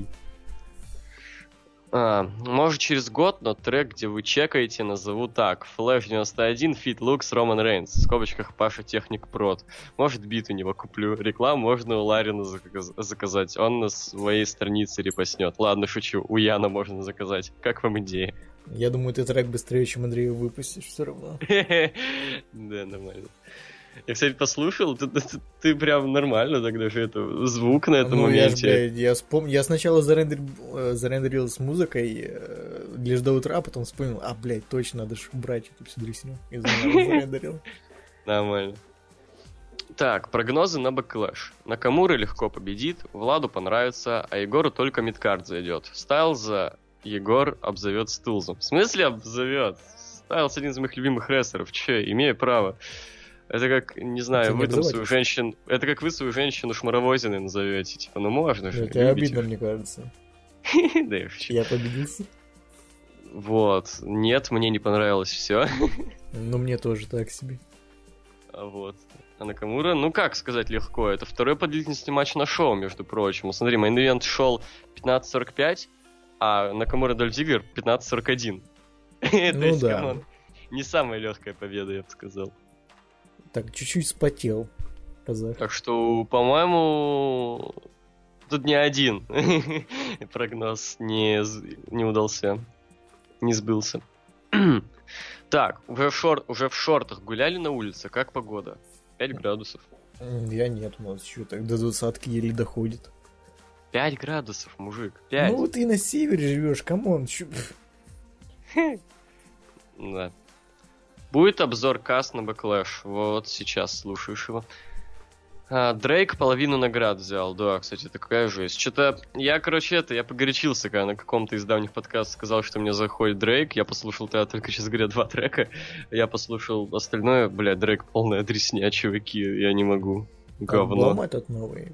Может, через год, но трек, где вы чекаете, назову так. Flash 91, Fit Looks, Roman Reigns. В скобочках Паша Техник Прод. Может, бит у него куплю. Рекламу можно у Ларина заказать. Он на своей странице репостнет. Ладно, шучу. У Яна можно заказать. Как вам идея? Я думаю, ты трек быстрее, чем Андрею выпустишь все равно. Да, нормально. Я, кстати, послушал, ты прям нормально тогда же это звук на этом моменте. Я сначала зарендерил с музыкой лишь до утра, потом вспомнил, точно, надо же убрать эту всю дресню. И зарендерил. Нормально. Так, прогнозы на Backlash. Накамура легко победит, Владу понравится, а Егору только мидкард зайдет. Стайлза Егор обзовет Стулзом. В смысле обзовет? Стайлз один из моих любимых рестлеров. Че, имею право. Это как, не знаю, вы там свою женщину... Это как вы свою женщину Шмаровозиной назовете. Типа, ну можно же. Это обидно, мне кажется. Да я шучу. Я победился. Вот. Нет, мне не понравилось все. Ну, мне тоже так себе. Вот. А Накамура, ну как сказать легко, это второй по длительности матч на шоу, между прочим. Смотри, мейн-ивент шел 15:45, а Накамура Дольф Зиглер 15:41. Ну да. Не самая легкая победа, я бы сказал. Так, чуть-чуть вспотел. Казах. Так что, по-моему, тут не один прогноз не удался. Не сбылся. Так, уже в шортах гуляли на улице. Как погода? 5 градусов. Я нет, у нас еще так до 20-ки еле доходит. 5 градусов, мужик, 5. Ну, ты на севере живешь, камон. Да. Будет обзор каст на Backlash. Вот сейчас слушаешь его. Дрейк половину наград взял. Да, кстати, такая жесть. Что-то я погорячился, когда на каком-то из давних подкастов сказал, что мне заходит Дрейк. Я послушал тогда только, честно говоря, 2 трека. Я послушал остальное. Блядь, Дрейк полная дресня, чуваки. Я не могу. Говно. Альбом этот новый?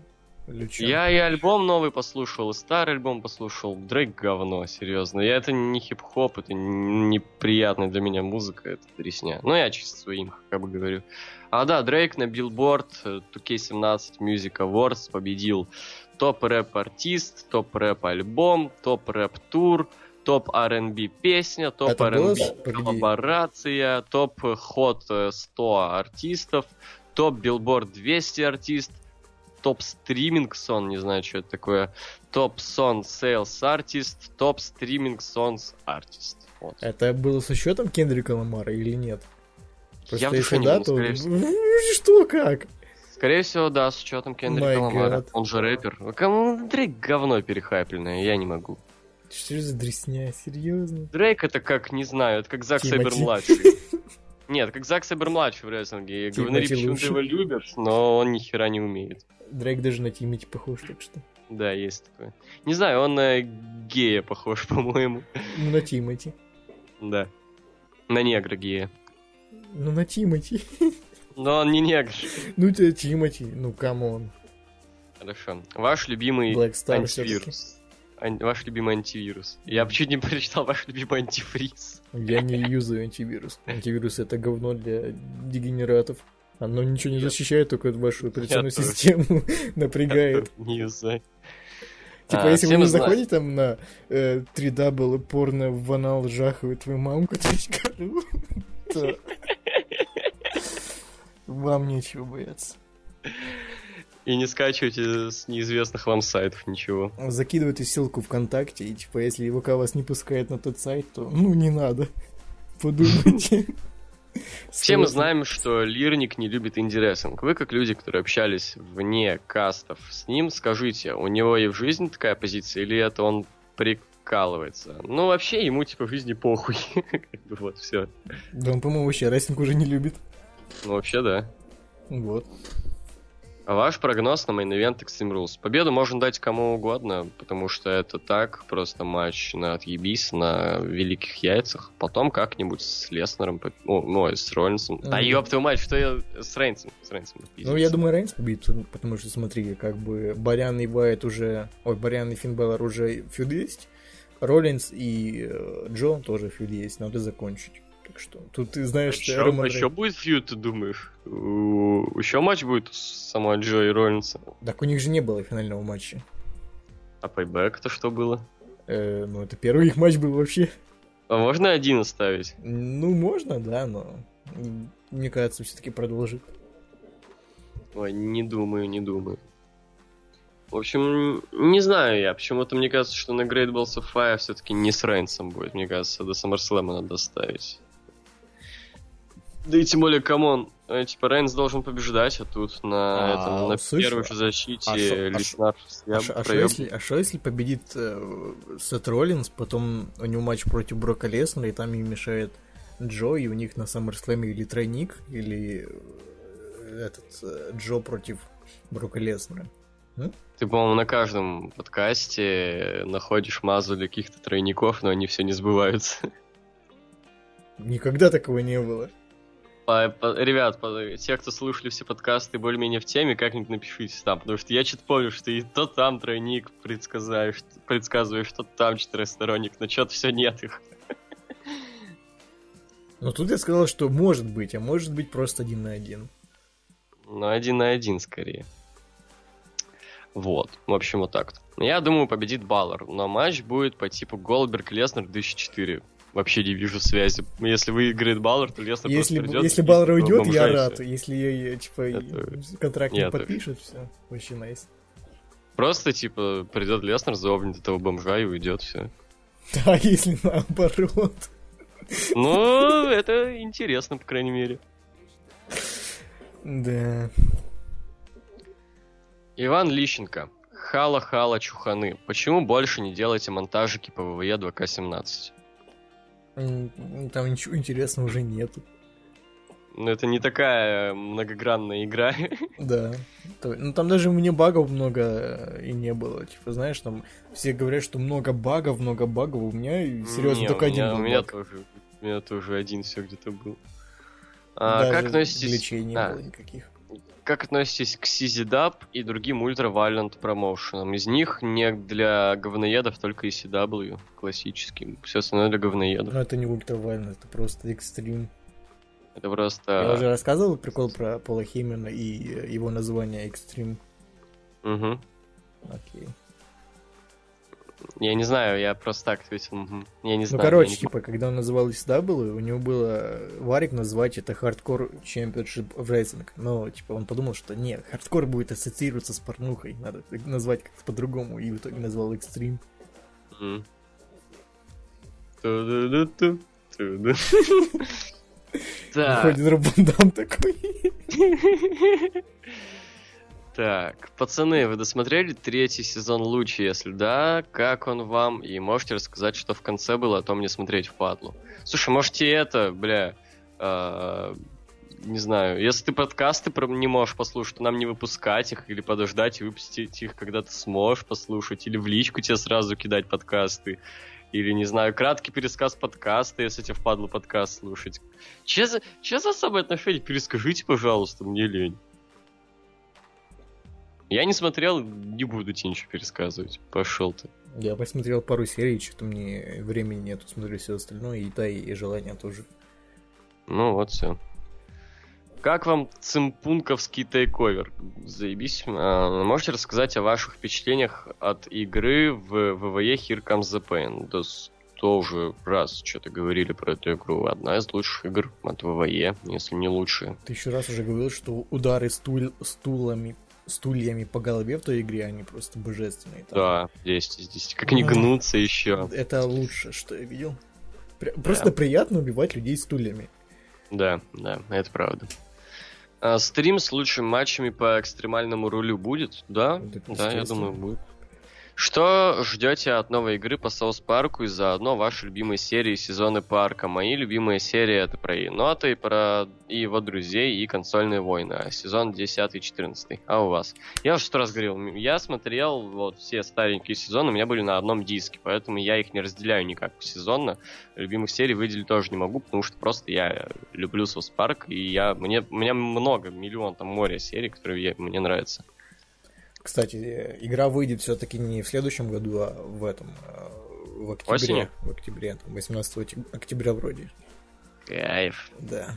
Я и альбом новый послушал, и старый альбом послушал. Дрейк говно, серьезно. Это не хип-хоп, это неприятная для меня музыка, это дресня. Но я чисто своим, как бы говорю. А да, Дрейк на Billboard 2K17 Music Awards победил топ-рэп-артист, топ-рэп-альбом, топ-рэп-тур, топ-R&B песня, топ-R&B коллаборация, топ-хот 100 артистов, топ-Billboard 200 артист, топ-стриминг сон, не знаю, что это такое, топ-сон сейлс артист, топ-стриминг сонс артист. Вот. Это было с учетом Кендрика Ламара или нет? Просто я в душе не был, скорее всего. Что, как? Скорее всего, да, с учетом Кендрика Ламара. Он же рэпер. Кому Дрейк говно перехайпленное, я не могу. Что за дресня, серьезно? Дрейк это как, не знаю, это как Зак Сайбер-младший. Нет, как Зак Сайбер-младший в рестлинге. Говори, почему ты его любишь, но он ни хера не умеет. Дрейк даже на Тимати похож, так что. Да, есть такое. Не знаю, он на гея похож, по-моему. Ну, на Тимати. Да. На негра гея. Ну, на Тимати. Но он не негр. Ну, тебя Тимати, ну, камон. Хорошо. Ваш любимый антивирус. Ваш любимый антивирус. Я чуть не прочитал ваш любимый антифриз. Я не юзаю антивирус. Антивирус — это говно для дегенератов. Оно ничего не защищает, только вашу операционную систему напрягает. Не юзай. Типа, если вы не заходите там на 3W порно в анал жахает твою мамку, то вам нечего бояться. И не скачивайте с неизвестных вам сайтов ничего. Закидывайте ссылку ВКонтакте, и типа, если ВК вас не пускает на тот сайт, то, ну, не надо. Подумайте. Все мы знаем, что Лирник не любит инди-рестлинг. Вы, как люди, которые общались вне кастов с ним, скажите, у него и в жизни такая позиция, или это он прикалывается? Ну, вообще, ему, типа, в жизни похуй. Вот, все. Да он, по-моему, вообще рестлинг уже не любит. Ну, вообще, да. Вот. А ваш прогноз на мейн-ивент Extreme Rules? Победу можно дать кому угодно, потому что это так, просто матч на отъебись, на великих яйцах. Потом как-нибудь с Леснером, с Роллинсом. Да ёб твою мать, что я с Рейнсом. Ну, я думаю, Рейнс победит, потому что, смотри, как бы Барян и Вайт уже... Барян и Финн Балор уже фьюд есть. Роллинс и Джо тоже фьюд есть, надо закончить. Так что тут ты знаешь, что еще будет фьюд, ты думаешь? Еще матч будет с самой Джо и Роллинса? Так у них же не было финального матча. А Payback-то что было? Ну, это первый их матч был вообще. А можно один оставить? Ну, можно, да, но мне кажется, все-таки продолжит. Ой, не думаю. В общем, не знаю я. Почему-то мне кажется, что на Great Balls of Fire все-таки не с Рейнсом будет. Мне кажется, до SummerSlam надо оставить. Да и тем более, камон, типа Рейнс должен побеждать, а тут на первой же защите Леснар А что если победит Сет Роллинс, потом у него матч против Брока Леснера, и там им мешает Джо, и у них на SummerSlam или тройник, или Джо против Брока Леснера? Ты, по-моему, на каждом подкасте находишь мазу для каких-то тройников, но они все не сбываются. Никогда такого не было. Ребят, те, кто слушали все подкасты более-менее в теме, как-нибудь напишите там, потому что я что-то помню, что и то там тройник предсказываешь, что там четырехсторонник, но что-то все нет их. Но тут я сказал, что может быть, а может быть просто 1 на 1. Ну, 1 на 1 скорее. Вот, в общем, вот так. Я думаю, победит Баллар, но матч будет по типу Голдберг-Леснер 2004. Вообще не вижу связи. Если выиграет Баллар, то Леснер просто придет. Если Баллар уйдет, я рад. Если ее, контракт не подпишет, все, вообще найс. Просто, придет Леснер, заобнет этого бомжа и уйдет, все. Да, если наоборот. Ну, это интересно, по крайней мере. Да. Иван Лищенко. Хала-хала чуханы. Почему больше не делаете монтажики по ВВЕ 2К17? Там ничего интересного уже нету. Ну, это не такая многогранная игра. Да. Ну, там даже мне багов много и не было. Знаешь, там все говорят, что много багов. У меня, серьезно, только один был баг. У меня тоже один все где-то был. Как относитесь... Гличей не было никаких. Как относитесь к CZDub и другим Ultra Violent промоушенам? Из них не для говноедов, только ECW классический. Все остальное для говноедов. Но это не Ultra Violent, это просто Extreme. Это просто... Я уже рассказывал прикол про Пола Хеймана и его название Extreme. Угу. Окей. Я не знаю, я просто так ответил. Угу. Я не знаю. Ну, короче, когда он называл ECW, у него было варик назвать это Hardcore Championship of Wrestling. Но, он подумал, что нет, хардкор будет ассоциироваться с порнухой. Надо назвать как-то по-другому. И в итоге назвал Extreme. Выходит Роб Ван Дам такой. Так, пацаны, вы досмотрели 3-й сезон Лучи? Если да, как он вам? И можете рассказать, что в конце было, а то мне смотреть впадлу. Слушай, можете не знаю, если ты подкасты не можешь послушать, то нам не выпускать их, или подождать и выпустить их, когда ты сможешь послушать, или в личку тебе сразу кидать подкасты, или, не знаю, краткий пересказ подкаста, если тебе впадло подкаст слушать. Че за особое отношение? Перескажите, пожалуйста, мне лень. Я не смотрел, не буду тебе ничего пересказывать. Пошел ты. Я посмотрел пару серий, что-то мне времени нету, смотрю все остальное, и желания тоже. Ну вот, все. Как вам цимпунковский тейковер? Заебись. Можете рассказать о ваших впечатлениях от игры в ВВЕ Here Comes the Pain? Да 100 уже раз что-то говорили про эту игру. Одна из лучших игр от ВВЕ, если не лучшая. Ты еще раз уже говорил, что удары стульями по голове в той игре, они просто божественные. Там. Да, 10 из 10. Как они гнутся еще. Это лучше, что я видел. Просто приятно убивать людей стульями. Да, это правда. Стрим с лучшими матчами по экстремальному рулю будет? Да, я думаю, будет. Что ждете от новой игры по Саус Парку и заодно ваши любимые серии и сезоны парка? Мои любимые серии это про енота и про его друзей и консольные войны. Сезон 10-14. А у вас? Я уже 100 раз говорил, я смотрел вот все старенькие сезоны, у меня были на одном диске, поэтому я их не разделяю никак сезонно. Любимых серий выделить тоже не могу, потому что просто я люблю Саус Парк, и у меня много, миллион, там море серий, которые мне нравятся. Кстати, игра выйдет все-таки не в следующем году, а в октябре. Осенью? В октябре, 18 октября вроде. Кайф. Да.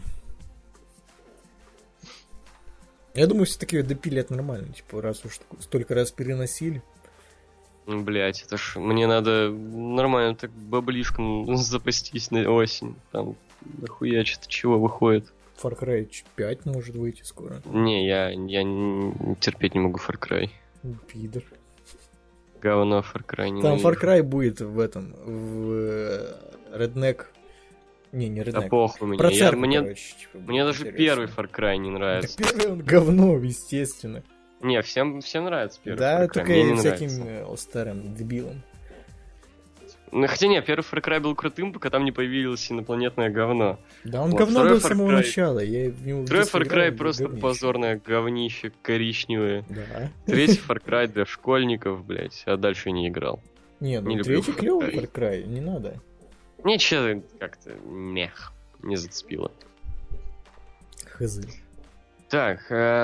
Я думаю, все-таки допилят нормально, типа, раз уж столько раз переносили. Блять, это ж мне надо нормально так баблишком запастись на осень. Там нахуя что-то чего выходит. Far Cry 5 может выйти скоро. Не, я терпеть не могу Far Cry. Пидор. Говно Far Cry не Там Far Cry будет в этом, в Redneck. Не Redneck. Да похуй мне. Про церковь, мне короче, типа, мне даже интересно. первый Far Cry не нравится. Так первый он говно, естественно. Не, всем нравится первый Да, Far Cry. только Мне не всяким нравится. старым дебилом. Ну, хотя не, первый Far Cry был крутым, пока там не появилось инопланетное говно. Да, он Вот, говно второй был с Far самого Cry- начала. Я в него Второй быстро Far играл, Cry он просто говнище. позорное говнище коричневое. Да. Третий Far Cry для школьников, блять, а дальше не играл. Не, ну Не люблю третий Far клевый Cry. Far Cry, не надо. Мне че как-то не зацепило. Хз. Так,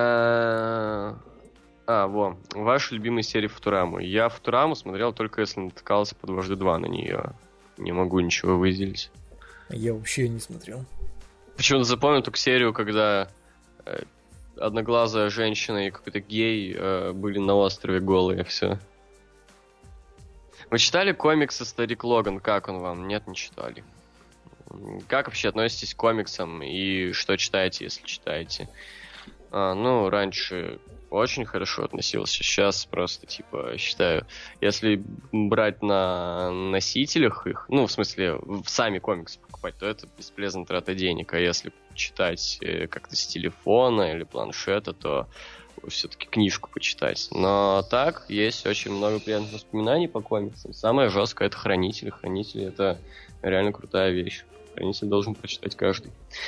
во, ваши любимые серии Футураму. Я Футураму смотрел только если натыкался по дважды два на нее. Не могу ничего выделить. Я вообще не смотрел. Почему-то запомнил только серию, когда одноглазая женщина и какой-то гей были на острове голые, все. Вы читали комиксы «Старик Логан»? Как он вам? Нет, не читали. Как вообще относитесь к комиксам и что читаете, если читаете? Раньше очень хорошо относился, сейчас просто, типа, считаю, если брать на носителях их, в смысле, сами комиксы покупать, то это бесполезная трата денег, а если читать как-то с телефона или планшета, то все-таки книжку почитать. Но так, есть очень много приятных воспоминаний по комиксам. Самое жесткое — это «Хранители». «Хранители» — это реально крутая вещь. «Хранитель» должен прочитать каждый.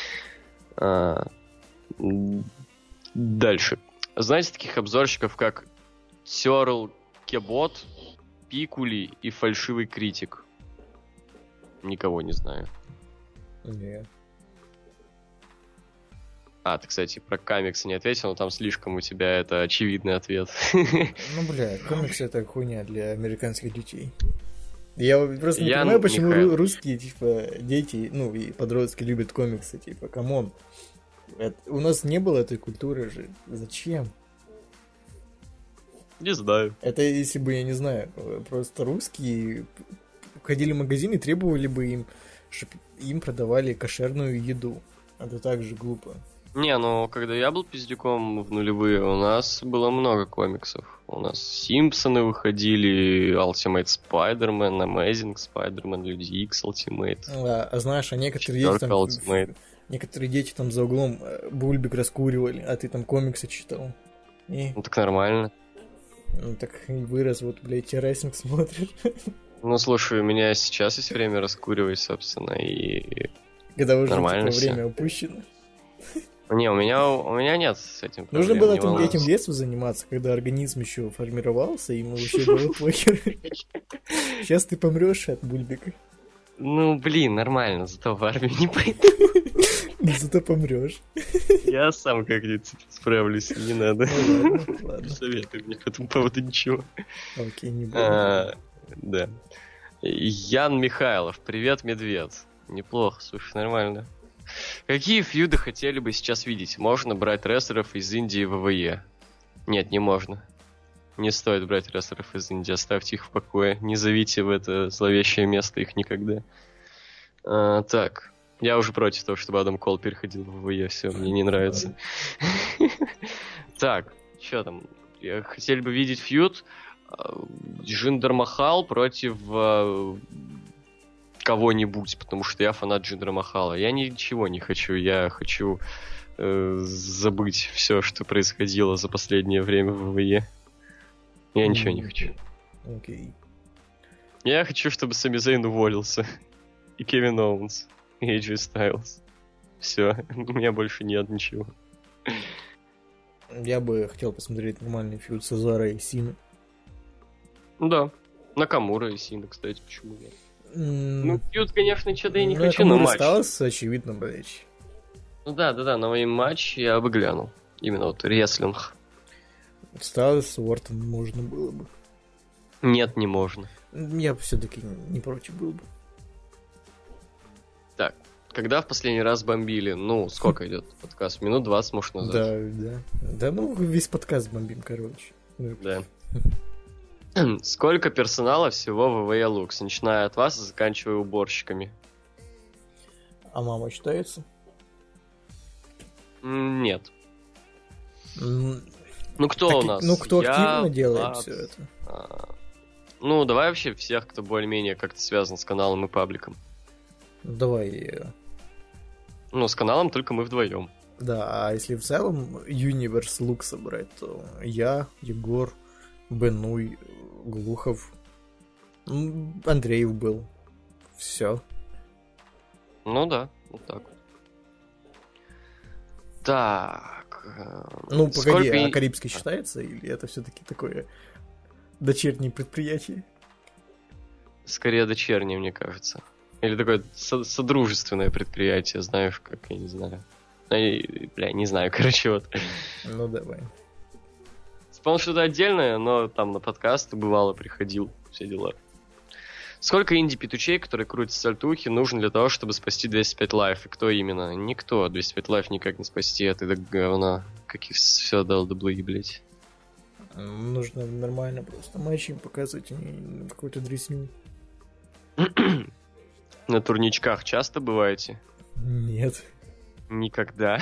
Дальше. Знаете таких обзорщиков, как Сёрл Кебот, Пикули и Фальшивый Критик? Никого не знаю. Нет. Ты, кстати, про комиксы не ответил, но там слишком у тебя это очевидный ответ. Комиксы — это хуйня для американских детей. Я просто не Ян понимаю, почему Михайлов. русские, типа, дети, и подростки любят комиксы, типа, камон. У нас не было этой культуры же. Зачем? Не знаю. Это если бы, я не знаю, просто русские ходили в магазин и требовали бы им, чтобы им продавали кошерную еду. Это так же глупо. Не, когда я был пиздюком в нулевые, у нас было много комиксов. У нас Симпсоны выходили, Ultimate Spider-Man, Amazing Spider-Man, Люди Икс Ultimate. Знаешь, некоторые Четвёрка Ultimate. некоторые дети там за углом бульбик раскуривали, а ты там комиксы читал. И... Так нормально. так и вырос, блядь, террасинг смотришь. Слушай, у меня сейчас есть время раскуривать, собственно, и... Когда уже нормально время упущено. Не, у меня нет с этим проблем. Нужно было не волнуйся. этим детством заниматься, когда организм еще формировался, и ему вообще было похер. Сейчас ты помрешь от бульбика. Нормально, зато в армию не пойду. Зато помрешь. Я сам как-нибудь справлюсь, не надо. Ладно. Не советуй мне по этому поводу ничего. Окей, не буду. Да. Ян Михайлов, привет, медведь. Неплохо, слушай, нормально. Какие фьюды хотели бы сейчас видеть? Можно брать рестлеров из Индии и ВВЕ? Нет, не можно. Не стоит брать рестлеров из Индии, оставьте их в покое. Не зовите в это зловещее место их никогда. Так, я уже против того, чтобы Адам Кол переходил в ВВЕ, все, мне не нравится. Так, что там? Хотели бы видеть фьюд Джиндер Махал против кого-нибудь, потому что я фанат Джиндера Махала. Я ничего не хочу, я хочу забыть все, что происходило за последнее время в ВВЕ. Я ничего не хочу. Окей. Я хочу, чтобы Сами Зейн уволился. И Кевин Оуэнс. И AJ Styles. Все, у меня больше нет ничего. Я бы хотел посмотреть нормальный фьюд Сезара и Сина. Да. Накамура и Сина, кстати, почему нет? Фьюд, конечно, что-то я не хочу, но но матч. остался, очевидно, блядь. Да, на мои матчи я бы глянул. Именно рестлинг. Стайлс, Уортон можно было бы. Нет, не можно. Я бы все-таки не против был бы. Так, Когда в последний раз бомбили? Ну, сколько идет подкаст? Минут 20, может, назад. Да. Да, ну, весь подкаст бомбим, короче. Да. Сколько персонала всего в ВВЕ Лукс, начиная от вас и заканчивая уборщиками? А мама считается? Нет. Ну, кто так, у нас? Ну, кто Я, активно делает Влад, все это? Ну, давай вообще всех, кто более-менее как-то связан с каналом и пабликом. Давай. Ну, с каналом только мы вдвоем. Да, а если в целом Universe Lux брать, то я, Егор, Бенуй, Глухов, Андреев был. Все. Ну да, вот так вот. Так. Ну, погоди, сколько... а Карибский считается? Или это все-таки такое дочернее предприятие? Скорее дочернее, мне кажется. Или такое содружественное предприятие, знаешь, как, я не знаю. Бля, не знаю, короче, вот. Ну, давай. Вспомнил что-то отдельное, но там на подкасты бывало приходил, все дела. Сколько инди-петучей, которые крутят сальтухи, нужно для того, чтобы спасти 205 лайф? И кто именно? Никто. 205 лайф никак не спасти, это говна. Каких все дал даблы, блять. Нужно нормально просто матчи им показывать, а не какую-то дресню. На турничках часто бываете? Нет. Никогда.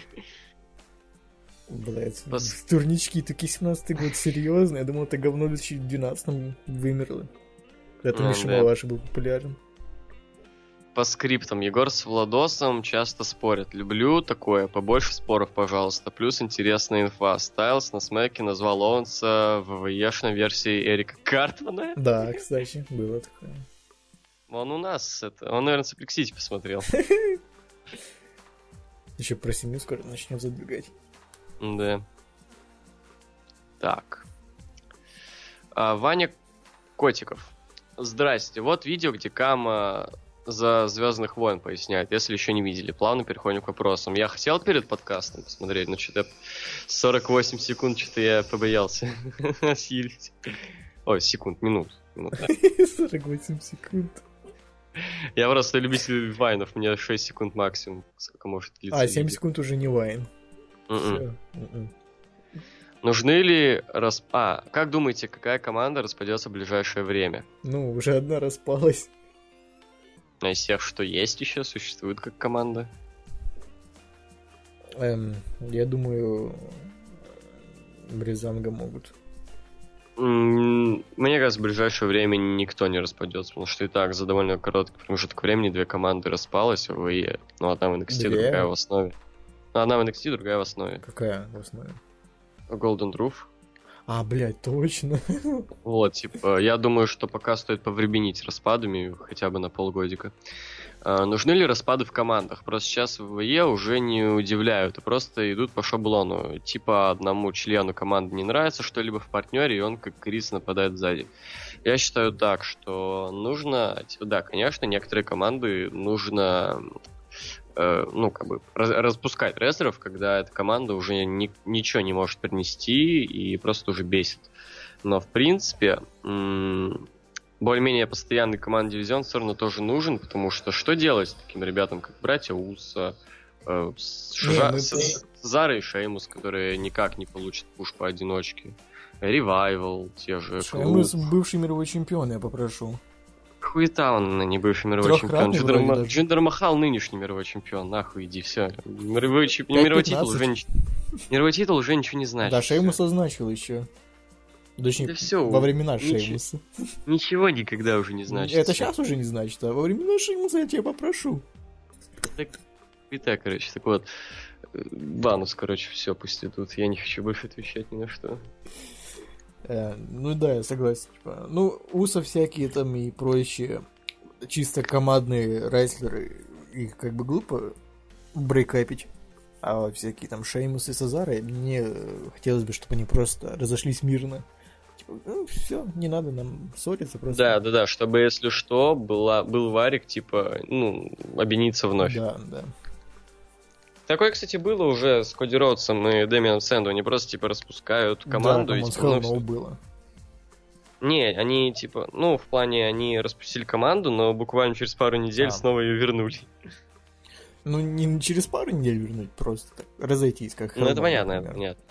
Блять, турнички такие 17-й год, серьезно? Я думал, это говно в 2012-м вымерло. Это Миша Малаши был популярен. По скриптам. Егор с Владосом часто спорят. Люблю такое. Побольше споров, пожалуйста. Плюс интересная инфа. Стайлс на смеке назвал Оуэнса в ВВЕшной версии Эрика Картмана. Да, кстати, было такое. Он у нас, он, наверное, Саплексити посмотрел. Еще про семью скоро начнем задвигать. Да. Так. Ваня Котиков. Здрасте. Вот видео, где Кама за Звездных войн поясняет, если еще не видели. Плавно переходим к вопросам. Я хотел перед подкастом посмотреть, но что-то 48 секунд, что-то я побоялся осилить. Ой, минут. 48 секунд. Я просто любитель вайнов, у меня 6 секунд максимум. Сколько может длиться. 7 секунд уже не вайн. Все. Нужны ли как думаете, какая команда распадется в ближайшее время? Ну, уже одна распалась. А из тех, что есть еще, существует как команда? Я думаю, Бризанга могут. Мне кажется, в ближайшее время никто не распадется, потому что и так за довольно короткий промежуток времени две команды распалась, ну, одна в NXT, другая в основе. Одна в NXT, другая в основе. Какая в основе? Golden Roof. Блядь, точно. Вот, типа, я думаю, что пока стоит повребенить распадами, хотя бы на полгодика. Нужны ли распады в командах? Просто сейчас в ВВЕ уже не удивляют, а просто идут по шаблону. Типа, одному члену команды не нравится что-либо в партнере, и он как Крис нападает сзади. Я считаю так, что нужно... Да, конечно, некоторые команды нужно... распускать рестлеров, когда эта команда уже ничего не может принести и просто уже бесит. Но, в принципе, более-менее постоянный командный дивизион все равно тоже нужен, потому что делать таким ребятам, как братья Уса, Сезар и Шеймус, которые никак не получат пуш поодиночке, Ревайвал, те же. Шеймус бывший мировой чемпион, я попрошу. Хуета он, не бывший мировой чемпион. Джиндер Махал нынешний мировой чемпион. Нахуй иди, все. Мировой титул уже ничего не значит. Да, Шеймус означил еще. Точнее, да все, во времена Шеймуса. Ничего никогда уже не значит. Это сейчас уже не значит, а во времена Шеймуса я тебя попрошу. Так, короче, так вот. Банус, короче, все, пусть идут. Я не хочу больше отвечать ни на что. Ну да, я согласен. Типа. Ну, Уса всякие там и прочие чисто командные рестлеры, их как бы глупо брейкапить. А всякие там Шеймус и Сезары, мне хотелось бы, чтобы они просто разошлись мирно. Типа, все, не надо нам ссориться просто. Да, чтобы, если что, был варик, типа, объединиться вновь. Да. Такое, кстати, было уже с Коди Роудсом и Дэмианом Сэнду. Они просто, типа, распускают команду. Да, там было. Не, они, типа, в плане, они распустили команду, но буквально через пару недель снова ее вернули. Ну, не через пару недель вернуть, просто так, разойтись, как Ну, это Хеллбой, понятно, например. это понятно.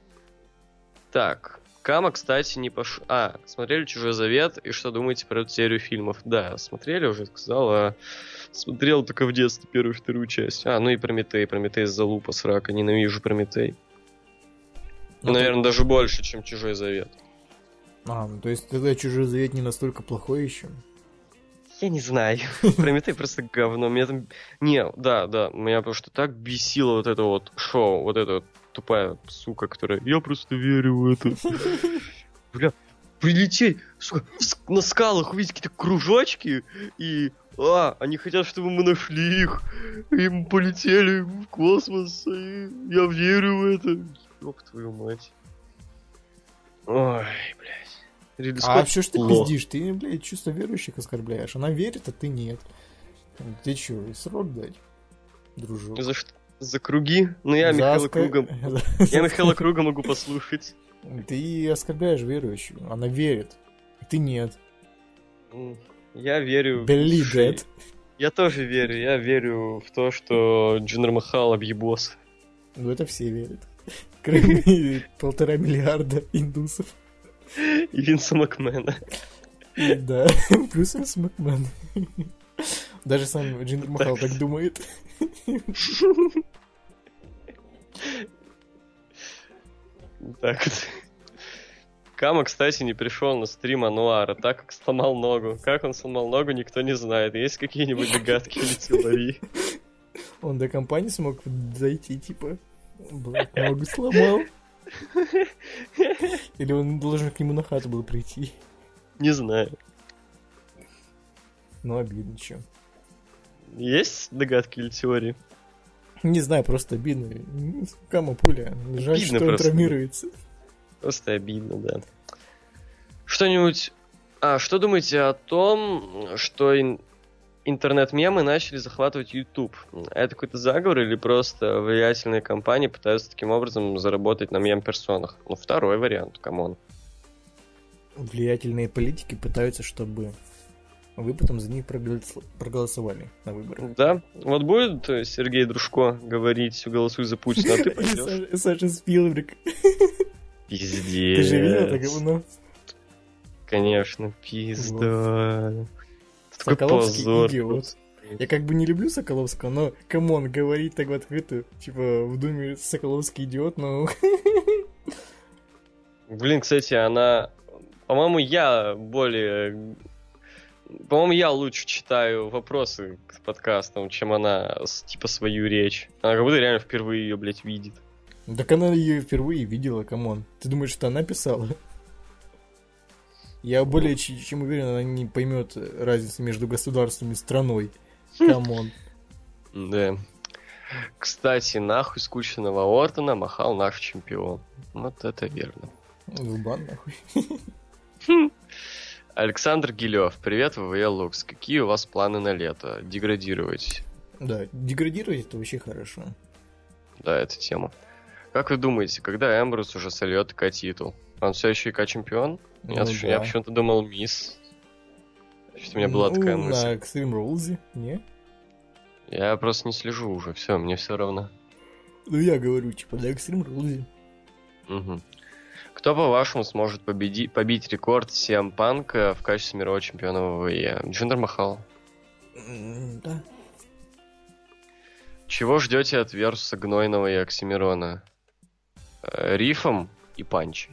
Так, Кама, кстати, не пошел... смотрели «Чужой завет», и что думаете про эту серию фильмов? Да, смотрели, уже сказал, смотрел только в детстве первую и вторую часть. Ну и Прометей залупа срака, ненавижу Прометей. Ну, наверное, даже больше, чем «Чужой завет». Ну, то есть тогда «Чужой завет» не настолько плохой еще? Я не знаю. Прометей просто говно. Меня там... Меня просто так бесило вот это вот шоу, вот эта вот тупая сука, которая... Я просто верю в это. Бля, прилететь, сука, на скалах увидеть какие-то кружочки, и... они хотят, чтобы мы нашли их, и мы полетели в космос, и я верю в это. Ёб твою мать. Ой, блядь. Ридли Скотт Все, что ты плох. пиздишь, ты, блядь, чувство верующих оскорбляешь. Она верит, а ты нет. Ты чё, срок дать, дружок? За что? За круги? Ну я Михаила Круга... Я Михаила Круга могу послушать. Ты оскорбляешь верующую. Она верит, а ты нет. Я верю... Believe that. Я тоже верю. Я верю в то, что Джиндер Махал объебос. Ну это все верят. Кроме 1,5 миллиарда индусов. И Винса Макмена. Да, плюс Винс Макмен. Даже сам Джиндер Махал так думает. Так вот. Кама, кстати, не пришел на стрим Ануара, так как сломал ногу. Как он сломал ногу, никто не знает. Есть какие-нибудь догадки или теории? Он до компании смог дойти, типа, блядь, ногу сломал. Или он должен к нему на хату был прийти? Не знаю. Ну, обидно, чё. Есть догадки или теории? Не знаю, просто обидно. Кама пуля. Жаль, Обидно что он просто. травмируется. Просто обидно, да. Что-нибудь... что думаете о том, что интернет-мемы начали захватывать YouTube? Это какой-то заговор или просто влиятельные компании пытаются таким образом заработать на мем-персонах? Ну, второй вариант, камон. Влиятельные политики пытаются, чтобы вы потом за них проголосовали на выборах. Да, вот будет Сергей Дружко говорить «голосуй за Путина», а ты пойдешь? И Саша Спилберг. Пиздец. Ты же видел это говно? Конечно, пизда. Такой Соколовский позор. идиот. Я как бы не люблю Соколовского, но, камон, говорить так в открытую, типа, в Думе Соколовский идиот, но... Блин, кстати, она... По-моему, я лучше читаю вопросы к подкастам, чем она, типа, свою речь. Она как будто реально впервые ее, блядь, видит. Так она ее впервые видела, камон. Ты думаешь, что она писала? Я более чем уверен, она не поймет разницы между государством и страной. Камон. Да. Кстати, нахуй скучного Ортона махал наш чемпион. Вот это верно. Зубан, нахуй. Александр Гилев, привет, ВВЛ Лукс. Какие у вас планы на лето? Деградировать? Да, деградировать это вообще хорошо. Да, это тема. Как вы думаете, когда Эмбрус уже сольет ИК титул? Он все еще ИК чемпион? Ну, да. Я почему-то думал мисс. Что у меня была такая мысль. На Extreme Rules, не? Я просто не слежу уже, все, мне все равно. Ну я говорю, типа, на Extreme Rules. Угу. Кто, по-вашему, сможет побить рекорд CM Punk в качестве мирового чемпиона ВВЕ? Джиндер Махал. Да. Чего ждете от Версуса Гнойного и Оксимирона? Рифом и панчей.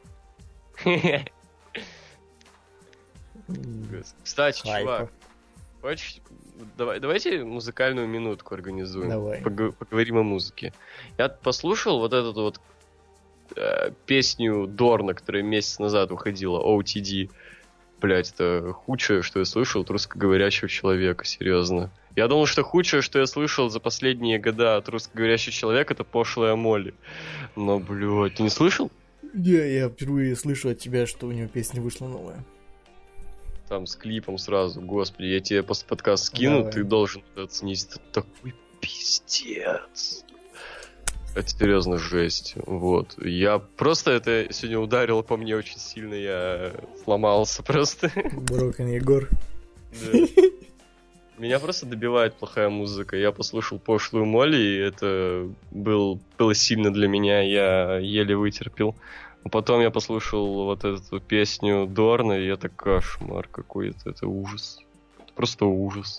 Кстати, чувак, хочешь, давайте музыкальную минутку организуем. Давай. Поговорим о музыке. Я послушал вот эту вот песню Дорна, которая месяц назад выходила, OTD. Блять, это худшее, что я слышал от русскоговорящего человека, серьезно. Я думал, что худшее, что я слышал за последние года от русскоговорящего человека, это пошлая Молли. Но, блядь, ты не слышал? Не, я впервые слышу от тебя, что у него песня вышла новая. Там с клипом сразу, господи, я тебе после подкаста скину, Давай. ты должен это оценить. Это такой пиздец. Это серьезно жесть. Вот. Я просто это сегодня ударило по мне очень сильно, я сломался просто. Брокен Егор. Да. Меня просто добивает плохая музыка. Я послушал пошлую Молли, и это было сильно для меня, я еле вытерпел. А потом я послушал вот эту песню Дорна, и это кошмар какой-то, это ужас. Это просто ужас.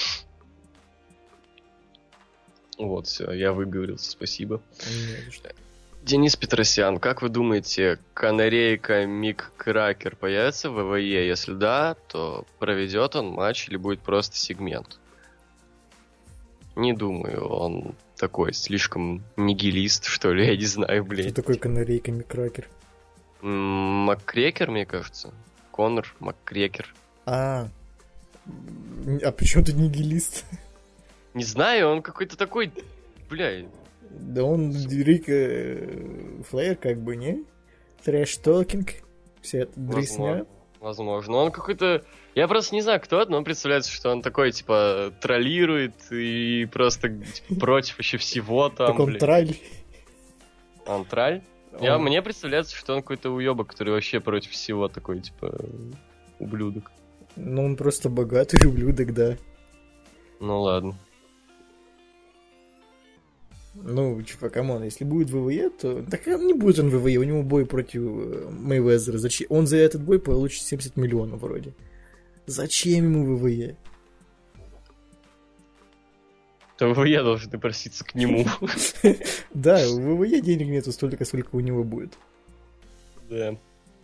Вот, все, я выговорился, спасибо. Не за что. Денис Петросян, как вы думаете, канарейка Мик Кракер появится в ВВЕ? Если да, то проведет он матч или будет просто сегмент? Не думаю, он такой слишком нигилист, что ли, я не знаю, Кто блядь. такой канарейка Микракер? Маккрекер, мне кажется. Конор Маккрекер. А почему ты нигилист? Не знаю, он какой-то такой, бля. Да он Рик Флэйр как бы, не? Трэш-толкинг, вся эта дресня. Возможно. Он какой-то... Я просто не знаю, кто это, но он представляется, что он такой, типа, троллирует и просто типа, против вообще всего там, Так он траль. Он траль? Мне представляется, что он какой-то уебок, который вообще против всего такой, типа, ублюдок. Ну, он просто богатый ублюдок, да. Ну ладно. Ну, типа, камон, если будет ВВЕ, то... Так не будет он ВВЕ, у него бой против Мейвезера. Зачем? Он за этот бой получит 70 миллионов вроде. Зачем ему ВВЕ? То ВВЕ должны проситься к нему. Да, у ВВЕ денег нету столько, сколько у него будет. Да.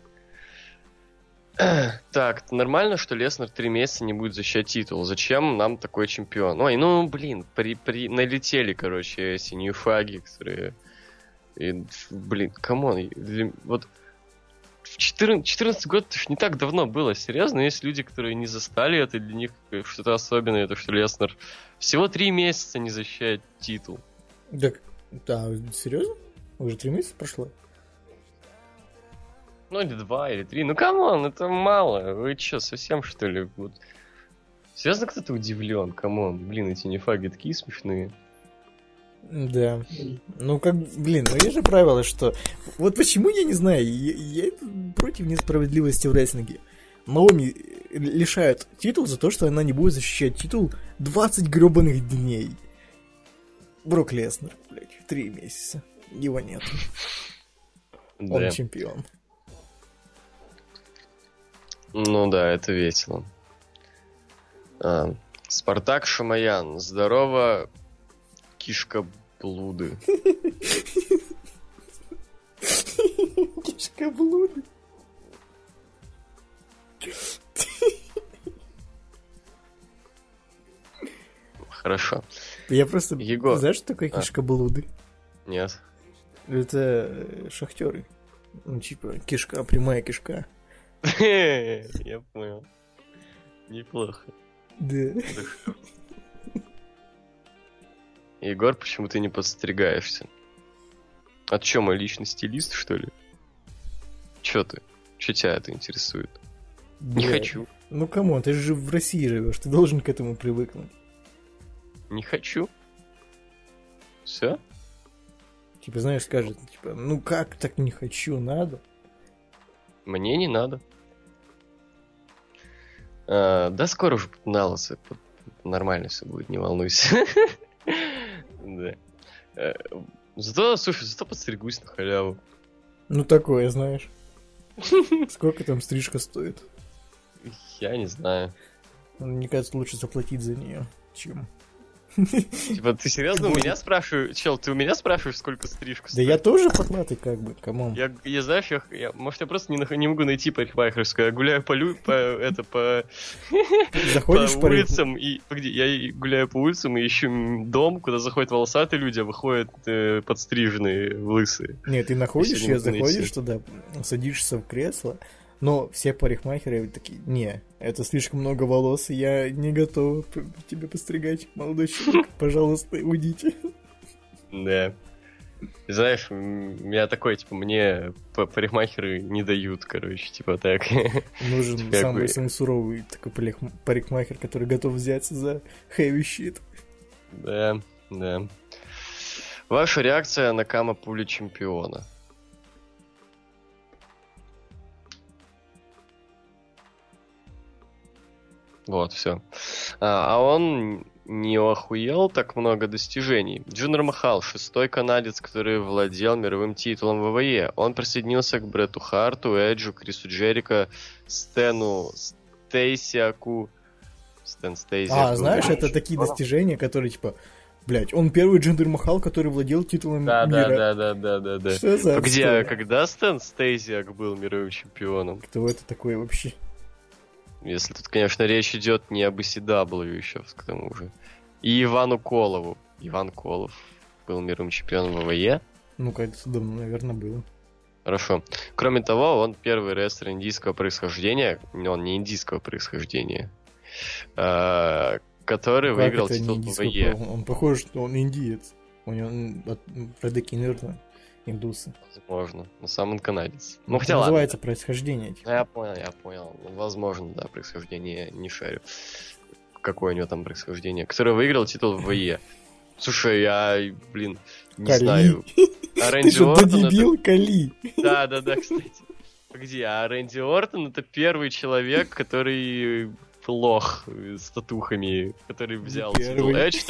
Так, нормально, что Леснер 3 месяца не будет защищать титул. Зачем нам такой чемпион? Ой, ну, блин, налетели, короче, эти ньюфаги, которые... И, блин, камон, вот в 14 год это ж не так давно было, серьезно. Есть люди, которые не застали это, для них что-то особенное, то, что Леснер всего 3 месяца не защищает титул. Так, да, серьезно? Уже 3 месяца прошло? Ну, или 2, или 3. Ну, камон, это мало. Вы что, совсем, что ли? Вот. Серьезно, кто-то удивлен? Камон, блин, эти нефаги такие смешные. Да. Ну, как, блин, ну есть же правило, что... Вот почему, я не знаю, я против несправедливости в рестлинге. Наоми лишают титул за то, что она не будет защищать титул 20 гребаных дней. Брок Леснер, блядь, 3 месяца. Его нет. Да. Он чемпион. Ну да, это весело. Спартак Шамаян. Здорово, кишка блуды. Кишка блуды. Хорошо. Я просто... Егор. Знаешь, что такое кишка блуды? Нет. Это шахтеры. Ну, типа, кишка, прямая кишка. Я понял. Неплохо. Да. Егор, почему ты не подстригаешься? А чё, мой личный стилист, что ли? Чё ты? Чё тебя это интересует? Не хочу. Ну, камон, ты же в России живешь, ты должен к этому привыкнуть. Не хочу. Все? Типа, знаешь, скажет, типа, ну как так не хочу, надо? Мне не надо. Да скоро уже на лысо. Нормально все будет, не волнуйся. Да. Зато, слушай, зато подстригусь на халяву. Ну, такое, знаешь. Сколько там стрижка стоит? Я не знаю. Мне кажется, лучше заплатить за нее, чем... Типа, ты серьезно у меня спрашиваешь? Чел, ты у меня спрашиваешь, сколько стрижка стоит? Да я тоже потлатый, как бы, камон. Я знаешь, может, я просто не могу найти парикмахерскую. Я гуляю по Заходишь по улицам, я гуляю по улицам и ищу дом, куда заходят волосатые люди, а выходят подстриженные, лысые. Нет, ты находишь, Если не заходишь найти. туда, садишься в кресло, но все парикмахеры такие, не, это слишком много волос, и я не готов тебя постригать, молодой человек, пожалуйста, уйдите. Да. Ты знаешь, у меня такой, типа, мне парикмахеры не дают, короче, типа так. Нужен Типа, самый суровый такой парикмахер, который готов взяться за heavy shit. Да, да. Ваша реакция на Кама пули чемпиона? Вот, все. А он не охуел так много достижений. Джиндер Махал, 6-й канадец, который владел мировым титулом ВВЕ. Он присоединился к Бретту Харту, Эджу, Крису Джерико, Стэну Стейсиаку. Знаешь, это такие достижения, которые, типа, блять, он первый Джиндер Махал, который владел титулом мира. Да. Что за отстой? Когда Стэн Стейсиак был мировым чемпионом? Кто это такой вообще? Если тут, конечно, речь идет не об ECW еще, к тому же. И Ивану Колову. Иван Колов был мировым чемпионом ВВЕ. Ну, как-то давно, наверное, было. Хорошо. Кроме того, он первый рестлер индийского происхождения, он не индийского происхождения, который выиграл титул ВВЕ. Он похож, что он индиец. У него предки, наверное, индусы. Возможно. Но сам он канадец. Ну, хотя называется ладно. Происхождение. Я понял. Возможно, да, происхождение, не шарю. Какое у него там происхождение. Который выиграл титул в ВЕ. Слушай, я, не знаю. А Рэнди Ты Ортон что, дебил, Кали? Да, кстати. Погоди, а Рэнди Ортон это первый человек, который лох с татухами, который взял титул. Эдж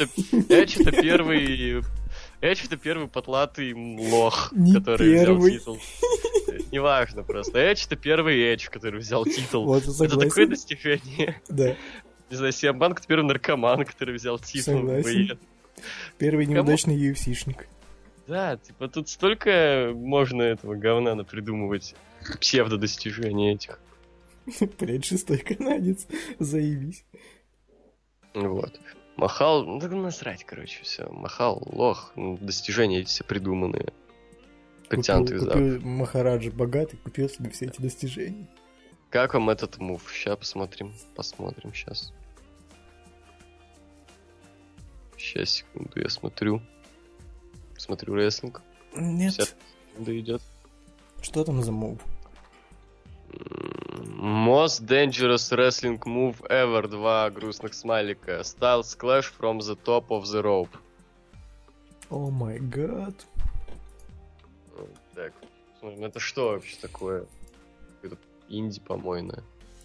это первый потлатый лох, который взял титул. Неважно просто. Эдж это первый Эдж, который взял титул. Вот, это такое достижение. Да. Не знаю, CM Punk это первый наркоман, который взял титул. Согласен. Первый неудачный UFC-шник. Да, типа тут столько можно этого говна напридумывать. Псевдодостижений этих. Блять, 6-й канадец. Заебись. Вот. Махал, насрать, короче, все. Махал, лох, достижения эти все придуманные. Подтянутый купил Махараджа богатый, купил себе все эти достижения. Как вам этот мув? Сейчас посмотрим сейчас. Сейчас, секунду, я смотрю рестлинг. Нет. 50 секунд идет. Что там за мув? Most dangerous wrestling move ever. 2 грустных смайлика. Styles Clash from the top of the rope. О май гад. Так, смотрим, это что вообще такое? Это инди, по-моему.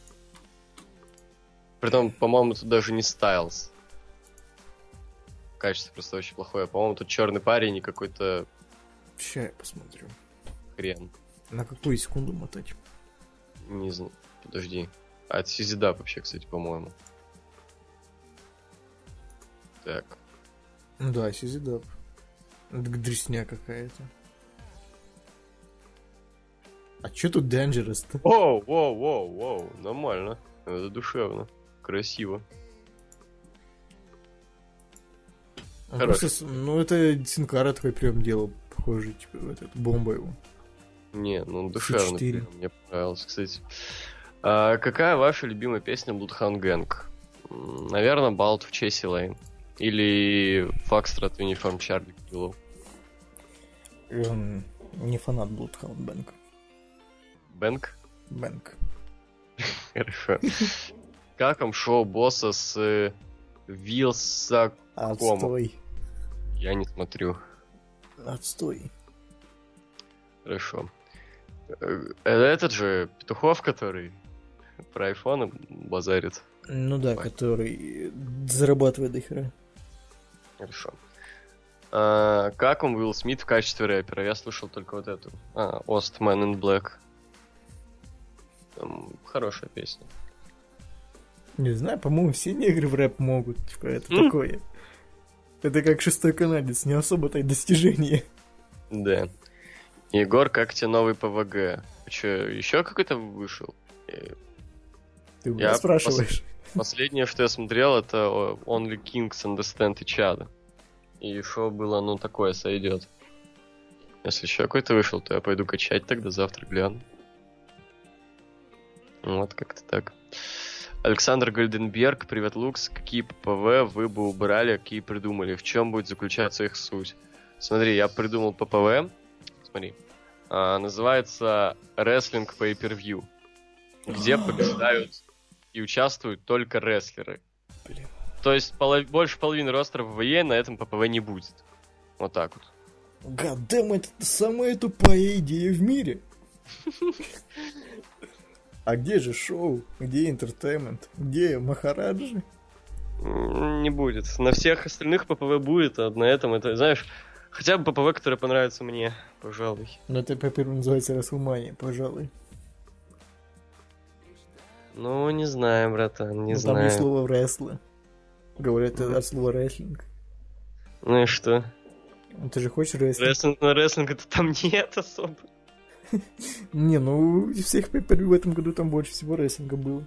Притом, по-моему, тут даже не Styles. Качество просто очень плохое. По-моему, тут черный парень и какой-то... Ща я посмотрю. Хрен. На какую секунду мотать? Не знаю. Подожди. А это CZW вообще, кстати, по-моему. Так. Да, CZW. Это дресня какая-то. А чё тут Dangerous-то? Воу. Нормально. Это душевно. Красиво. Просто, это Синкара такой прям делал, похоже, типа, бомба его. Не, душевно. Мне понравилось, кстати. Какая ваша любимая песня Bloodhound Gang? Наверное, Ballad of Chasey Lane. Или Foxtrot Uniform Charlie Kilo. Не фанат Bloodhound Bank. Bank. Хорошо. Как вам шоу босса с Вилсакомом? Отстой. Я не смотрю. Отстой. Хорошо. Этот же Петухов, который про айфоны базарит. Ну да, который зарабатывает до хера. Хорошо. Как он Уилл Смит в качестве рэпера? Я слушал только вот эту. Ost Man in Black. Хорошая песня. Не знаю, по-моему, все негры в рэп могут. Типа, это такое. Это как 6-й канадец, не особо-то и достижение. Да. Егор, как тебе новый ПВГ? Че, еще какой-то вышел? Ты меня спрашиваешь? Последнее, что я смотрел, это Only Kings Understand Each Other. И шоу было, такое сойдет. Если еще какой-то вышел, то я пойду качать тогда, завтра гляну. Вот как-то так. Александр Гольденберг, привет, Лукс. Какие ППВ вы бы убрали, какие придумали? В чем будет заключаться их суть? Смотри, я придумал ППВ. Смотри. Называется Wrestling Pay-Per-View. Где побеждают и участвуют только рестлеры. Блин. То есть больше половины ростера в ВВЕ на этом ППВ не будет. Вот так вот. Гадэм, это самая тупая идея в мире. А где же шоу? Где интертеймент? Где Махараджи? Не будет. На всех остальных ППВ будет, а на этом это, знаешь, хотя бы ППВ, который понравится мне, пожалуй. Но это, во-первых, называется Расселмания, пожалуй. Ну, не знаю, братан, не знаю. Там есть слово «рестлы». Говорят, это от слова «рестлинг». Ну и что? Ты же хочешь рестлинг? Рестлинга-то там нет особо. Не, ну, из всех пейпервью в этом году там больше всего рестлинга было.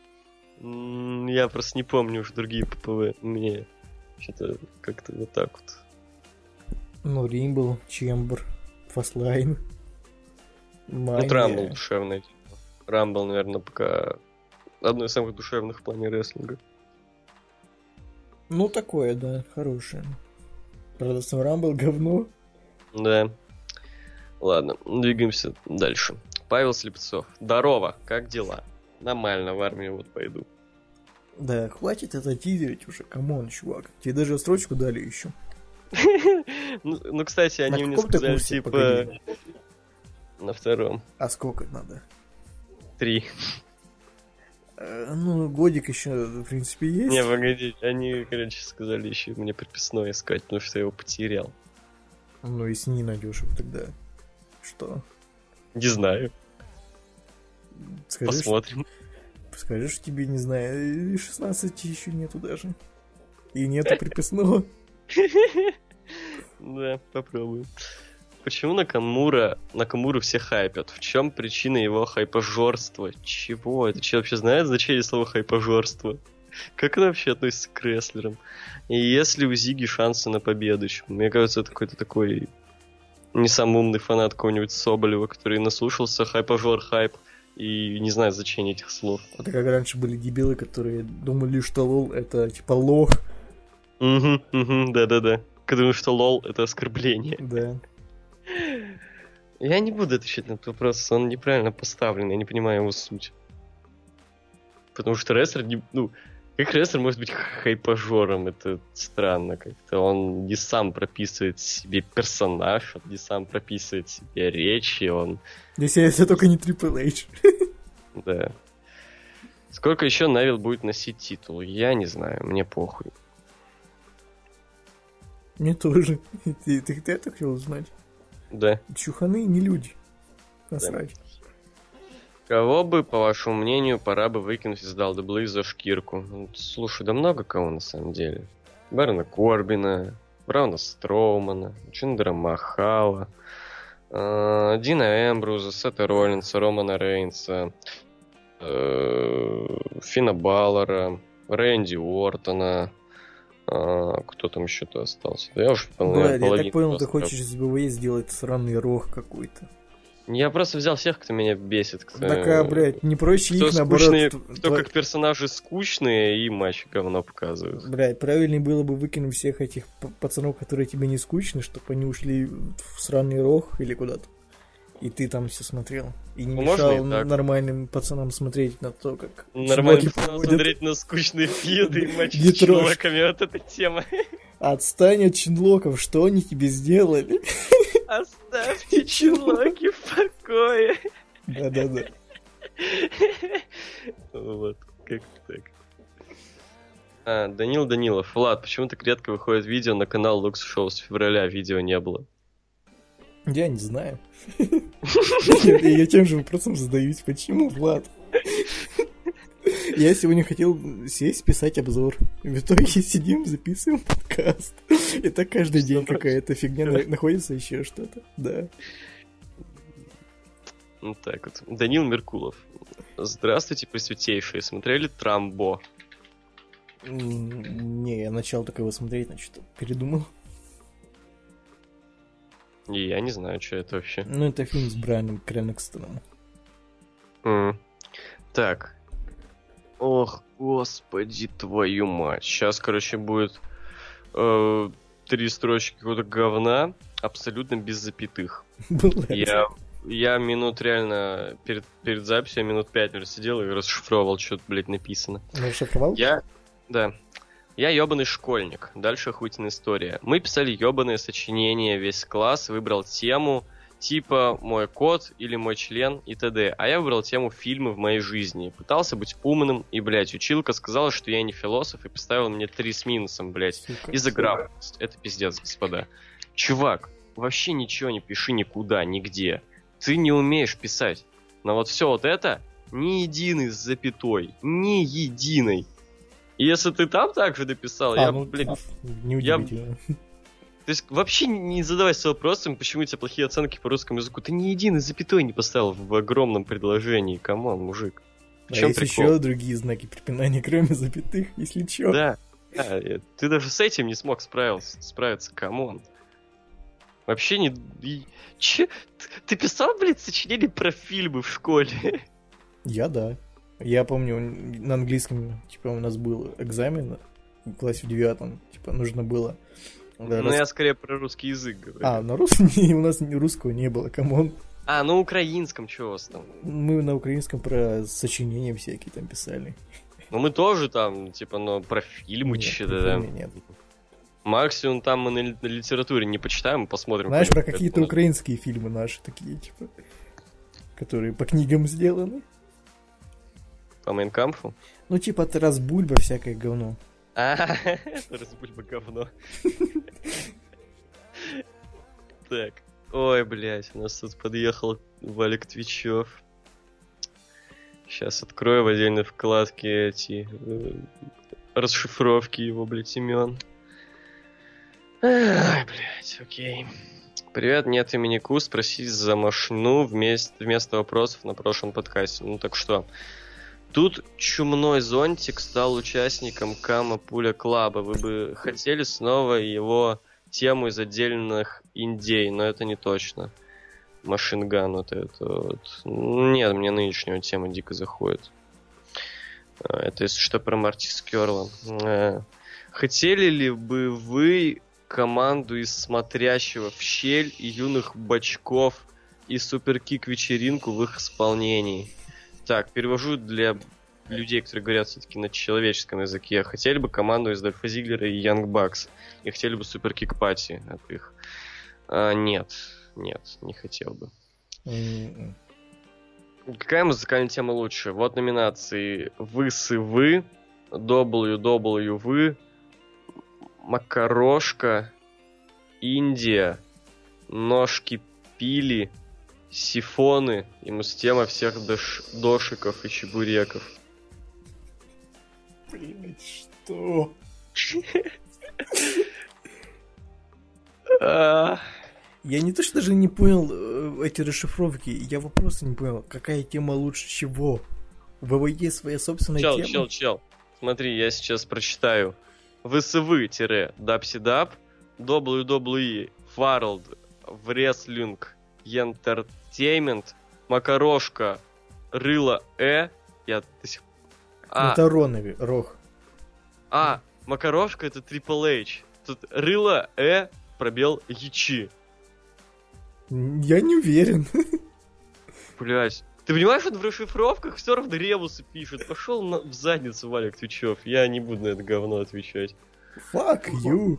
Я просто не помню уж другие ППВ. Мне что-то как-то вот так вот. Ну, Римбл, Чембер, Фастлайн, Мания. Ну, Рамбл душевный. Рамбл, наверное, пока одно из самых душевных в плане рестлинга. Ну, такое, да, хорошее. Правда, сам Рамбл говно. Да. Ладно, двигаемся дальше. Павел Слепцов. Здорово, как дела? Нормально, в армию вот пойду. Да, хватит это тизерить уже, камон, чувак. Тебе даже строчку дали еще. Ну, кстати, они мне сказали, типа... На втором. А сколько надо? 3. Ну, годик еще, в принципе, есть. Не, погоди, они, короче, сказали еще мне приписное искать, потому что я его потерял. Ну, если не найдешь его, тогда что? Не знаю. Скажи, посмотрим. Скажи, что тебе, не знаю, 16 еще нету даже. И нету приписного. Да, попробуем. Почему Накамуру все хайпят? В чем причина его хайпожорства? Чего? Это че вообще знает значение слова хайпожорство? Как это вообще относится к рестлерам? И есть ли у Зиги шансы на победу? Мне кажется, это какой-то такой не самый умный фанат какого-нибудь Соболева, который наслушался хайпожор хайп и не знает значения этих слов. Это как раньше были дебилы, которые думали, что лол это типа лох. Да-да-да. Потому что лол это оскорбление. Да. Я не буду отвечать на этот вопрос, он неправильно поставлен, я не понимаю его суть. Потому что рестлер не... Ну, как рестлер может быть хайпажором? Это странно как-то. Он не сам прописывает себе персонаж, он не сам прописывает себе речи, он... Если это только не Triple H. Да. Сколько еще Невил будет носить титул? Я не знаю, мне похуй. Мне тоже. Ты это хотел узнать? Да. Чуханы не люди. Насрать. Да. Кого бы, по вашему мнению, пора бы выкинуть из WWE за шкирку? Слушай, да много кого на самом деле. Барона Корбина, Брауна Строумана, Джиндера Махала, Дина Эмбруза, Сета Роллинса, Романа Рейнса, Финна Баллера, Рэнди Уортона. Кто там еще-то остался? Да я уже я так понял, ты хочешь из БВЕ сделать сраный рог какой-то. Я просто взял всех, кто меня бесит. Кто... Так, блядь, не проще их, наоборот... Кто как персонажи скучные и матчи говно показывают. Блядь, правильнее было бы выкинуть всех этих пацанов, которые тебе не скучны, чтобы они ушли в сраный рог или куда-то. И ты там все смотрел. И не мешал нормальным пацанам смотреть на то, как... Нормальным пацанам смотреть на скучные фьюды и матчи с чинлоками. Вот эта тема. Отстань от чинлоков, что они тебе сделали? Оставьте чинлоки в покое. Да-да-да. Вот, как-то так. Данил Данилов. Влад, почему так редко выходит видео на канал Lux Show? С февраля видео не было. Я не знаю. Я тем же вопросом задаюсь. Почему, Влад? Я сегодня хотел сесть, писать обзор. В итоге сидим, записываем подкаст. И так каждый день какая-то фигня находится, еще что-то. Да. Ну так вот. Данил Меркулов. Здравствуйте, пресвятейшие. Смотрели Трамбо? Не, я начал только его смотреть, значит, передумал. И я не знаю, что это вообще. Ну, это фильм с Брайаном Крэнокстоном. Так. Ох, господи, твою мать. Сейчас, короче, будет 3 строчки какого-то говна, абсолютно без запятых. Я минут реально, перед записью, я минут 5, наверное, сидел и расшифровал, что тут, блядь, написано. Расшифровал? Да. Я ёбаный школьник. Дальше охуительная история. Мы писали ёбаное сочинение, весь класс выбрал тему типа «Мой кот» или «Мой член» и т.д. А я выбрал тему «Фильмы в моей жизни». Пытался быть умным, и, блядь, училка сказала, что я не философ, и поставила мне 3 с минусом, блядь, из-за грамотности. Это пиздец, господа. Чувак, вообще ничего не пиши никуда, нигде. Ты не умеешь писать. Но вот все вот это ни единой с запятой, ни единой. И если ты там так же дописал, неудивительно. То есть вообще не задавайся вопросом, почему у тебя плохие оценки по русскому языку. Ты ни единой запятой не поставил в огромном предложении. Камон, мужик. В чем есть прикол? Еще другие знаки препинания, кроме запятых, если чё. Да, ты даже с этим не смог справиться, камон. Вообще не... Ты писал, блядь, сочинение про фильмы в школе? Да. Я помню, на английском, типа, у нас был экзамен в классе в 9, типа, нужно было... я скорее про русский язык говорю. На русском у нас русского не было, камон. На украинском чего у вас там? Мы на украинском про сочинения всякие там писали. Ну мы тоже там, типа, про фильмы что-то. Нет. Максимум там мы на литературе не почитаем, посмотрим. Знаешь, про какие-то украинские фильмы наши такие, типа, которые по книгам сделаны. По Майнкампфу? Ну, типа, Тарас Бульба, всякое говно. Тарас Бульба говно. Так. Ой, блядь, у нас тут подъехал Валик Твичев. Сейчас открою в отдельной вкладке эти расшифровки его, блядь, имен. Ай, блядь, окей. Привет, нет имени Ку, спросить за Машну вместо вопросов на прошлом подкасте. Ну так что? Тут чумной зонтик стал участником Кама Пуля Клаба. Вы бы хотели снова его тему из отдельных индей, но это не точно. Машинган вот это вот. Нет, мне нынешняя тема дико заходит. Это если что про Марти Скёрла. Хотели ли бы вы команду из смотрящего в щель и юных бачков и суперкик вечеринку в их исполнении? Так, перевожу для людей, которые говорят все-таки на человеческом языке. Хотели бы команду из Дольфа Зиглера и Young Bucks. И хотели бы суперкик пати от их. Нет, не хотел бы. Какая музыкальная тема лучше? Вот номинации «Вы-сы-вы», «WW-вы», «Макарошка», «Индия», «Ножки пили», «Сифоны» и мустема всех дошиков и чебуреков. Блять, что? Я не то, что даже не понял эти расшифровки, я вопросы не понял, какая тема лучше чего? У ВВЕ своя собственная тема? Чел, смотри, я сейчас прочитаю. ВСВ-Дабси-Даб, WWE, World, Wrestling, Entertainment, Макарошка, Рыло я до сих... Матароновый, Рох. Макарошка это Triple H. Тут Рыло пробел Ячи. Я не уверен. Блять. Ты понимаешь, что в расшифровках все равно ребусы пишут. Пошел в задницу, Валик Твичев. Я не буду на это говно отвечать. Fuck you.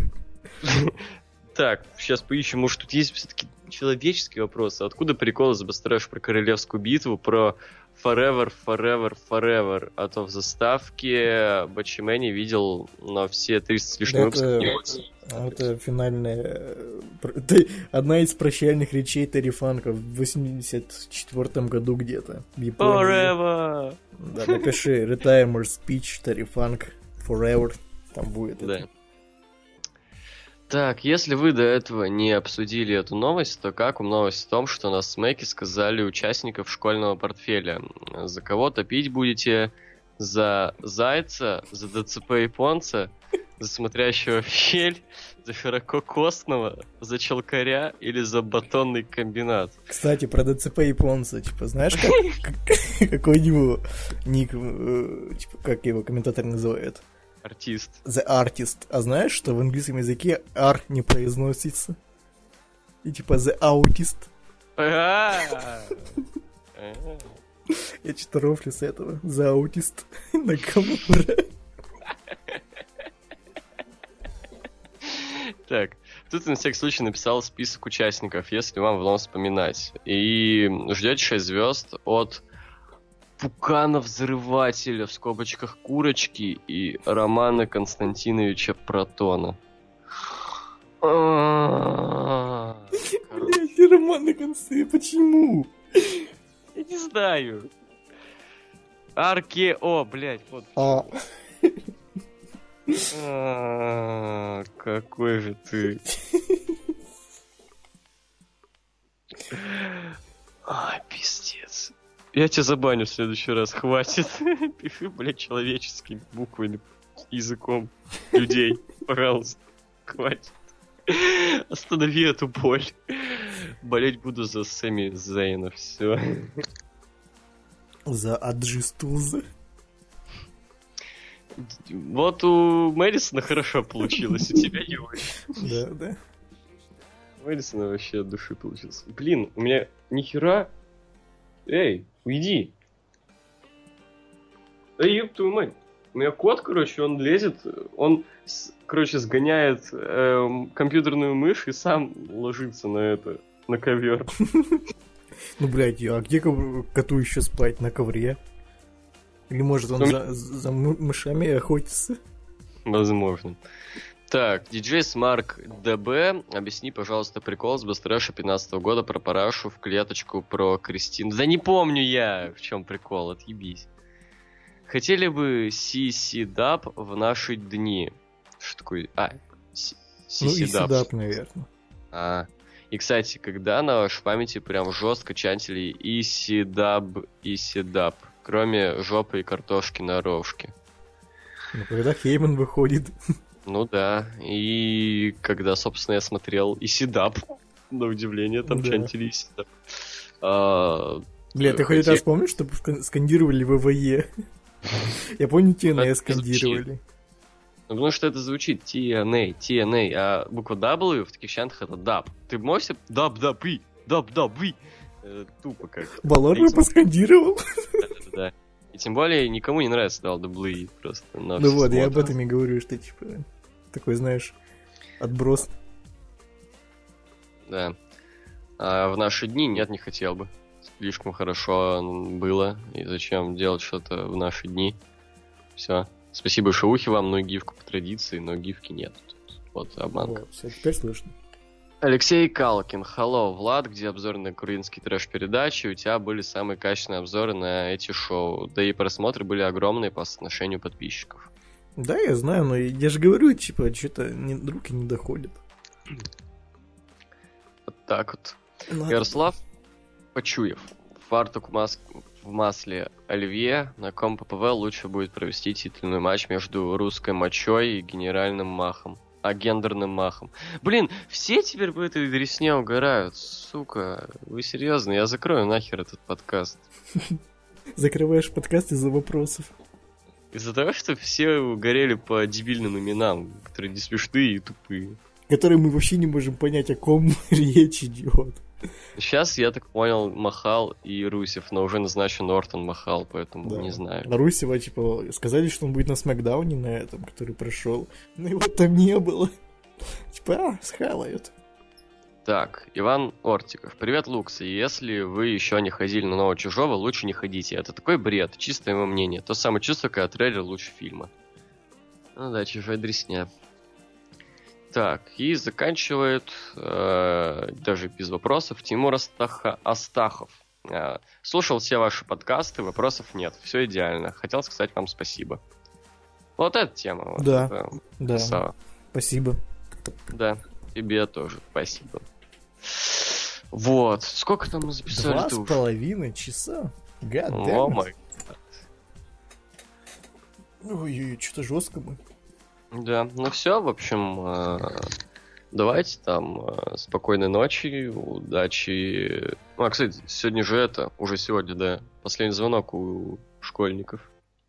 Так, сейчас поищем. Может, тут есть все-таки человеческие вопросы. Откуда прикол из Бастрэш про королевскую битву, про Forever, Forever, Forever? А то в заставке Бачимени видел на все 300 с лишним выпусков. Это финальная... Одна из прощальных речей Терри Фанка в 84-м году где-то. В Японии. Forever! Да, напиши Retirement Speech Терри Фанк Forever. Там будет да. Это. Так, если вы до этого не обсудили эту новость, то как вам новость в том, что на смеке сказали участников школьного портфеля? За кого топить будете? За Зайца? За ДЦП японца? За смотрящего в щель? За ширококосного? За челкаря? Или за батонный комбинат? Кстати, про ДЦП японца, типа, знаешь, какой у него ник, типа, как его комментатор называют? Артист. The Artist. А знаешь, что в английском языке R не произносится? И типа The Autist. Я что-то рофлю с этого. The Autist. Накамура. Так, Тут на всякий случай написал список участников, если вам вновь вспоминать. И ждете 6 звезд от Пукана-взрывателя, в скобочках Курочки, и Романа Константиновича Протона. Блять, Роман на конце, почему? Я не знаю. Аркео, блять, вот. Какой же ты. Пиздец. Я тебя забаню в следующий раз, хватит. Пиши, блядь, человеческими буквами, языком людей, пожалуйста. Хватит. Останови эту боль. Болеть буду за Сэмми Зейна, все. За Аджистуза. Вот у Мэдисона хорошо получилось, у тебя не очень. Да. У Мэдисона вообще от души получился. Блин, у меня нихера... Эй, уйди. Эй, ёб твою мать. У меня кот, короче, он лезет, он, короче, сгоняет компьютерную мышь и сам ложится на ковер. Ну, блядь, а где коту еще спать? На ковре? Или может он за мышами охотится? Возможно. Так, диджей Смарк ДБ, объясни, пожалуйста, прикол с Бастрэша 15 года про парашу в клеточку про Кристину. Да не помню я, в чем прикол, отъебись. Хотели бы CC-даб в наши дни. Что такое? CC-даб, наверное. И, кстати, когда на вашей памяти прям жестко чантили EC-даб, кроме жопы и картошки на рожке. Ну, когда Хейман выходит. Ну да, и когда, собственно, я смотрел EC-даб, на удивление, там чантили EC-даб. Бля, ты хоть раз помнишь, чтобы скандировали ВВЕ? Я помню, TNA скандировали. Ну, потому что это звучит TNA, а буква W в таких чантах это даб. Ты можешь себе даб-даб-и. Тупо как. Балор бы поскандировал. Да. И тем более никому не нравится дабл-дабл-и просто. Ну вот, я об этом и говорю, что типа такой, знаешь, отброс. Да. А в наши дни нет, не хотел бы. Слишком хорошо было. И зачем делать что-то в наши дни? Все. Спасибо, шоухи вам, но гифку по традиции, но гифки нет. Тут вот обманка. Вот, все, теперь слышно. Алексей Калкин. Hello, Влад, где обзоры на украинские трэш-передачи? У тебя были самые качественные обзоры на эти шоу. Да и просмотры были огромные по соотношению подписчиков. Да, я знаю, но я же говорю, типа, что-то руки не доходят. Вот так вот. Ярослав Почуев. Фартук в масле оливье. На ком ППВ лучше будет провести титульный матч между русской мочой и генеральным махом. Гендерным махом. Блин, все теперь по этой дресне угорают. Сука, вы серьезно? Я закрою нахер этот подкаст. Закрываешь подкаст из-за вопросов. Из-за того, что все угорели по дебильным именам, которые не смешные и тупые. Которые мы вообще не можем понять, о ком речь идет. Сейчас, я так понял, Махал и Русев, но уже назначен Ортон Махал, поэтому не знаю. На Русева, типа, сказали, что он будет на Смакдауне на этом, который прошел, но его там не было. Типа, схавают. Так, Иван Ортиков. Привет, Луксы. Если вы еще не ходили на Нового Чужого, лучше не ходите. Это такой бред, чистое его мнение. То самое чувство, когда трейлер лучше фильма. Ну да, чужая дресня. Так, и заканчивает, даже без вопросов, Тимур Астахов. Слушал все ваши подкасты, вопросов нет, все идеально. Хотел сказать вам спасибо. Вот эта тема. Вот да, это да. красава. Спасибо. Да, тебе тоже спасибо. Вот, сколько там мы записали? 2,5 часа? О май гад. Ой, что-то жестко мы. Да, ну все, в общем, давайте там спокойной ночи, удачи. Кстати, сегодня же уже сегодня, да, последний звонок у школьников.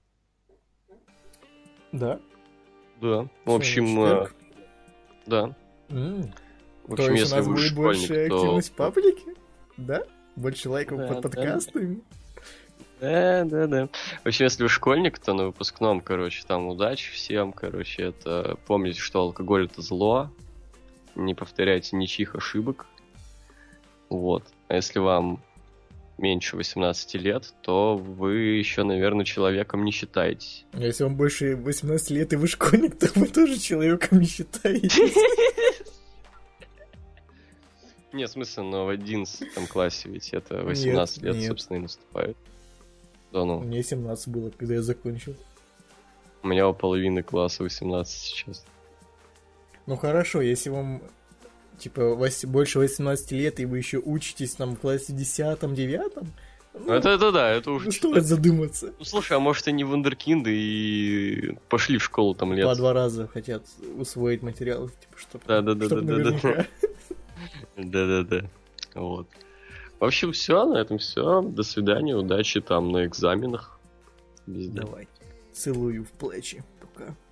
Да? Да, в общем, да. В общем, если вы школьник, больше то... активность в паблике? Да? Больше лайков под подкастами? Да. В общем, если вы школьник, то на выпускном, короче, там удачи всем, короче, это... Помните, что алкоголь — это зло. не повторяйте ничьих ошибок. Вот. А если вам меньше 18 лет, то вы еще, наверное, человеком не считаетесь. А если вам больше 18 лет и вы школьник, то вы тоже человеком не считаетесь. Не, в смысле, но в 11 классе ведь это 18 лет, собственно, и наступает. Да ну. Мне 17 было, когда я закончил. У меня у половины класса 18 сейчас. Ну хорошо, если вам типа больше 18 лет, и вы еще учитесь там в классе 10-9, ну, это да, это уже... Стоит задуматься. Ну, слушай, а может они вундеркинды и пошли в школу там лет? По 2 раза хотят усвоить материал, типа, чтобы наверняка. Да-да-да. Вот. В общем, все, на этом все. До свидания, удачи там на экзаменах. Давай. Целую в плечи. Пока.